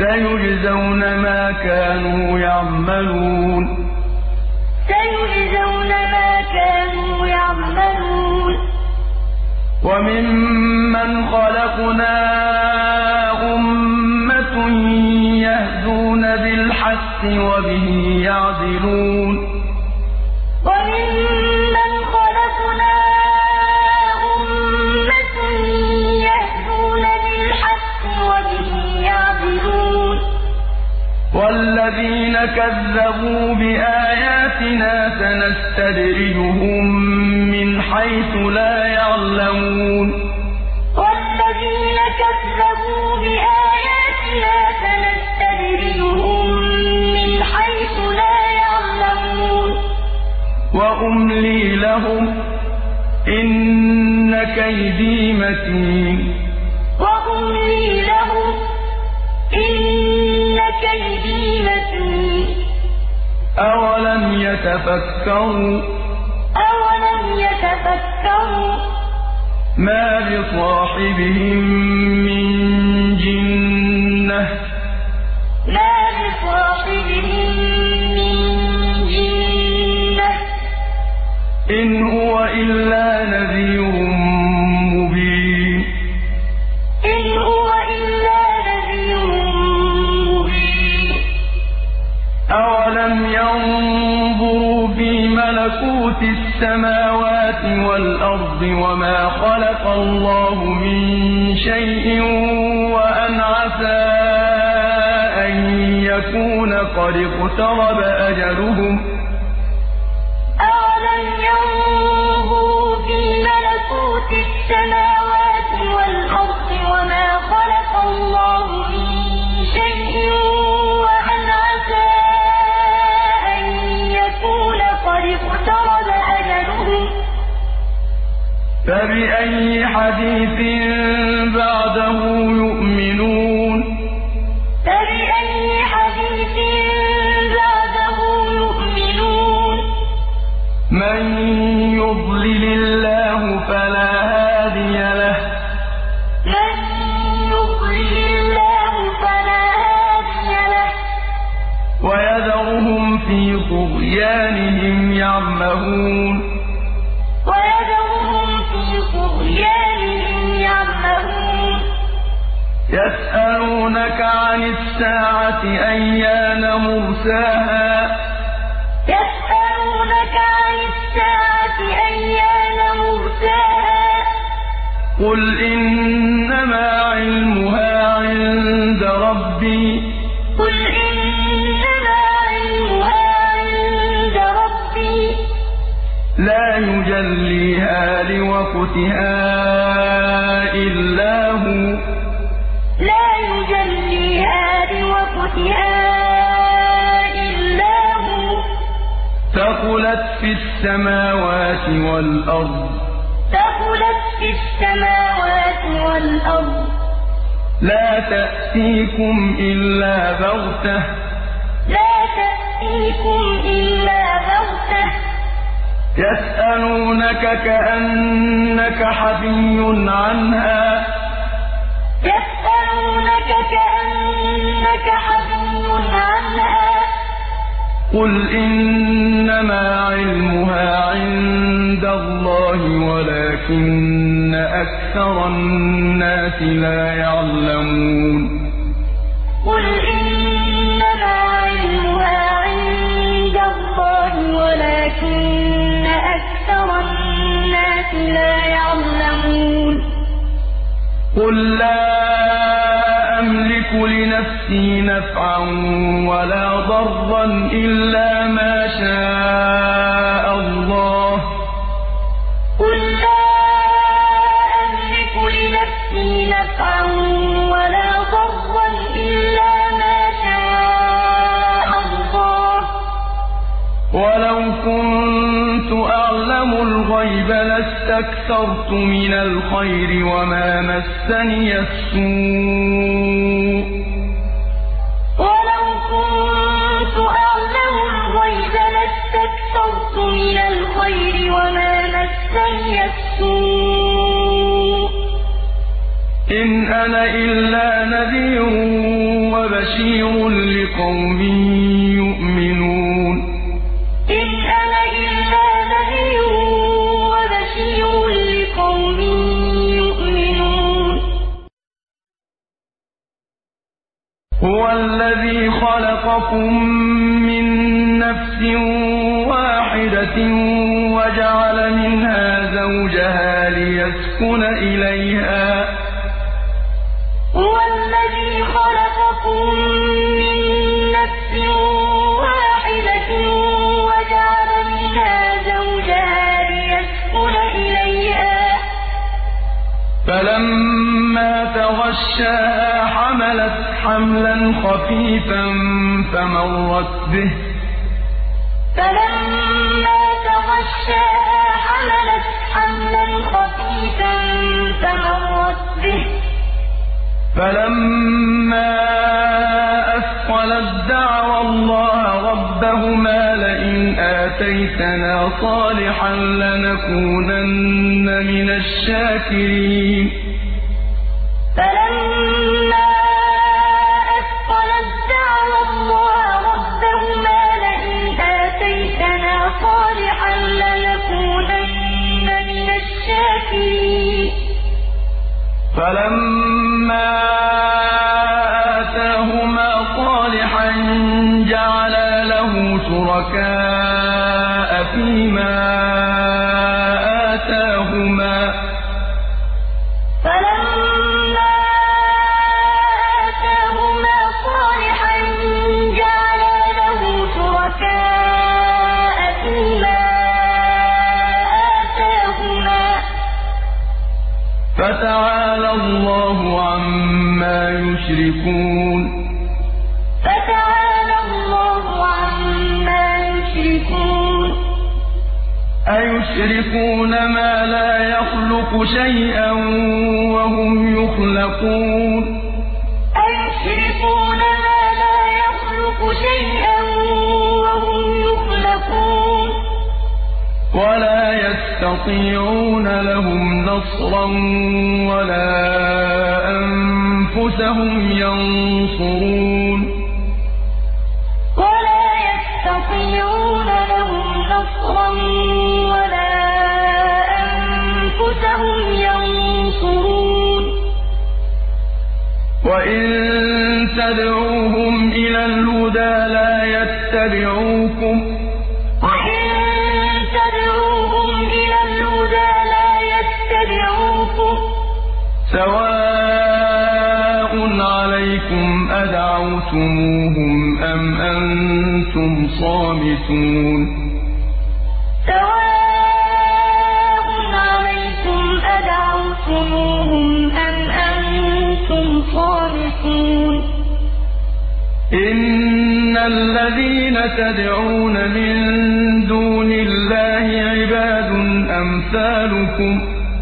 سيجزون ما كانوا يعملون سيجزون ما كانوا يعملون وممن خلقنا أمة يهدون بالحق وبه يعدلون وممن خلقنا أمة يهدون بالحق وبه يعدلون والذين كذبوا بآياتنا سنستدرجهم من حيث لا يعلمون والذين كذبوا بآياتنا سنستدرجهم من حيث لا يعلمون وأملي لهم إن كيدي متين وأملي لهم إن كيدي متين أولم يتفكروا أولم يتفكروا ما بصاحبهم من جنة ما بصاحبهم من جنة إن هو إلا نذير مبين إن هو إلا نذير مبين أولم ينظروا في ملكوت السماوات والأرض وما خلق الله من شيء وأن عسى أن يكون قد اقترب أجلهم أولم ينظروا في ملكوت السماوات والأرض وما خلق الله من شيء وأن عسى أن يكون قد اقترب أجلهم فبأي حديث بعده يؤمنون فبأي حديث بعده يؤمنون من يضلل الله فلا هادي له من يضلل الله فلا هادي له ويذرهم في طغيانهم يعمهون ويذرهم في طغيانهم يعمهون يسألونك عن الساعة أيان مرساها يسألونك عن الساعة أيان مرساها قل إنما علمها عند ربي قل إنما علمها عند ربي لا يجليها لوقتها إلا هو لا يجليها لوقتها إلا هو ثقلت في السماوات والأرض ثقلت في السماوات والأرض لا تأتيكم إلا بغتة لا تأتيكم إلا بغتة يسألونك كأنك حفي عنها يسألونك كأنك حفي عنها قل إنما علمها عند الله ولكن أكثر الناس لا يعلمون قل إنما علمها عند الله ولكن أكثر الناس لا يعلمون قل لا أملك لنفسي نفعا ولا ضرا إلا ما شاء الله قل لا أملك لنفسي نفعا ولا ضرا إلا ما شاء الله ولو كنت أعلم الغيب لاستكثرت من الخير وما مسني السوء ولو كنت أعلم الغيب لاستكثرت من الخير وما مسني السوء إن أنا إلا نذير وبشير لقوم يؤمنون إن أنا إلا نذير وبشير لقوم يؤمنون هو الذي خلقكم من نفس واحدة وجعل منها زوجها ليسكن إليها هو الذي خلقكم من نفس واحدة وجعل منها زوجها ليسكن إليها فلما تغشاها حملت حملا خفيفا فمرت به فلما تغشاها حملت حملا خفيفا فمرت به فلما أثقلت دعوا الله ربهما لئن آتيتنا صالحا لنكونن من الشاكرين فلما أثقلت دعوا الله ربهما لئن آتيتنا صالحا لنكونن من الشاكرين فلما آتاهما صالحا جعلا له شركاء فيما آتاهما فلما آتاهما صالحا جعلا له شركاء فيما آتاهما فتعالى الله عما يشركون فتعالى الله عما يشركون أيشركون ما لا يخلق شيئا وهم يخلقون أيشركون ما لا يخلق شيئا وهم يخلقون ولا يستطيعون لهم نصرا ولا أنفسهم ينصرون ولا يستطيعون لهم نصرا ولا أنفسهم ينصرون وإن تدعوهم إلى الهدى لا يتبعوكم وإن تدعوهم إلى الهدى لا يتبعوكم سواء عليكم أدعوتموهم أم أنتم صامتون سواء عليكم أدعوتموهم أم أنتم صامتون إن الذين تدعون من دون الله عباد أمثالكم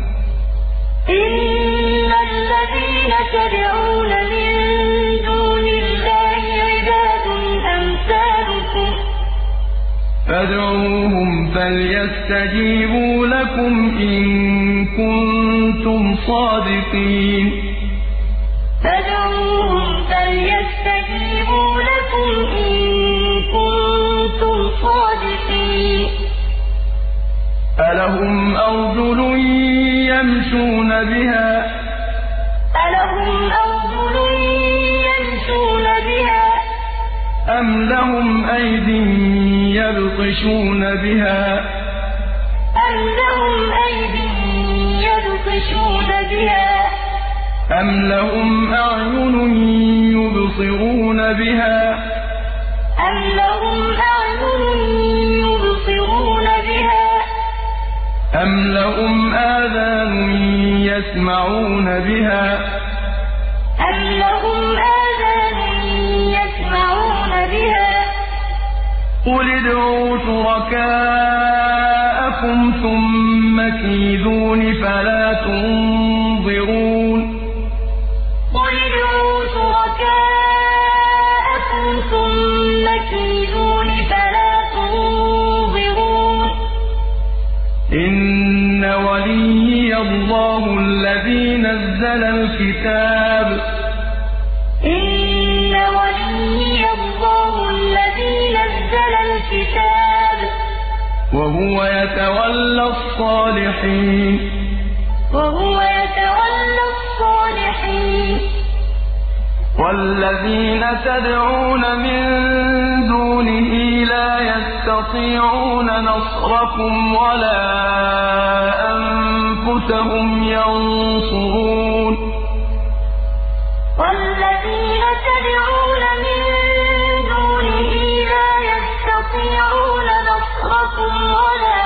إن الذين تدعون من دون الله عباد أمثالكم فادعوهم فليستجيبوا لكم إن كنتم صادقين فادعوهم فليستجيبوا لكم إن كنتم صادقين ألهم أرجل يمشون بها ألهم أرجل يمشون بها أم لهم أيد يبطشون بها أم لهم أيد يبطشون بها أم لهم أعين يبصرون بها أم لهم أعين يبصرون بها أم لهم آذان يسمعون بها أم لهم آذان يسمعون بها قل ادعوا شركاءكم ثم كيدون فلا تنظرون قل ادعوا شركاءكم ثم كيدون فلا تنظرون إن وليي الله الذي نزل نزل الكتاب إن وليي الله الذي نزل الكتاب وهو يتولى الصالحين وهو يتولى الصالحين والذين تدعون من دونه لا يستطيعون نصركم ولا أنفسهم ينصرون والذين تدعون من دونه لا يستطيعون نصركم ولا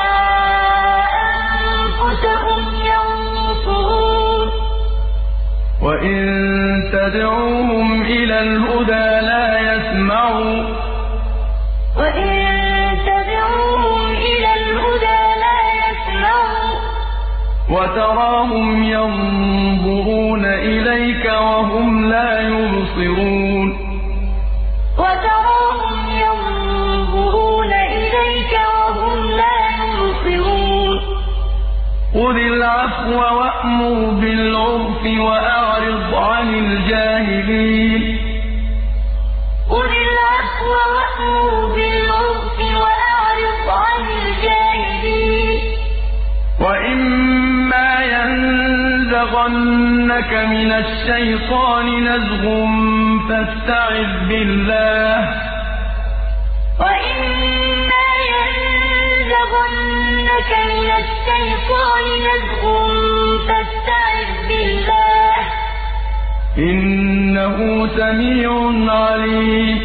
أنفسهم ينصرون وإن تدعوهم إلى الهدى لا يسمعوا وإن تدعوهم إلى الهدى لا يسمعوا وتراهم ينظرون إليك وهم لا يبصرون وتراهم ينظرون إليك وهم لا يبصرون خذ العفو وأمر بالعرف وأعرض عن الجاهلين خذ العفو وأمر بالعرف وأعرض عن الجاهلين وإما ينزغنك من الشيطان نزغ فاستعذ بالله وإما ينزغنك من الشيطان نزغ فاستعذ بالله إنه سميع عليم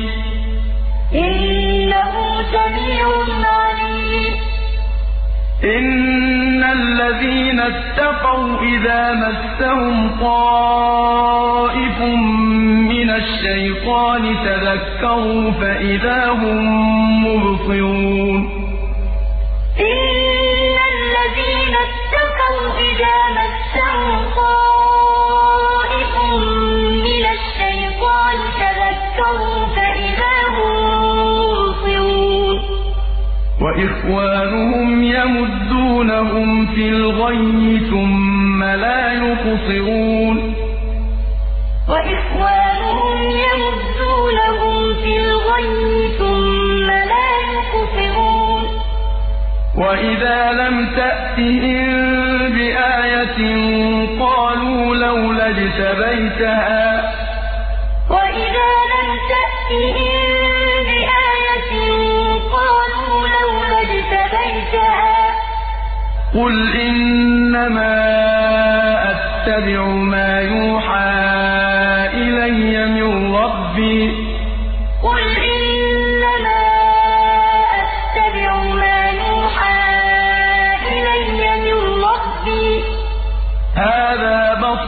إنه سميع عليم إن الذين اتقوا إذا مسهم طائف من الشيطان تذكروا فإذا هم مبصرون إن الذين اتقوا إذا مسهم طائف من الشيطان تذكروا فإذا هم مبصرون وإخوانهم يمدونهم في الغي ثم لا يقصرون وإخوانهم يمدونهم في الغي ثم لا يقصرون وإذا لم تأتهم بآية قالوا لولا اجتبيتها وإذا لم تأتهم بآية قالوا لولا اجتبيتها قل إنما أتبع ما يوحى إلي من ربي قل إنما أتبع ما يوحى إلي من ربي هذا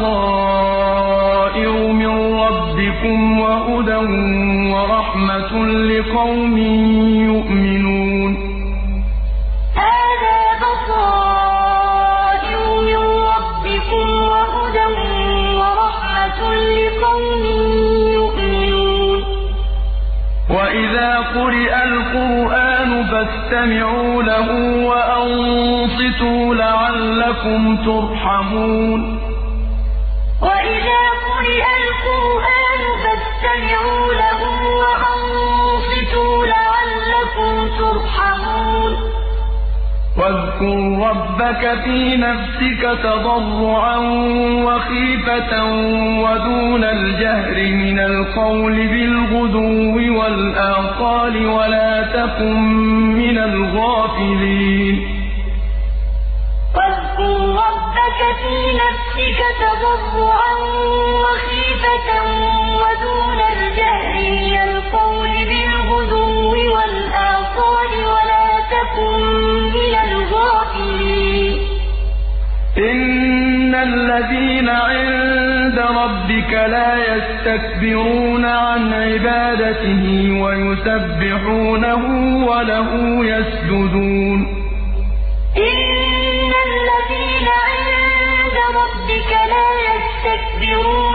بصائر من ربكم وهدى ورحمة لقوم يؤمنون هذا بصائر من ربكم وهدى ورحمة لقوم يؤمنون وإذا قرئ القرآن فاستمعوا له وأنصتوا لعلكم ترحمون وإذا قرئ القرآن فاستمعوا له وأنصتوا لعلكم ترحمون واذكر ربك في نفسك تضرعا وخيفة ودون الجهر من القول بالغدو والآصال ولا تكن من الغافلين واذكر ربك في نفسك تضرعا وخيفة ودون الجهر من القول بالغدو والآصال ولا تكن من الغافلين إن الذين عند ربك لا يستكبرون عن عبادته ويسبحونه وله يسجدون إن الذين عند ربك لا يستكبرون